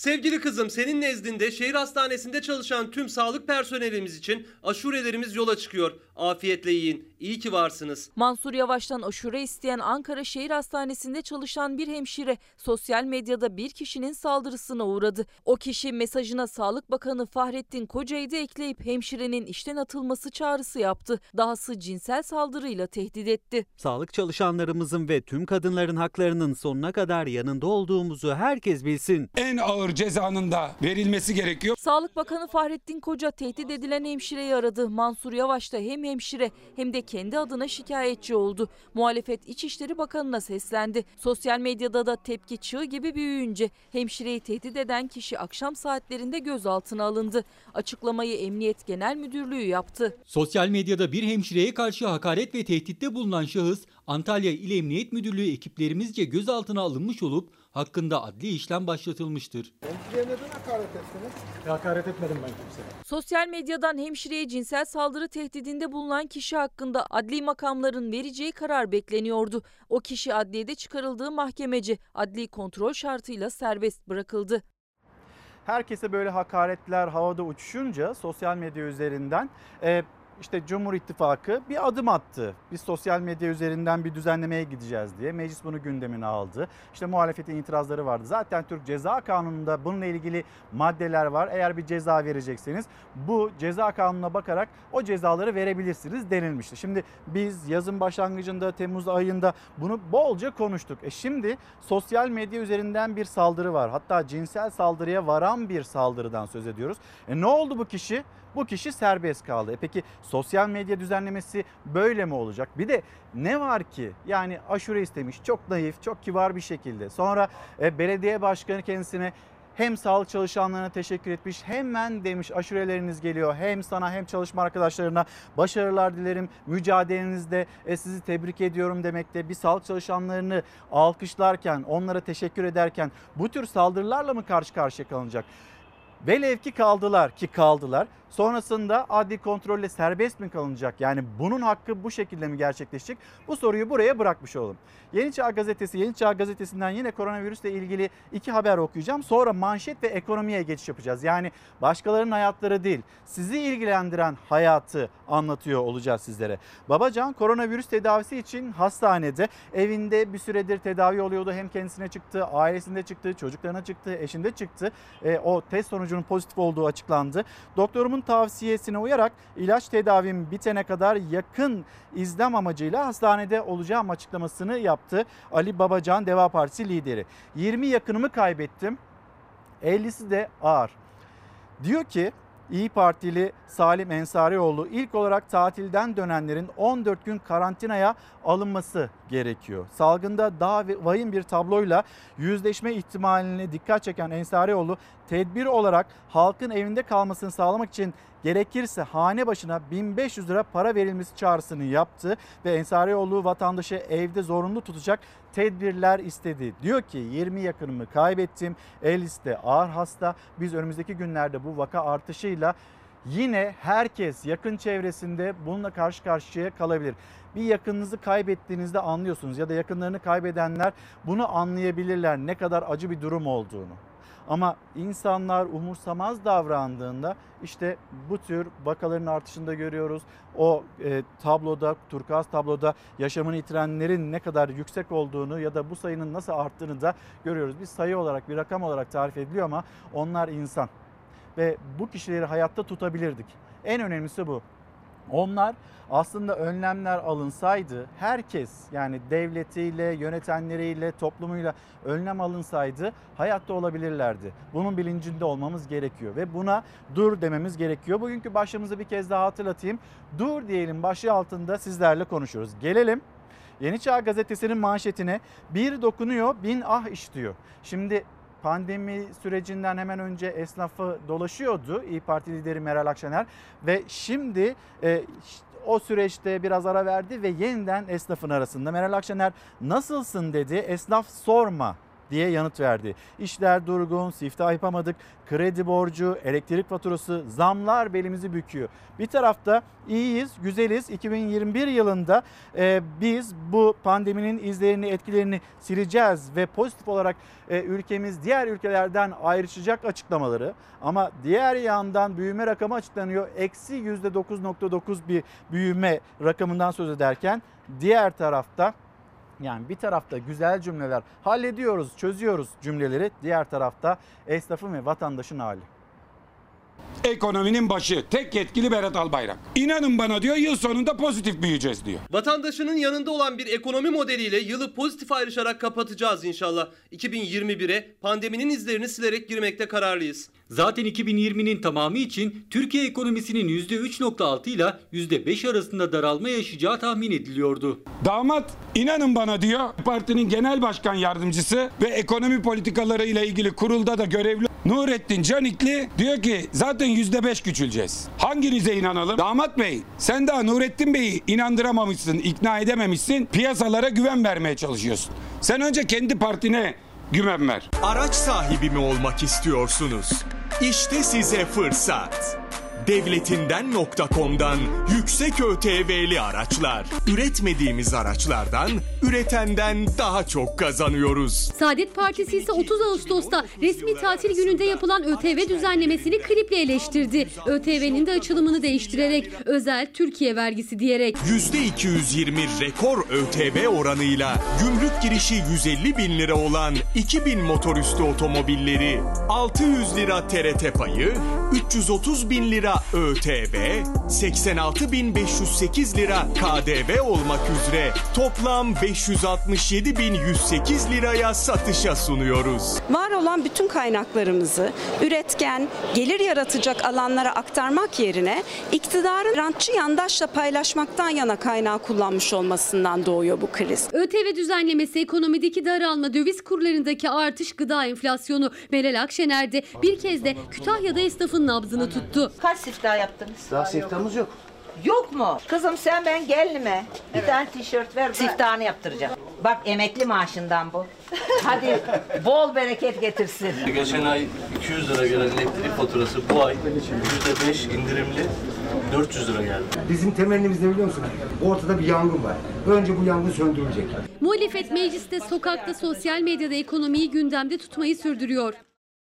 Sevgili kızım, senin nezdinde şehir hastanesinde çalışan tüm sağlık personelimiz için aşurelerimiz yola çıkıyor. Afiyetle yiyin. İyi ki varsınız. Mansur Yavaş'tan aşure isteyen Ankara Şehir Hastanesi'nde çalışan bir hemşire sosyal medyada bir kişinin saldırısına uğradı. O kişi mesajına Sağlık Bakanı Fahrettin Koca'yı da ekleyip hemşirenin işten atılması çağrısı yaptı. Dahası cinsel saldırıyla tehdit etti. Sağlık çalışanlarımızın ve tüm kadınların haklarının sonuna kadar yanında olduğumuzu herkes bilsin. En ağır cezanın da verilmesi gerekiyor. Sağlık Bakanı Fahrettin Koca tehdit edilen hemşireyi aradı. Mansur Yavaş da hem hemşire hem de kendi adına şikayetçi oldu. Muhalefet İçişleri Bakanı'na seslendi. Sosyal medyada da tepki çığ gibi büyüyünce hemşireyi tehdit eden kişi akşam saatlerinde gözaltına alındı. Açıklamayı Emniyet Genel Müdürlüğü yaptı. Sosyal medyada bir hemşireye karşı hakaret ve tehditte bulunan şahıs Antalya İl Emniyet Müdürlüğü ekiplerimizce gözaltına alınmış olup hakkında adli işlem başlatılmıştır. Hemşireye neden hakaret ettiniz? Hakaret etmedim ben kimseye. Sosyal medyadan hemşireye cinsel saldırı tehdidinde bulunan kişi hakkında adli makamların vereceği karar bekleniyordu. O kişi adliyede çıkarıldığı mahkemece adli kontrol şartıyla serbest bırakıldı. Herkese böyle hakaretler havada uçuşunca sosyal medya üzerinden e, işte Cumhur İttifakı bir adım attı. Biz sosyal medya üzerinden bir düzenlemeye gideceğiz diye. Meclis bunu gündemine aldı. İşte muhalefetin itirazları vardı. Zaten Türk Ceza Kanunu'nda bununla ilgili maddeler var. Eğer bir ceza verecekseniz bu ceza kanununa bakarak o cezaları verebilirsiniz denilmişti. Şimdi biz yazın başlangıcında Temmuz ayında bunu bolca konuştuk. E şimdi sosyal medya üzerinden bir saldırı var. Hatta cinsel saldırıya varan bir saldırıdan söz ediyoruz. E ne oldu bu kişi? Bu kişi serbest kaldı. E peki sosyal medya düzenlemesi böyle mi olacak? Bir de ne var ki? Yani aşure istemiş, çok naif, çok kibar bir şekilde. Sonra e, belediye başkanı kendisine hem sağlık çalışanlarına teşekkür etmiş, hemen demiş aşureleriniz geliyor. Hem sana hem çalışma arkadaşlarına başarılar dilerim. Mücadelenizde e, sizi tebrik ediyorum demekte. Bir sağlık çalışanlarını alkışlarken, onlara teşekkür ederken bu tür saldırılarla mı karşı karşıya kalınacak? Velev ki kaldılar ki kaldılar. Sonrasında adli kontrolle serbest mi kalınacak? Yani bunun hakkı bu şekilde mi gerçekleşecek? Bu soruyu buraya bırakmış olalım. Yeni Çağ Gazetesi, Yeni Çağ Gazetesi'nden yine koronavirüsle ilgili iki haber okuyacağım. Sonra manşet ve ekonomiye geçiş yapacağız. Yani başkalarının hayatları değil, sizi ilgilendiren hayatı anlatıyor olacağız sizlere. Babacan koronavirüs tedavisi için hastanede, evinde bir süredir tedavi oluyordu. Hem kendisine çıktı, ailesinde çıktı, çocuklarına çıktı, eşinde çıktı. E, o test sonucunun pozitif olduğu açıklandı. Doktorumun tavsiyesine uyarak ilaç tedavim bitene kadar yakın izlem amacıyla hastanede olacağım açıklamasını yaptı Ali Babacan, Deva Partisi lideri. yirmi yakınımı kaybettim, ellisi de ağır. Diyor ki İyi Partili Salim Ensarioğlu, ilk olarak tatilden dönenlerin on dört gün karantinaya alınması gerekiyor. Salgında daha vahim bir tabloyla yüzleşme ihtimaline dikkat çeken Ensarioğlu, tedbir olarak halkın evinde kalmasını sağlamak için gerekirse hane başına bin beş yüz lira para verilmesi çağrısını yaptı ve Ensarioğlu vatandaşı evde zorunlu tutacak tedbirler istedi. Diyor ki yirmi yakınımı kaybettim, ellisi de ağır hasta. Biz önümüzdeki günlerde bu vaka artışıyla yine herkes yakın çevresinde bununla karşı karşıya kalabilir. Bir yakınınızı kaybettiğinizde anlıyorsunuz ya da yakınlarını kaybedenler bunu anlayabilirler, ne kadar acı bir durum olduğunu. Ama insanlar umursamaz davrandığında işte bu tür vakaların artışında görüyoruz. O e, tabloda, turkuaz tabloda yaşamını yitirenlerin ne kadar yüksek olduğunu ya da bu sayının nasıl arttığını da görüyoruz. Bir sayı olarak, bir rakam olarak tarif ediliyor ama onlar insan. Ve bu kişileri hayatta tutabilirdik. En önemlisi bu. Onlar aslında önlemler alınsaydı, herkes yani devletiyle, yönetenleriyle, toplumuyla önlem alınsaydı hayatta olabilirlerdi. Bunun bilincinde olmamız gerekiyor ve buna dur dememiz gerekiyor. Bugünkü başlığımızı bir kez daha hatırlatayım. Dur diyelim başlığı altında sizlerle konuşuyoruz. Gelelim Yeni Çağ Gazetesi'nin manşetine, bir dokunuyor bin ah işliyor. Şimdi pandemi sürecinden hemen önce esnafı dolaşıyordu İYİ Parti lideri Meral Akşener ve şimdi e, o süreçte biraz ara verdi ve yeniden esnafın arasında. Meral Akşener nasılsın dedi, esnaf sorma diye yanıt verdi. İşler durgun, siftah yapamadık, kredi borcu, elektrik faturası, zamlar belimizi büküyor. Bir tarafta iyiyiz, güzeliz. iki bin yirmi bir yılında e, biz bu pandeminin izlerini, etkilerini sileceğiz ve pozitif olarak e, ülkemiz diğer ülkelerden ayrışacak açıklamaları. Ama diğer yandan büyüme rakamı açıklanıyor. Eksi yüzde dokuz nokta dokuz bir büyüme rakamından söz ederken diğer tarafta, yani bir tarafta güzel cümleler, hallediyoruz, çözüyoruz cümleleri, diğer tarafta esnafın ve vatandaşın hali. Ekonominin başı tek yetkili Berat Albayrak. İnanın bana diyor, yıl sonunda pozitif büyüyeceğiz diyor. Vatandaşının yanında olan bir ekonomi modeliyle yılı pozitif ayrışarak kapatacağız inşallah. iki bin yirmi bire pandeminin izlerini silerek girmekte kararlıyız. Zaten iki bin yirminin tamamı için Türkiye ekonomisinin yüzde üç nokta altı ile yüzde beş arasında daralma yaşayacağı tahmin ediliyordu. Damat inanın bana diyor, partinin genel başkan yardımcısı ve ekonomi politikaları ile ilgili kurulda da görevli Nurettin Canikli diyor ki zaten yüzde beş küçüleceğiz. Hanginize inanalım? Damat Bey, sen daha Nurettin Bey'i inandıramamışsın, ikna edememişsin, piyasalara güven vermeye çalışıyorsun. Sen önce kendi partine güven ver. Araç sahibi mi olmak istiyorsunuz? İşte size fırsat. Devletinden nokta com'dan yüksek ÖTV'li araçlar. Üretmediğimiz araçlardan, üretenden daha çok kazanıyoruz. Saadet Partisi ise otuz Ağustos'ta resmi tatil gününde yapılan ÖTV düzenlemesini kliple eleştirdi. ÖTV'nin de açılımını değiştirerek özel Türkiye vergisi diyerek. yüzde iki yüz yirmi rekor ÖTV oranıyla gümrük girişi yüz elli bin lira olan iki bin motorüstü otomobilleri, altı yüz lira T R T payı, üç yüz otuz bin lira ÖTV, seksen altı bin beş yüz sekiz lira K D V olmak üzere toplam beş yüz altmış yedi bin yüz sekiz liraya satışa sunuyoruz. Var olan bütün kaynaklarımızı üretken, gelir yaratacak alanlara aktarmak yerine iktidarın rantçı yandaşla paylaşmaktan yana kaynağı kullanmış olmasından doğuyor bu kriz. ÖTV düzenlemesi, ekonomideki daralma, döviz kurlarındaki artış, gıda enflasyonu. Meral Akşener de bir kez de Kütahya'da esnafın nabzını tuttu. Kaç siftah yaptınız? Daha siftahımız yok. Yok mu? Kızım sen ben gelinime bir evet. tane tişört ver. Siftahını yaptıracağım. Bak emekli maaşından bu. Hadi bol bereket getirsin. Geçen ay iki yüz lira gelen elektrik faturası bu ay yüzde beş indirimli dört yüz lira geldi. Bizim temennimiz ne biliyor musun? Ortada bir yangın var. Önce bu yangın söndürülecek. Muhalefet mecliste, sokakta, sosyal medyada ekonomiyi gündemde tutmayı sürdürüyor.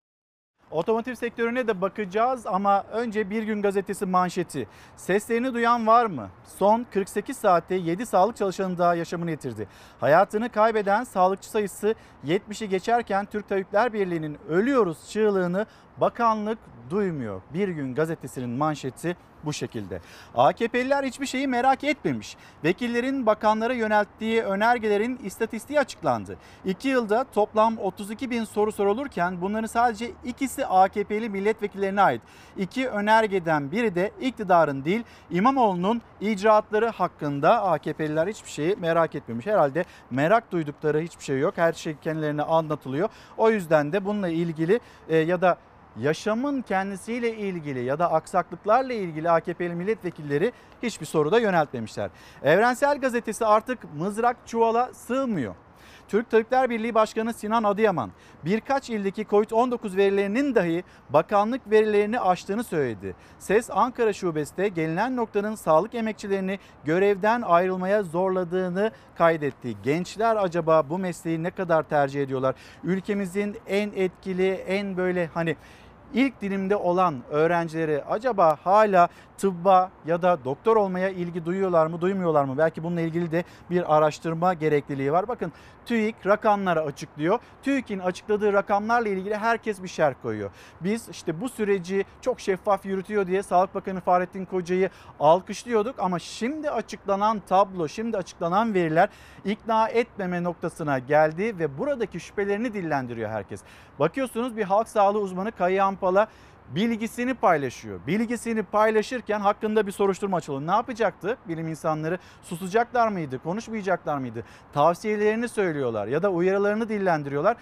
Otomotiv sektörüne de bakacağız ama önce Bir Gün Gazetesi manşeti. Seslerini duyan var mı? Son kırk sekiz saatte yedi sağlık çalışanı daha yaşamını yitirdi. Hayatını kaybeden sağlıkçı sayısı yetmişi geçerken Türk Tabipler Birliği'nin ölüyoruz çığlığını bakanlık duymuyor. Bir Gün Gazetesi'nin manşeti bu şekilde. A K P'liler hiçbir şeyi merak etmemiş. Vekillerin bakanlara yönelttiği önergelerin istatistiği açıklandı. iki yılda toplam otuz iki bin soru sorulurken bunların sadece ikisi A K P'li milletvekillerine ait. İki önergeden biri de iktidarın değil, İmamoğlu'nun icraatları hakkında. A K P'liler hiçbir şeyi merak etmemiş. Herhalde merak duydukları hiçbir şey yok. Her şey kendilerine anlatılıyor. O yüzden de bununla ilgili e, ya da yaşamın kendisiyle ilgili ya da aksaklıklarla ilgili A K P'li milletvekilleri hiçbir soru da yöneltmemişler. Evrensel Gazetesi artık mızrak çuvala sığmıyor. Türk Tabipler Birliği Başkanı Sinan Adıyaman birkaç ildeki Covid on dokuz verilerinin dahi bakanlık verilerini aştığını söyledi. SES Ankara Şubesi de gelinen noktanın sağlık emekçilerini görevden ayrılmaya zorladığını kaydetti. Gençler acaba bu mesleği ne kadar tercih ediyorlar? Ülkemizin en etkili, en böyle hani İlk dilimde olan öğrencileri acaba hala tıbba ya da doktor olmaya ilgi duyuyorlar mı, duymuyorlar mı? Belki bununla ilgili de bir araştırma gerekliliği var. Bakın TÜİK rakamları açıklıyor. TÜİK'in açıkladığı rakamlarla ilgili herkes bir şerh koyuyor. Biz işte bu süreci çok şeffaf yürütüyor diye Sağlık Bakanı Fahrettin Koca'yı alkışlıyorduk ama şimdi açıklanan tablo, şimdi açıklanan veriler ikna etmeme noktasına geldi ve buradaki şüphelerini dillendiriyor herkes. Bakıyorsunuz bir halk sağlığı uzmanı Kayıhan Pala bilgisini paylaşıyor. Bilgisini paylaşırken hakkında bir soruşturma açılıyor. Ne yapacaktı? Bilim insanları susacaklar mıydı? Konuşmayacaklar mıydı? Tavsiyelerini söylüyorlar ya da uyarılarını dillendiriyorlar.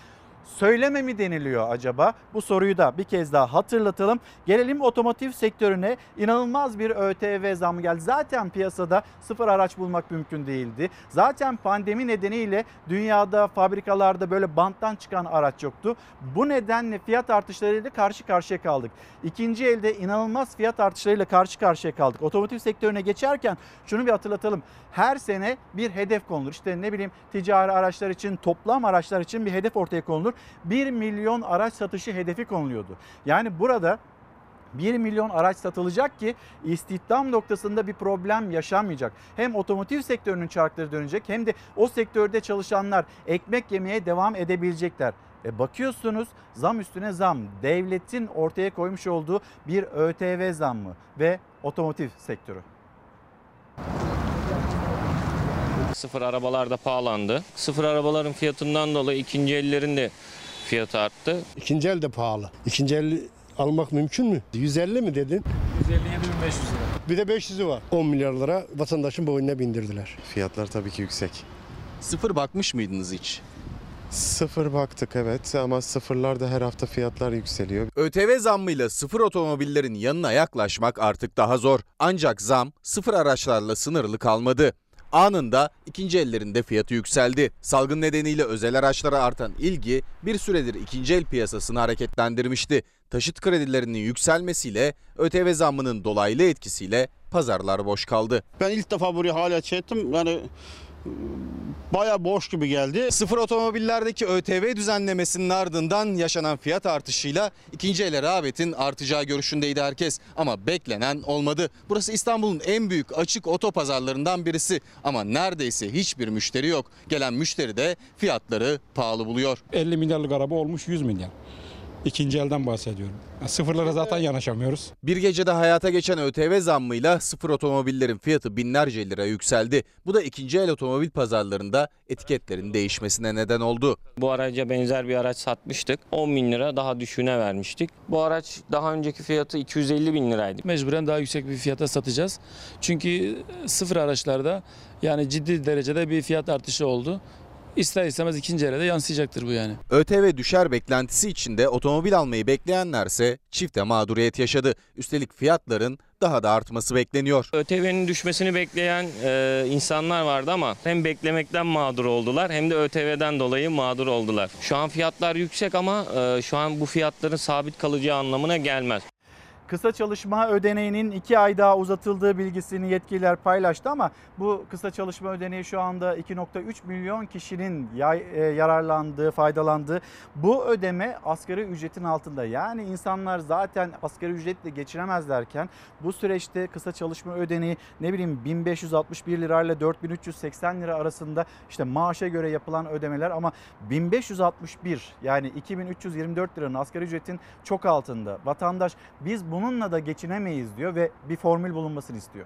söyleme mi deniliyor acaba? Bu soruyu da bir kez daha hatırlatalım. Gelelim otomotiv sektörüne. İnanılmaz bir ÖTV zammı geldi. Zaten piyasada sıfır araç bulmak mümkün değildi. Zaten pandemi nedeniyle dünyada, fabrikalarda böyle banttan çıkan araç yoktu. Bu nedenle fiyat artışlarıyla karşı karşıya kaldık. İkinci elde inanılmaz fiyat artışlarıyla karşı karşıya kaldık. Otomotiv sektörüne geçerken şunu bir hatırlatalım. Her sene bir hedef konulur. İşte ne bileyim ticari araçlar için, toplam araçlar için bir hedef ortaya konulur. bir milyon araç satışı hedefi konuluyordu. Yani burada bir milyon araç satılacak ki istihdam noktasında bir problem yaşanmayacak. Hem otomotiv sektörünün çarkları dönecek hem de o sektörde çalışanlar ekmek yemeye devam edebilecekler. E bakıyorsunuz zam üstüne zam, devletin ortaya koymuş olduğu bir ÖTV zammı ve otomotiv sektörü. Sıfır arabalar da pahalandı. Sıfır arabaların fiyatından dolayı ikinci ellerin de fiyatı arttı. İkinci el de pahalı. İkinci el almak mümkün mü? yüz elli mi dedin? yüz elli yedi bin beş yüz lira. Bir de beş yüzü var. on milyar lira vatandaşın boynuna bindirdiler. Fiyatlar tabii ki yüksek. Sıfır bakmış mıydınız hiç? Sıfır baktık evet ama sıfırlarda her hafta fiyatlar yükseliyor. ÖTV zammıyla sıfır otomobillerin yanına yaklaşmak artık daha zor. Ancak zam sıfır araçlarla sınırlı kalmadı. Anında ikinci ellerinde fiyatı yükseldi. Salgın nedeniyle özel araçlara artan ilgi bir süredir ikinci el piyasasını hareketlendirmişti. Taşıt kredilerinin yükselmesiyle ÖTV zammının dolaylı etkisiyle pazarlar boş kaldı. Ben ilk defa buraya hala çektim. Yani bayağı boş gibi geldi. Sıfır otomobillerdeki ÖTV düzenlemesinin ardından yaşanan fiyat artışıyla ikinci ele rağbetin artacağı görüşündeydi herkes. Ama beklenen olmadı. Burası İstanbul'un en büyük açık otopazarlarından birisi. Ama neredeyse hiçbir müşteri yok. Gelen müşteri de fiyatları pahalı buluyor. elli milyarlık araba olmuş yüz milyar. İkinci elden bahsediyorum. Sıfırlara zaten yanaşamıyoruz. Bir gecede hayata geçen ÖTV zammıyla sıfır otomobillerin fiyatı binlerce lira yükseldi. Bu da ikinci el otomobil pazarlarında etiketlerin değişmesine neden oldu. Bu araca benzer bir araç satmıştık. on bin lira daha düşüğüne vermiştik. Bu araç daha önceki fiyatı iki yüz elli bin liraydı. Mecburen daha yüksek bir fiyata satacağız. Çünkü sıfır araçlarda yani ciddi derecede bir fiyat artışı oldu. İster istemez ikinci ele de yansıyacaktır bu yani. ÖTV düşer beklentisi içinde otomobil almayı bekleyenlerse çifte mağduriyet yaşadı. Üstelik fiyatların daha da artması bekleniyor. ÖTV'nin düşmesini bekleyen e, insanlar vardı ama hem beklemekten mağdur oldular hem de ÖTV'den dolayı mağdur oldular. Şu an fiyatlar yüksek ama e, şu an bu fiyatların sabit kalacağı anlamına gelmez. Kısa çalışma ödeneğinin iki ay daha uzatıldığı bilgisini yetkililer paylaştı ama bu kısa çalışma ödeneği şu anda iki nokta üç milyon kişinin yararlandığı, faydalandığı bu ödeme asgari ücretin altında. Yani insanlar zaten asgari ücretle geçiremezlerken bu süreçte kısa çalışma ödeneği ne bileyim bin beş yüz altmış bir lirayla dört bin üç yüz seksen lira arasında işte maaşa göre yapılan ödemeler ama bin beş yüz altmış bir yani iki bin üç yüz yirmi dört liranın asgari ücretin çok altında. Vatandaş biz bu bununla da geçinemeyiz diyor ve bir formül bulunmasını istiyor.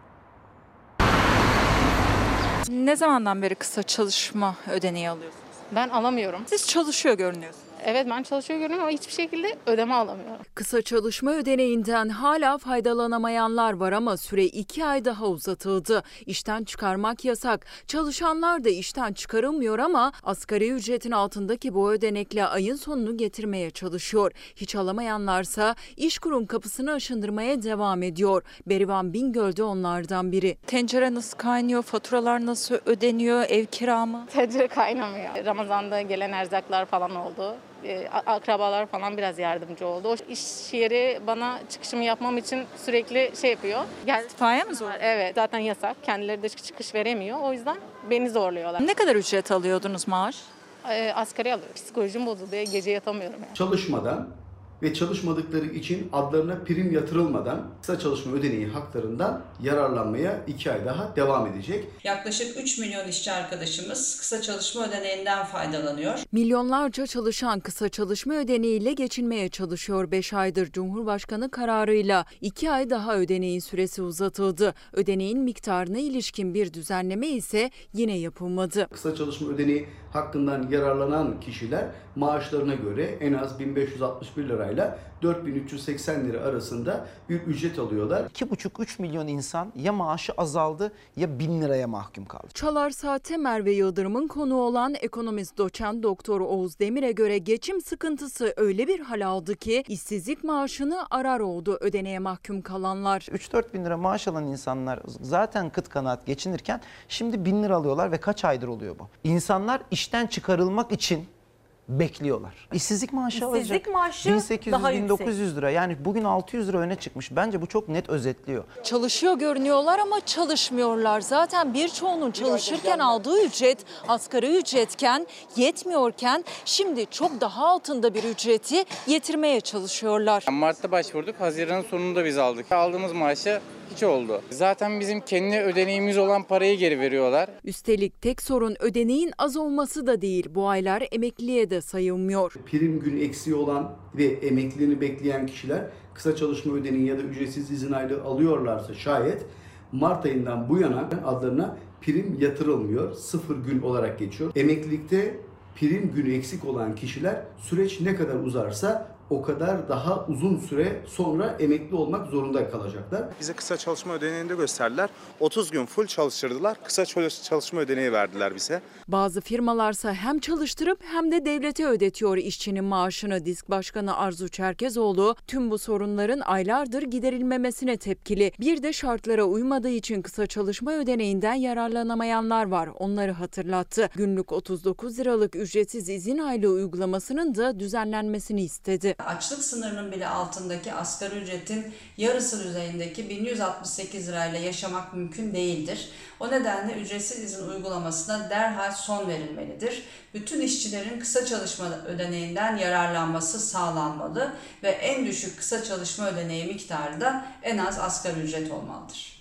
Ne zamandan beri kısa çalışma ödeneği alıyorsunuz? Ben alamıyorum. Siz çalışıyor görünüyorsunuz. Evet ben çalışıyor görünüyorum ama hiçbir şekilde ödeme alamıyorum. Kısa çalışma ödeneğinden hala faydalanamayanlar var ama süre iki ay daha uzatıldı. İşten çıkarmak yasak. Çalışanlar da işten çıkarılmıyor ama asgari ücretin altındaki bu ödenekle ayın sonunu getirmeye çalışıyor. Hiç alamayanlarsa İşkur'un kapısını aşındırmaya devam ediyor. Berivan Bingöl de onlardan biri. Tencere nasıl kaynıyor? Faturalar nasıl ödeniyor? Ev kira mı? Tencere kaynamıyor. Ramazan'da gelen erzaklar falan oldu. Akrabalar falan biraz yardımcı oldu. O iş yeri bana çıkışımı yapmam için sürekli şey yapıyor. Gel. İtfaiye mi zor? Evet zaten yasak. Kendileri de çıkış veremiyor. O yüzden beni zorluyorlar. Ne kadar ücret alıyordunuz maaş? E, asgari alıyorum. Psikolojim bozuldu. Gece yatamıyorum yani. Çalışmadan ve çalışmadıkları için adlarına prim yatırılmadan kısa çalışma ödeneği haklarından yararlanmaya iki ay daha devam edecek. Yaklaşık üç milyon işçi arkadaşımız kısa çalışma ödeneğinden faydalanıyor. Milyonlarca çalışan kısa çalışma ödeneğiyle geçinmeye çalışıyor. beş aydır Cumhurbaşkanı kararıyla iki ay daha ödeneğin süresi uzatıldı. Ödeneğin miktarına ilişkin bir düzenleme ise yine yapılmadı. Kısa çalışma ödeneği hakkından yararlanan kişiler maaşlarına göre en az bin beş yüz altmış bir lirayla lirayla dört bin üç yüz seksen lira arasında bir ücret alıyorlar. iki buçuk üç milyon insan ya maaşı azaldı ya bin liraya mahkum kaldı. Çalar Saat'te Merve Yıldırım'ın konuğu olan ekonomist doçent Doktor Oğuz Demir'e göre geçim sıkıntısı öyle bir hal aldı ki işsizlik maaşını arar oldu ödeneye mahkum kalanlar. üç dört bin lira maaş alan insanlar zaten kıt kanaat geçinirken şimdi bin lira alıyorlar ve kaç aydır oluyor bu? İnsanlar işten çıkarılmak için bekliyorlar. İşsizlik maaşı İşsizlik alacak. maaşı bin sekiz yüz daha bin dokuz yüz yüksek. lira. Yani bugün altı yüz lira öne çıkmış. Bence bu çok net özetliyor. Çalışıyor görünüyorlar ama çalışmıyorlar. Zaten birçoğunun çalışırken aldığı ücret asgari ücretken, yetmiyorken şimdi çok daha altında bir ücreti getirmeye çalışıyorlar. Mart'ta başvurduk. Haziran'ın sonunda biz aldık. Aldığımız maaşı hiç oldu. Zaten bizim kendi ödeneğimiz olan parayı geri veriyorlar. Üstelik tek sorun ödeneğin az olması da değil. Bu aylar emekliliğe de sayılmıyor. Prim gün eksiği olan ve emekliliğini bekleyen kişiler kısa çalışma ödeneği ya da ücretsiz izin aylığı alıyorlarsa şayet Mart ayından bu yana adlarına prim yatırılmıyor. Sıfır gün olarak geçiyor. Emeklilikte prim günü eksik olan kişiler süreç ne kadar uzarsa o kadar daha uzun süre sonra emekli olmak zorunda kalacaklar. Bize kısa çalışma ödeneğini de gösterdiler. otuz gün full çalıştırdılar. Kısa çalışma ödeneği verdiler bize. Bazı firmalarsa hem çalıştırıp hem de devlete ödetiyor işçinin maaşını. Disk Başkanı Arzu Çerkezoğlu tüm bu sorunların aylardır giderilmemesine tepkili. Bir de şartlara uymadığı için kısa çalışma ödeneğinden yararlanamayanlar var. Onları hatırlattı. Günlük otuz dokuz liralık ücretsiz izin aylığı uygulamasının da düzenlenmesini istedi. Açlık sınırının bile altındaki asgari ücretin yarısı düzeyindeki bin yüz altmış sekiz lirayla yaşamak mümkün değildir. O nedenle ücretsiz izin uygulamasına derhal son verilmelidir. Bütün işçilerin kısa çalışma ödeneğinden yararlanması sağlanmalı ve en düşük kısa çalışma ödeneği miktarı da en az asgari ücret olmalıdır.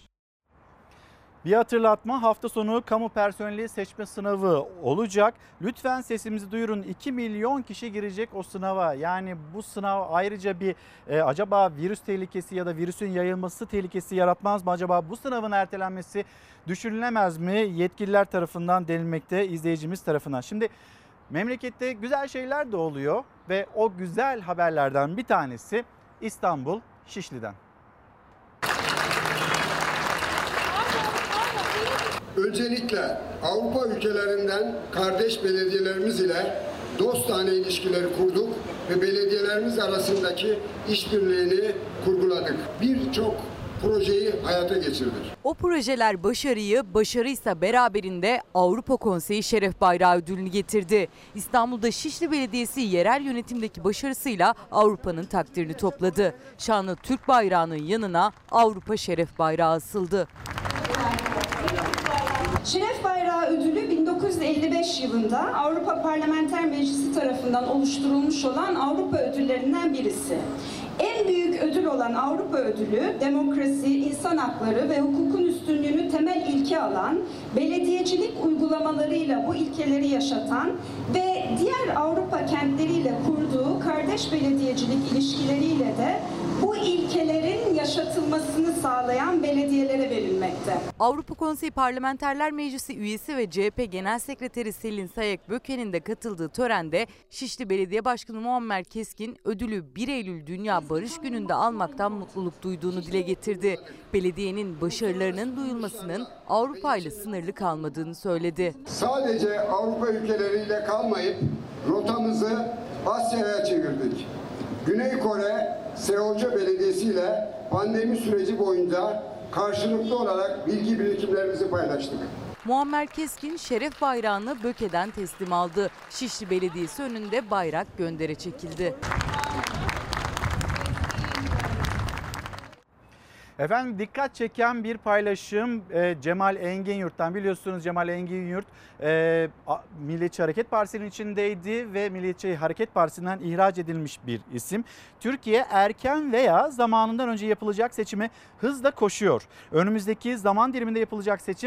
Bir hatırlatma, hafta sonu kamu personeli seçme sınavı olacak. Lütfen sesimizi duyurun. iki milyon kişi girecek o sınava. Yani bu sınav ayrıca bir e, acaba virüs tehlikesi ya da virüsün yayılması tehlikesi yaratmaz mı? Acaba bu sınavın ertelenmesi düşünülemez mi? Yetkililer tarafından denilmekte, izleyicimiz tarafından. Şimdi memlekette güzel şeyler de oluyor ve o güzel haberlerden bir tanesi İstanbul Şişli'den. Öncelikle Avrupa ülkelerinden kardeş belediyelerimiz ile dostane ilişkileri kurduk ve belediyelerimiz arasındaki işbirliğini kurguladık. Birçok projeyi hayata geçirdik. O projeler başarıyı, başarıysa beraberinde Avrupa Konseyi Şeref Bayrağı ödülünü getirdi. İstanbul'da Şişli Belediyesi yerel yönetimdeki başarısıyla Avrupa'nın takdirini topladı. Şanlı Türk bayrağının yanına Avrupa Şeref Bayrağı asıldı. Şeref Bayrağı ödülü bin dokuz yüz elli beş yılında Avrupa Parlamenter Meclisi tarafından oluşturulmuş olan Avrupa ödüllerinden birisi. En büyük ödül olan Avrupa Ödülü, demokrasi, insan hakları ve hukukun üstünlüğünü temel ilke alan, belediyecilik uygulamalarıyla bu ilkeleri yaşatan ve diğer Avrupa kentleriyle kurduğu kardeş belediyecilik ilişkileriyle de bu ilkelerin yaşatılmasını sağlayan belediyelere verilmekte. Avrupa Konseyi Parlamenterler Meclisi üyesi ve C H P Genel Sekreteri Selin Sayek-Böke'nin de katıldığı törende Şişli Belediye Başkanı Muammer Keskin ödülü bir Eylül Dünya Barış Günü'nde almaktan mutluluk duyduğunu dile getirdi. Belediyenin başarılarının duyulmasının Avrupa ile sınırlı kalmadığını söyledi. Sadece Avrupa ülkeleriyle kalmayıp rotamızı Asya'ya çevirdik. Güney Kore, Seulce Belediyesi ile pandemi süreci boyunca karşılıklı olarak bilgi birikimlerimizi paylaştık. Muammer Keskin şeref bayrağını Böke'den teslim aldı. Şişli Belediyesi önünde bayrak göndere çekildi. Efendim dikkat çeken bir paylaşım e, Cemal Enginyurt'tan. Biliyorsunuz Cemal Enginyurt e, Milliyetçi Hareket Partisi'nin içindeydi ve Milliyetçi Hareket Partisi'nden ihraç edilmiş bir isim. Türkiye erken veya zamanından önce yapılacak seçime hızla koşuyor. Önümüzdeki zaman diliminde yapılacak seçim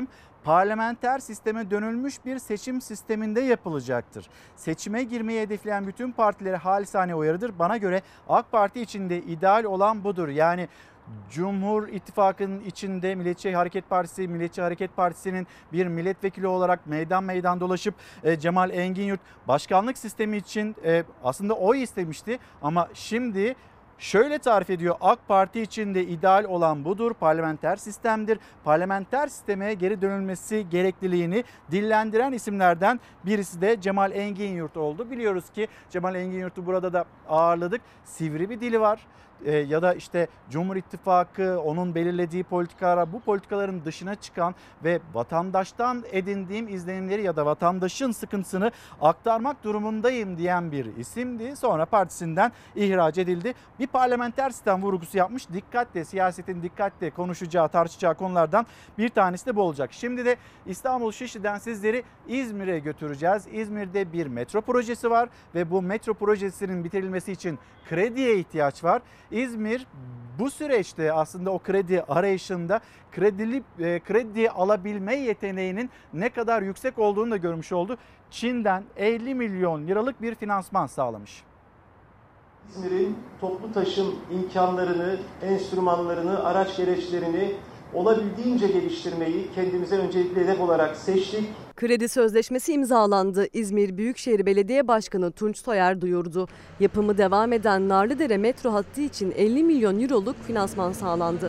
parlamenter sisteme dönülmüş bir seçim sisteminde yapılacaktır. Seçime girmeyi hedefleyen bütün partilere halisane uyarıdır. Bana göre AK Parti içinde ideal olan budur. Yani Cumhur İttifakı'nın içinde Milliyetçi Hareket Partisi, Milliyetçi Hareket Partisi'nin bir milletvekili olarak meydan meydan dolaşıp e, Cemal Engin-Yurt başkanlık sistemi için e, aslında oy istemişti. Ama şimdi şöyle tarif ediyor: AK Parti için de ideal olan budur, parlamenter sistemdir. Parlamenter sisteme geri dönülmesi gerekliliğini dillendiren isimlerden birisi de Cemal Engin-Yurt oldu. Biliyoruz ki Cemal Engin-Yurt'u burada da ağırladık. Sivri bir dili var. Ee, ya da işte Cumhur İttifakı, onun belirlediği politikalar, bu politikaların dışına çıkan ve vatandaştan edindiğim izlenimleri ya da vatandaşın sıkıntısını aktarmak durumundayım diyen bir isimdi. Sonra partisinden ihraç edildi. Bir parlamenter sistem vurgusu yapmış. Dikkatle, siyasetin dikkatle konuşacağı, tartışacağı konulardan bir tanesi de bu olacak. Şimdi de İstanbul Şişli'den sizleri İzmir'e götüreceğiz. İzmir'de bir metro projesi var ve bu metro projesinin bitirilmesi için krediye ihtiyaç var. İzmir bu süreçte aslında o kredi arayışında kredili, e, kredi alabilme yeteneğinin ne kadar yüksek olduğunu da görmüş oldu. Çin'den elli milyon liralık bir finansman sağlamış. İzmir'in toplu taşım imkanlarını, enstrümanlarını, araç gereçlerini olabildiğince geliştirmeyi kendimize öncelikli hedef olarak seçtik. Kredi sözleşmesi imzalandı. İzmir Büyükşehir Belediye Başkanı Tunç Soyer duyurdu. Yapımı devam eden Narlıdere metro hattı için elli milyon euroluk finansman sağlandı.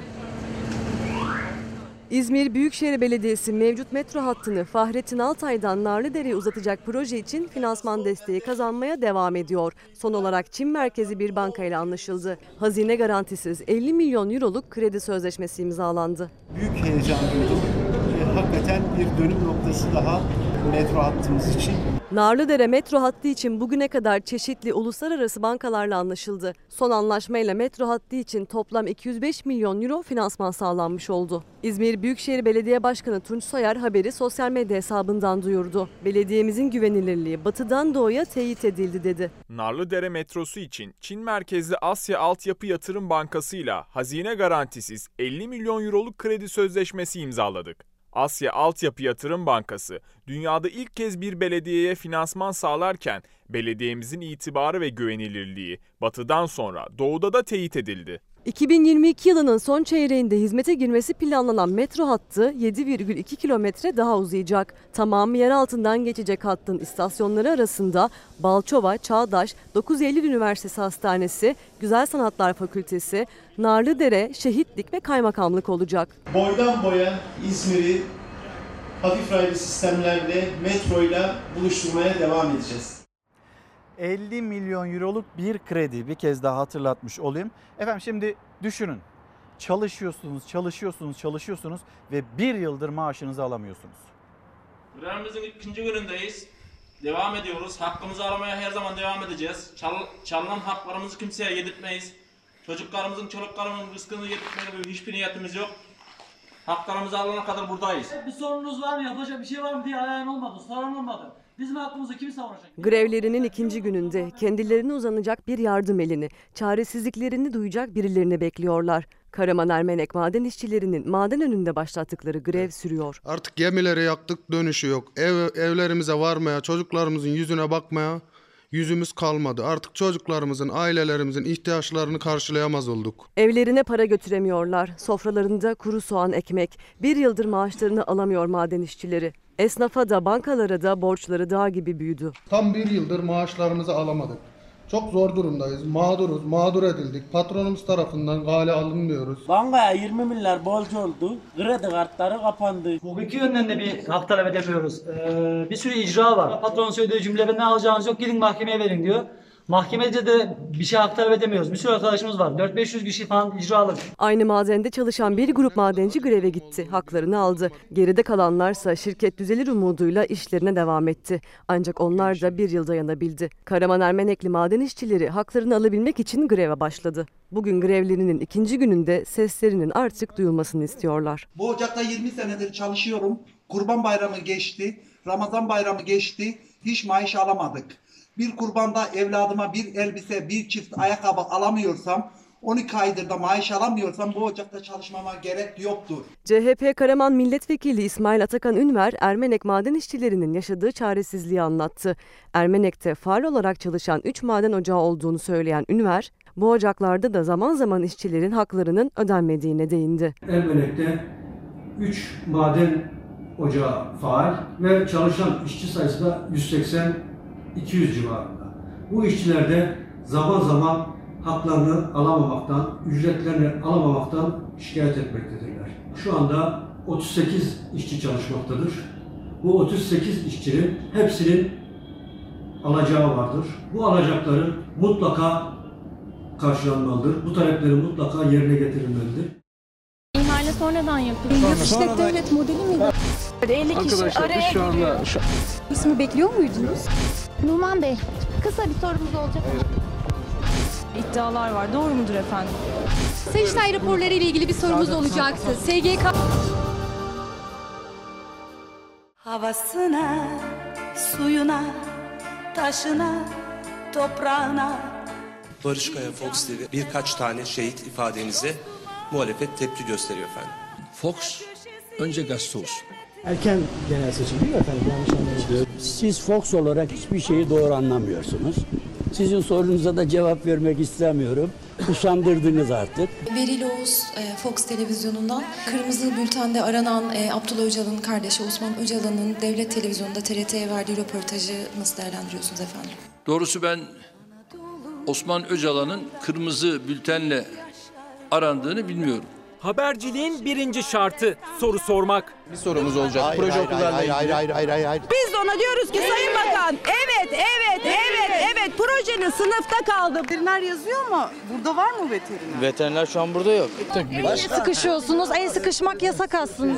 İzmir Büyükşehir Belediyesi mevcut metro hattını Fahrettin Altay'dan Narlıdere'ye uzatacak proje için finansman desteği kazanmaya devam ediyor. Son olarak Çin merkezi bir bankayla anlaşıldı. Hazine garantisiz elli milyon euroluk kredi sözleşmesi imzalandı. Büyük heyecan duydum. Hakikaten bir dönüm noktası daha metro hattımız için. Narlıdere metro hattı için bugüne kadar çeşitli uluslararası bankalarla anlaşıldı. Son anlaşmayla metro hattı için toplam iki yüz beş milyon euro finansman sağlanmış oldu. İzmir Büyükşehir Belediye Başkanı Tunç Soyer haberi sosyal medya hesabından duyurdu. Belediyemizin güvenilirliği batıdan doğuya teyit edildi dedi. Narlıdere metrosu için Çin merkezli Asya Altyapı Yatırım Bankası ile hazine garantisiz elli milyon euroluk kredi sözleşmesi imzaladık. Asya Altyapı Yatırım Bankası dünyada ilk kez bir belediyeye finansman sağlarken belediyemizin itibarı ve güvenilirliği batıdan sonra doğuda da teyit edildi. iki bin yirmi iki yılının son çeyreğinde hizmete girmesi planlanan metro hattı yedi virgül iki kilometre daha uzayacak. Tamamı yer altından geçecek hattın istasyonları arasında Balçova, Çağdaş, dokuz Eylül Üniversitesi Hastanesi, Güzel Sanatlar Fakültesi, Narlıdere, Şehitlik ve Kaymakamlık olacak. Boydan boya İzmir'i hafif raylı sistemlerle metroyla buluşturmaya devam edeceğiz. elli milyon euroluk bir kredi, bir kez daha hatırlatmış olayım. Efendim şimdi düşünün, çalışıyorsunuz, çalışıyorsunuz, çalışıyorsunuz ve bir yıldır maaşınızı alamıyorsunuz. Grevimizin ikinci günündeyiz. Devam ediyoruz. Hakkımızı aramaya her zaman devam edeceğiz. Çal, çalınan haklarımızı kimseye yedirtmeyiz. Çocuklarımızın, çoluklarımızın rızkını yedirtmeye gibi hiçbir niyetimiz yok. Haklarımızı alana kadar buradayız. Bir sorununuz var mı, yapacak bir şey var mı diye arayan olmadı, soran olmadı. Bizim hakkımızı kim savunacak? Grevlerinin ikinci gününde kendilerine uzanacak bir yardım elini, çaresizliklerini duyacak birilerini bekliyorlar. Karaman Ermenek maden işçilerinin maden önünde başlattıkları grev sürüyor. Artık gemileri yaktık, dönüşü yok. Ev, evlerimize varmaya, çocuklarımızın yüzüne bakmaya yüzümüz kalmadı. Artık çocuklarımızın, ailelerimizin ihtiyaçlarını karşılayamaz olduk. Evlerine para götüremiyorlar. Sofralarında kuru soğan, ekmek. Bir yıldır maaşlarını alamıyor maden işçileri. Esnafa da bankalara da borçları dağ gibi büyüdü. Tam bir yıldır maaşlarımızı alamadık. Çok zor durumdayız. Mağduruz, mağdur edildik. Patronumuz tarafından gale alınmıyoruz. Bankaya yirmi milyar borcu oldu. Kredi kartları kapandı. Hukuki yönden de bir hak talep edemiyoruz. Ee, bir sürü icra var. Patron söylediği cümle ne alacağınız yok, gidin mahkemeye verin diyor. Mahkemede de bir şey hak talep edemiyoruz. Bir sürü arkadaşımız var. dört beş yüz kişi falan icralık. Aynı madende çalışan bir grup madenci greve gitti. Haklarını aldı. Geride kalanlarsa şirket düzelir umuduyla işlerine devam etti. Ancak onlar da bir yıl dayanabildi. Karaman Ermenekli maden işçileri haklarını alabilmek için greve başladı. Bugün grevlerinin ikinci gününde seslerinin artık duyulmasını istiyorlar. Bu ocakta yirmi senedir çalışıyorum. Kurban Bayramı geçti. Ramazan Bayramı geçti. Hiç maaş alamadık. Bir kurbanda evladıma bir elbise, bir çift ayakkabı alamıyorsam on iki aydır da maaş alamıyorsam bu ocakta çalışmama gerek yoktur. C H P Karaman Milletvekili İsmail Atakan Ünver, Ermenek maden işçilerinin yaşadığı çaresizliği anlattı. Ermenek'te faal olarak çalışan üç maden ocağı olduğunu söyleyen Ünver, bu ocaklarda da zaman zaman işçilerin haklarının ödenmediğine değindi. Ermenek'te üç maden ocağı faal ve çalışan işçi sayısı da yüz seksen iki yüz civarında. Bu işçiler de zaman zaman haklarını alamamaktan, ücretlerini alamamaktan şikayet etmektedirler. Şu anda otuz sekiz işçi çalışmaktadır. Bu otuz sekiz işçinin hepsinin alacağı vardır. Bu alacakların mutlaka karşılanmalıdır. Bu taleplerin mutlaka yerine getirilmelidir. İhale sonradan yapıldı. Yapıştek devlet modeli miydi? elli kişi araya giriyor. İsmi bekliyor muydunuz? Numan Bey, kısa bir sorumuz olacak. İddialar var. Doğru mudur efendim? Sayıştay raporları ile ilgili bir sorumuz olacaktı. S G K Havasına, suyuna, taşına, toprağına. Barış Kaya Fox T V birkaç tane şehit ifadenize muhalefet tepki gösteriyor efendim. Fox önce gazete olsun. Erken genel seçim değil mi efendim? Yanlış anlamadım. Siz Fox olarak hiçbir şeyi doğru anlamıyorsunuz. Sizin sorunuza da cevap vermek istemiyorum. Usandırdınız artık. Beril Oğuz, Fox Televizyonu'ndan Kırmızı Bülten'de aranan Abdullah Öcalan'ın kardeşi Osman Öcalan'ın Devlet Televizyonu'nda T R T'ye verdiği röportajı nasıl değerlendiriyorsunuz efendim? Doğrusu ben Osman Öcalan'ın Kırmızı Bülten'le arandığını bilmiyorum. Haberciliğin birinci şartı soru sormak. Bir sorumuz olacak. Hayır, Proje hayır, okullarla hayır, hayır, hayır, hayır, hayır, hayır. Biz de ona diyoruz ki Sayın Bakan, evet, evet, evet, evet, projenin sınıfta kaldı. Veteriner yazıyor ama burada var mı veteriner? Veteriner şu an burada yok. El sıkışıyorsunuz. El sıkışmak yasak aslında.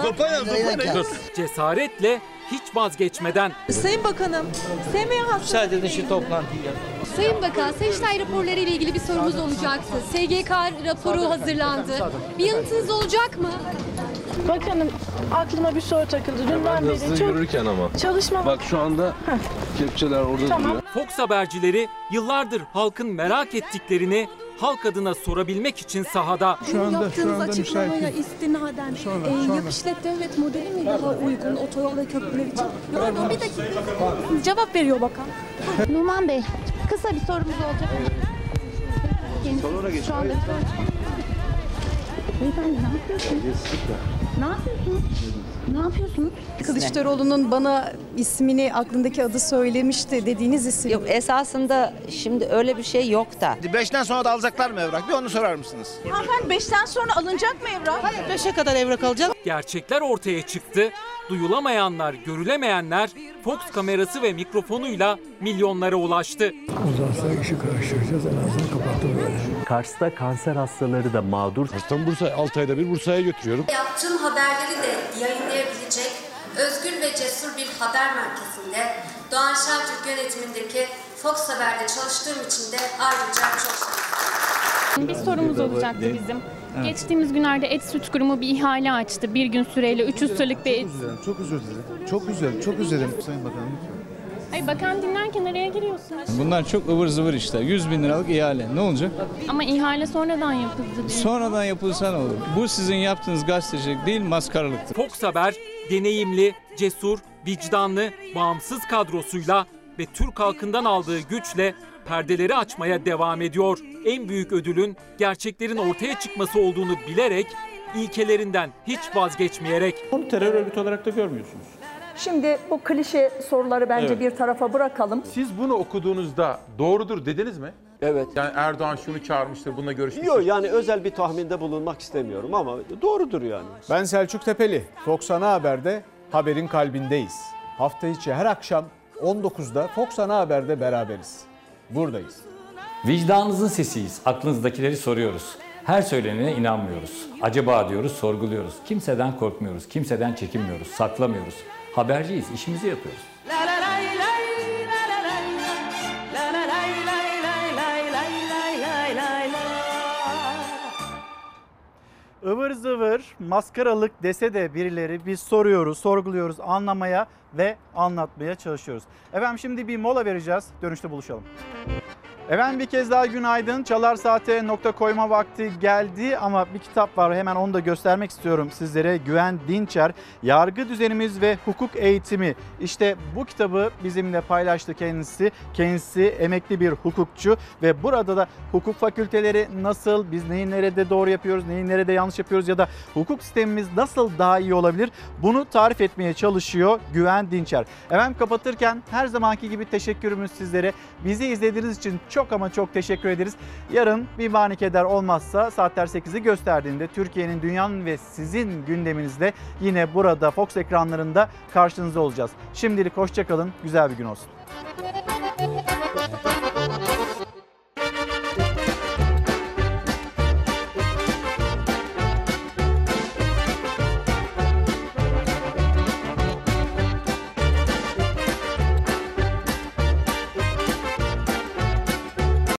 Cesaretle hiç vazgeçmeden. Sayın Bakanım, S M H Müsaade edin şu toplantıyı yapalım. Sayın Bakan, Sayıştay raporları ile ilgili bir sorumuz olacaktı. S G K raporu hazırlandı. Bir yanıtınız olacak mı? Bakanım aklıma bir soru takıldı. Dünden beri çok yürürken ama. çalışma... Bak şu anda kepçeler orada Tamam. duruyor. Fox habercileri yıllardır halkın merak ettiklerini halk adına sorabilmek için sahada. Şu anda, yaptığınız şu anda açıklamaya istinaden Sonra, e, sonra. yapışlet devlet modeli mi daha uygun otoyol ve köprüler için? Yok, bir dakika. Cevap veriyor bakan. Numan Bey, kısa bir sorumuz olacak. Sonra geç. Şu anda... Beyefendi ne yapıyorsunuz? Ne yapıyorsunuz? Ne yapıyorsunuz? Kılıçdaroğlu'nun bana ismini, aklındaki adı söylemişti dediğiniz isim. Yok, esasında şimdi öyle bir şey yok da. Beşten sonra da alacaklar mı evrak? Bir onu sorar mısınız? Hanımefendi beşten sonra alınacak mı evrak? Hayır, beşe kadar evrak alacak. Gerçekler ortaya çıktı. Duyulamayanlar, görülemeyenler Fox kamerası ve mikrofonuyla milyonlara ulaştı. Uzarsa işi karıştıracağız, en azından kapattım böyle. Kars'ta kanser hastaları da mağdur. Kars'tan Bursa, altı ayda bir Bursa'ya götürüyorum. Yaptığım haberleri de yayınlayabilecek özgür ve cesur bir haber merkezinde Doğan Şentürk yönetimindeki Fox Haber'de çalıştığım için de ayrıca çok şanslıyım. Bir sorumuz olacaktı bizim. Evet. Geçtiğimiz günlerde Et Süt Kurumu bir ihale açtı. Bir gün süreyle üç yüz liralık bir et. Çok özür dilerim. Çok üzüldüm. Çok üzüldüm Sayın Bakanım. Hayır, bakan dinlerken araya giriyorsunuz. Bunlar çok ıvır zıvır işte. yüz bin liralık ihale. Ne olacak? Ama ihale sonradan yapıldı diyor. Sonradan yapılsa ne olur? Bu sizin yaptığınız gazetecilik değil, maskaralıktır. Fox Haber deneyimli, cesur, vicdanlı, bağımsız kadrosuyla ve Türk halkından aldığı güçle perdeleri açmaya devam ediyor. En büyük ödülün gerçeklerin ortaya çıkması olduğunu bilerek, ilkelerinden hiç vazgeçmeyerek. Onu terör örgütü olarak da görmüyorsunuz. Şimdi bu klişe soruları bence Evet. bir tarafa bırakalım. Siz bunu okuduğunuzda doğrudur dediniz mi? Evet. Yani Erdoğan şunu çağırmıştır, bununla görüşmüştür. Yok, yani özel bir tahminde bulunmak istemiyorum ama doğrudur yani. Ben Selçuk Tepeli. Fox Ana Haber'de haberin kalbindeyiz. Hafta içi her akşam on dokuzda Fox Ana Haber'de beraberiz. Buradayız. Vicdanınızın sesiyiz. Aklınızdakileri soruyoruz. Her söylenene inanmıyoruz. Acaba diyoruz, sorguluyoruz. Kimseden korkmuyoruz, kimseden çekinmiyoruz, saklamıyoruz. Haberciyiz, işimizi yapıyoruz. Ivır zıvır, maskaralık dese de birileri biz soruyoruz, sorguluyoruz, anlamaya ve anlatmaya çalışıyoruz. Efendim şimdi bir mola vereceğiz. Dönüşte buluşalım. Efendim bir kez daha günaydın. Çalar Saat'e nokta koyma vakti geldi ama bir kitap var, hemen onu da göstermek istiyorum sizlere. Güven Dinçer, Yargı Düzenimiz ve Hukuk Eğitimi. İşte bu kitabı bizimle paylaştı kendisi. Kendisi emekli bir hukukçu ve burada da hukuk fakülteleri nasıl, biz neyi nerede doğru yapıyoruz, neyi nerede yanlış yapıyoruz ya da hukuk sistemimiz nasıl daha iyi olabilir, bunu tarif etmeye çalışıyor Güven Dinçer. Efendim kapatırken her zamanki gibi teşekkürümüz sizlere. Bizi izlediğiniz için çok ama çok teşekkür ederiz. Yarın bir manikeder olmazsa saatler sekizi gösterdiğinde Türkiye'nin, dünyanın ve sizin gündeminizle yine burada Fox ekranlarında karşınızda olacağız. Şimdilik hoşça kalın, güzel bir gün olsun.